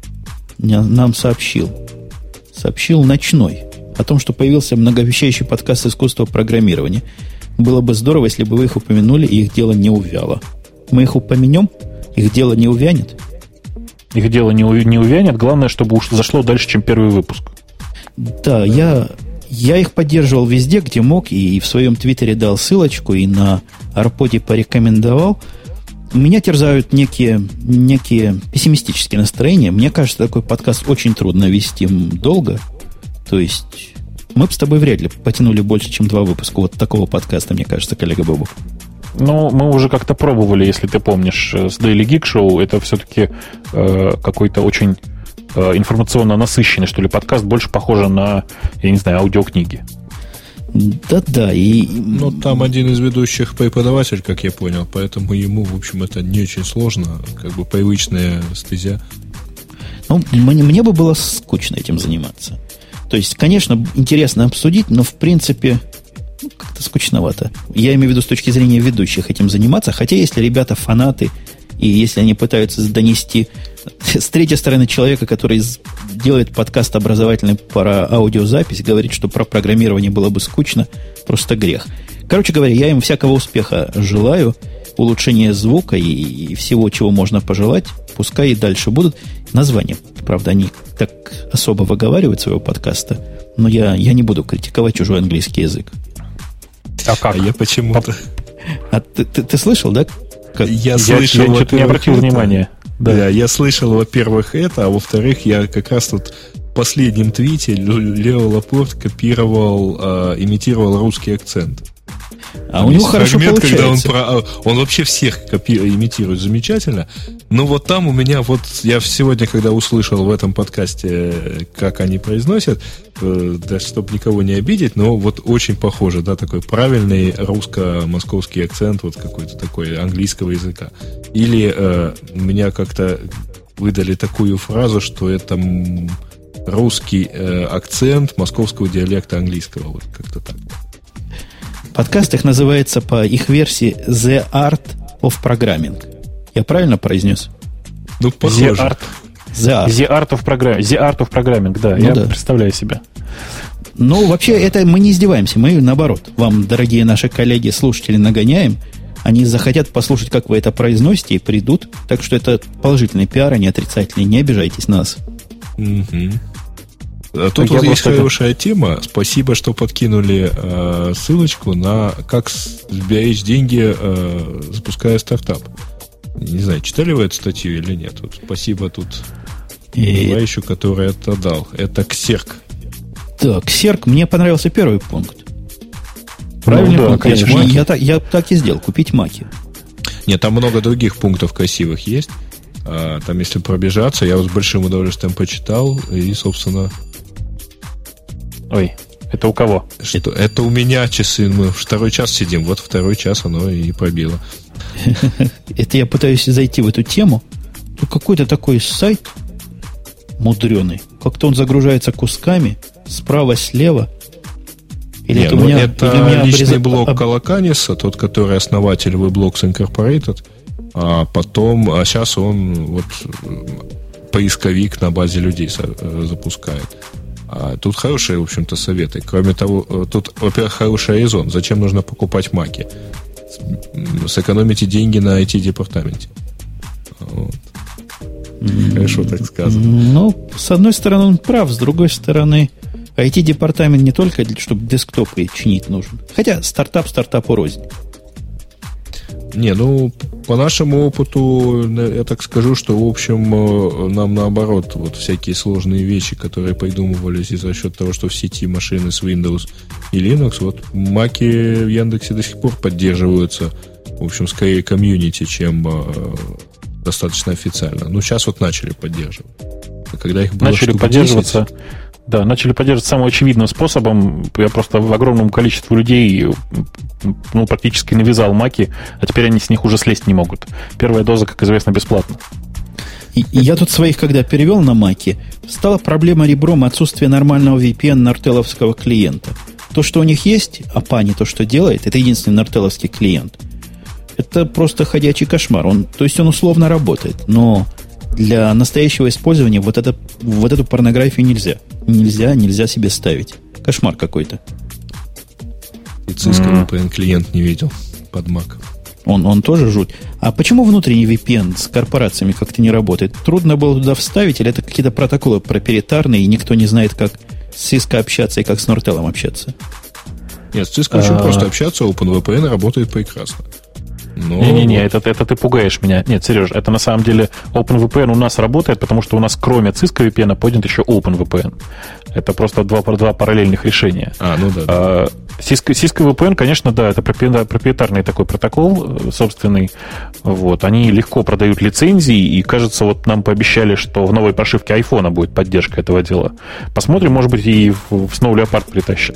нам сообщил, сообщил Ночной о том, что появился многообещающий подкаст «Искусство программирования». Было бы здорово, если бы вы их упомянули, и их дело не увяло. Мы их упомянем, их дело не увянет. Их дело не, у, не увянет. Главное, чтобы уж зашло дальше, чем первый выпуск. Да, я... Я их поддерживал везде, где мог, и в своем твиттере дал ссылочку, и на Арподе порекомендовал. Меня терзают некие, некие пессимистические настроения. Мне кажется, такой подкаст очень трудно вести долго. То есть мы бы с тобой вряд ли потянули больше, чем два выпуска вот такого подкаста, мне кажется, коллега Бобу. Ну, мы уже как-то пробовали, если ты помнишь, с Daily Geek Show. Это все-таки э, какой-то очень... информационно насыщенный, что ли, подкаст, больше похоже на, я не знаю, аудиокниги. Да-да, и... Ну, там один из ведущих преподаватель, как я понял, поэтому ему, в общем, это не очень сложно, как бы привычная стезя. Ну, мне, мне бы было скучно этим заниматься. То есть, конечно, интересно обсудить, но, в принципе, ну, как-то скучновато. Я имею в виду с точки зрения ведущих этим заниматься, хотя если ребята фанаты, и если они пытаются донести с третьей стороны человека, который делает подкаст образовательный про аудиозапись, говорит, что про программирование было бы скучно, просто грех. Короче говоря, я им всякого успеха желаю, улучшения звука и, и всего, чего можно пожелать. Пускай и дальше будут. Названия, правда, они так особо выговаривают своего подкаста, но я, я не буду критиковать чужой английский язык. А как? А я почему-то... А ты, ты, ты слышал, да? Как... Я, я слышал, я что-то не обратил это... внимания. Да. да, я слышал, во-первых, это, а во-вторых, я как раз тут в последнем твите Лео Лапорт копировал, э, имитировал русский акцент. А там у него хорошо фрагмент, получается. Когда он, про, он вообще всех копи, имитирует замечательно. Но вот там у меня, вот я сегодня, когда услышал в этом подкасте, как они произносят, э, да, чтобы никого не обидеть, но вот очень похоже, да, такой правильный русско-московский акцент, вот какой-то такой английского языка. Или э, меня как-то выдали такую фразу, что это русский э, акцент московского диалекта английского, вот как-то так. Подкаст их называется по их версии The Art of Programming. Я правильно произнес? Ну, похоже. The Art. The Art. The Art of Programming. The Art of Programming, да, ну, я да. представляю себя. Ну, вообще, это мы не издеваемся, мы наоборот. Вам, дорогие наши коллеги, слушатели, нагоняем. Они захотят послушать, как вы это произносите, и придут. Так что это положительный пиар, а не отрицательный. Не обижайтесь на нас. Угу. А тут вот есть хорошая это... тема. Спасибо, что подкинули э, ссылочку на как сберечь деньги, э, запуская стартап. Не знаю, читали вы эту статью или нет. Вот спасибо тут и... товарищу, который это дал. Это Ксерк. Так, Ксерк, мне понравился первый пункт. Правильно, ну, да, конечно. Я, я, так, я так и сделал, купить маки. Нет, там много других пунктов красивых есть. А, там, если пробежаться, я вот с большим удовольствием почитал. И, собственно... Ой, это у кого? Что, это у меня часы. Мы второй час сидим. Вот второй час оно и пробило. Это я пытаюсь зайти в эту тему. Тут какой-то такой сайт мудреный. Как-то он загружается кусками справа-слева. Или Не, это, ну у меня, это или у меня личный обреза... блог об... Колоканиса, тот, который основатель WebLogs Incorporated. А потом, а сейчас он вот поисковик на базе людей запускает. А тут хорошие, в общем-то, советы. Кроме того, тут, во-первых, хороший резон. Зачем нужно покупать маки? Сэкономите деньги на ай ти-департаменте. Вот. Хорошо так сказано. Ну, с одной стороны, он прав, с другой стороны, ай ти-департамент не только, чтобы десктопы чинить нужен. Хотя стартап стартапу рознь. Не, ну, по нашему опыту, я так скажу, что, в общем, нам наоборот, вот всякие сложные вещи, которые придумывались из-за счет того, что в сети машины с Windows и Linux, вот маки в Яндексе до сих пор поддерживаются, в общем, скорее комьюнити, чем э, достаточно официально. Ну, сейчас вот начали поддерживать. А когда их было начали поддерживаться... десять... Да, начали поддерживать самым очевидным способом. Я просто в огромном количестве людей ну, практически навязал маки, а теперь они с них уже слезть не могут. Первая доза, как известно, бесплатна. И, и я тут своих, когда перевел на маки, стала проблема ребром отсутствия нормального ви пи эн нортеловского клиента. То, что у них есть, а пани то, что делает, это единственный нортеловский клиент. Это просто ходячий кошмар. Он, то есть он условно работает, но для настоящего использования вот, это, вот эту порнографию нельзя. Нельзя, нельзя себе ставить. Кошмар какой-то. И Cisco ви пи эн-клиент не видел под Mac. Он, он тоже жуть. А почему внутренний ви пи эн с корпорациями как-то не работает? Трудно было туда вставить, или это какие-то протоколы проприетарные, и никто не знает, как с Cisco общаться и как с Nortel общаться? Нет, с Cisco очень просто общаться, OpenVPN работает прекрасно. Но... Не-не-не, это, это ты пугаешь меня. Нет, Сереж, это на самом деле OpenVPN у нас работает, потому что у нас кроме Cisco ви пи эн поднят еще OpenVPN. Это просто два, два параллельных решения. А, ну да. А, Cisco, Cisco ви пи эн, конечно, да, это проприетарный такой протокол собственный. Вот. Они легко продают лицензии, и, кажется, вот нам пообещали, что в новой прошивке айфона будет поддержка этого дела. Посмотрим, может быть, и в Snow Leopard притащат.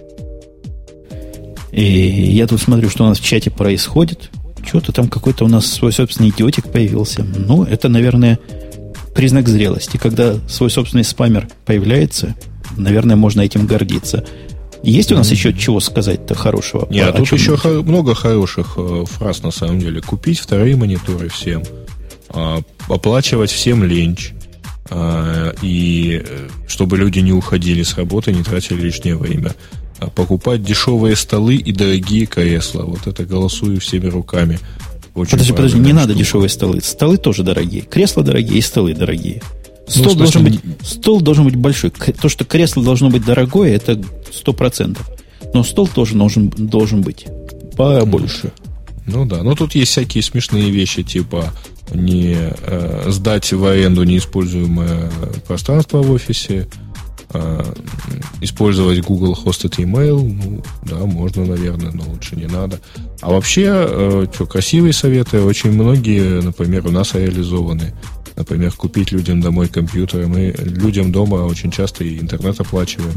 И я тут смотрю, что у нас в чате происходит. Что-то там какой-то у нас свой собственный идиотик появился. Ну, это, наверное, признак зрелости. Когда свой собственный спамер появляется, наверное, можно этим гордиться. Есть у нас mm-hmm. еще чего сказать-то хорошего? Нет, тут еще х- много хороших э, фраз, на самом деле. Купить вторые мониторы всем. Э, оплачивать всем ленч. Э, и э, чтобы люди не уходили с работы, не тратили лишнее время. Покупать дешевые столы и дорогие кресла. Вот это голосую всеми руками. Очень подожди, подожди, не штука. надо дешевые столы. Столы тоже дорогие. Кресла дорогие и столы дорогие. Стол, ну, должен быть, стол должен быть большой. То, что кресло должно быть дорогое, это сто процентов. Но стол тоже должен, должен быть побольше. Ну да, но тут есть всякие смешные вещи, типа не э, сдать в аренду неиспользуемое пространство в офисе, А, использовать Google Hosted email, ну, да, можно, наверное, но лучше не надо. А вообще, э, что, красивые советы, очень многие, например, у нас реализованы. Например, купить людям домой компьютеры. Мы людям дома очень часто и интернет оплачиваем,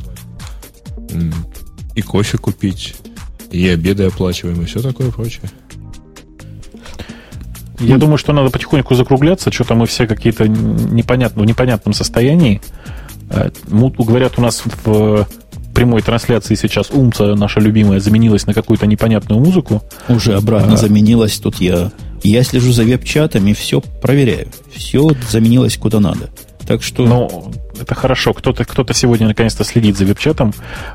и кофе купить, и обеды оплачиваем, и все такое прочее. Я думаю, что надо потихоньку закругляться. Что-то мы все какие-то непонятно, в непонятном состоянии. Говорят, у нас в прямой трансляции сейчас умца наша любимая заменилась на какую-то непонятную музыку. Уже обратно а... заменилась. Тут я, я слежу за веб-чатами, все проверяю. Все заменилось куда надо. Так что... Ну, это хорошо. Кто-то, кто-то сегодня наконец-то следит за веб-чатом.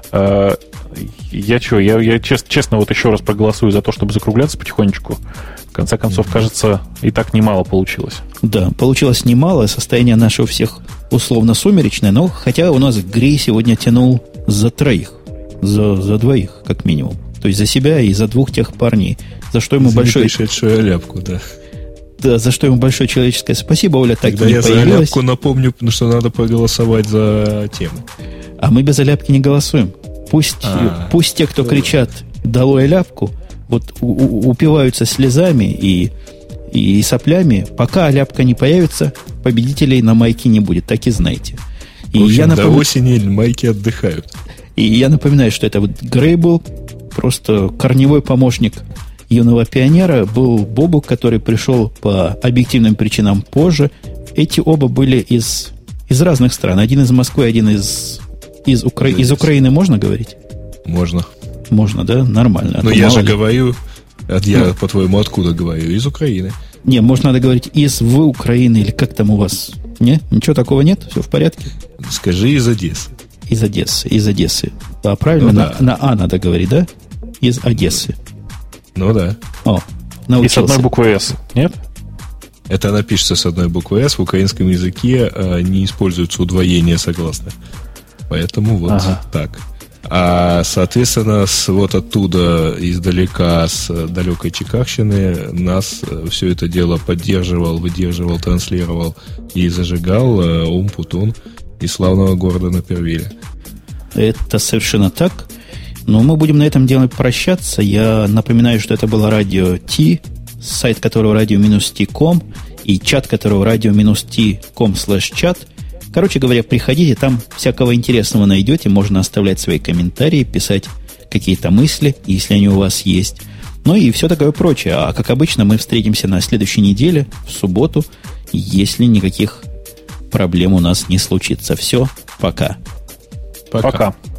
Я что, я, я честно, честно вот еще раз проголосую за то, чтобы закругляться потихонечку. В конце концов, кажется, и так немало получилось. Да, получилось немало. Состояние наше у всех условно сумеречное, но хотя у нас Грей сегодня тянул за троих, за, за двоих, как минимум. То есть за себя и за двух тех парней. За что ему за большое... пришедшую ляпку, да. Да, за что ему большое человеческое спасибо. Оля так Когда и не я появилась. за ляпку напомню, что надо проголосовать за тему. А мы без ляпки не голосуем. Пусть, пусть те, кто ну, кричат «долой ляпку», вот у, у, упиваются слезами и, и соплями, пока ляпка не появится, победителей на майке не будет, так и знаете. И в общем, я напом... до осени майки отдыхают. И я напоминаю, что это вот Грей был, просто корневой помощник юного пионера, был Бобук, который пришел по объективным причинам позже. Эти оба были из, из разных стран. Один из Москвы, один из, из, Укра... из Украины. Можно говорить? Можно. Можно, да? Нормально. Но я же ли... говорю, я, ну, по-твоему, откуда говорю? Из Украины. Не, может, надо говорить из в Украины, или как там у вас? Не? Ничего такого нет? Все в порядке? Скажи из Одессы. Из Одессы, из Одессы. Да, правильно? Ну, на, да. на А надо говорить, да? Из Одессы. Ну да. О, научился. И с одной буквой «С», нет? Это напишется с одной буквой «С». В украинском языке а, не используется удвоение согласных. Поэтому вот ага. так. А, соответственно, с, вот оттуда, издалека, с далекой Чикагщины, нас все это дело поддерживал, выдерживал, транслировал и зажигал Ум-Путун из славного города Напервиля. Это совершенно так. Но мы будем на этом деле прощаться. Я напоминаю, что это было радио Ти, сайт которого радио-ти точка ком и чат которого радио-ти точка ком слэш чат. Короче говоря, приходите, там всякого интересного найдете. Можно оставлять свои комментарии, писать какие-то мысли, если они у вас есть. Ну и все такое прочее. А как обычно, мы встретимся на следующей неделе, в субботу, если никаких проблем у нас не случится. Все, пока. Пока. Пока.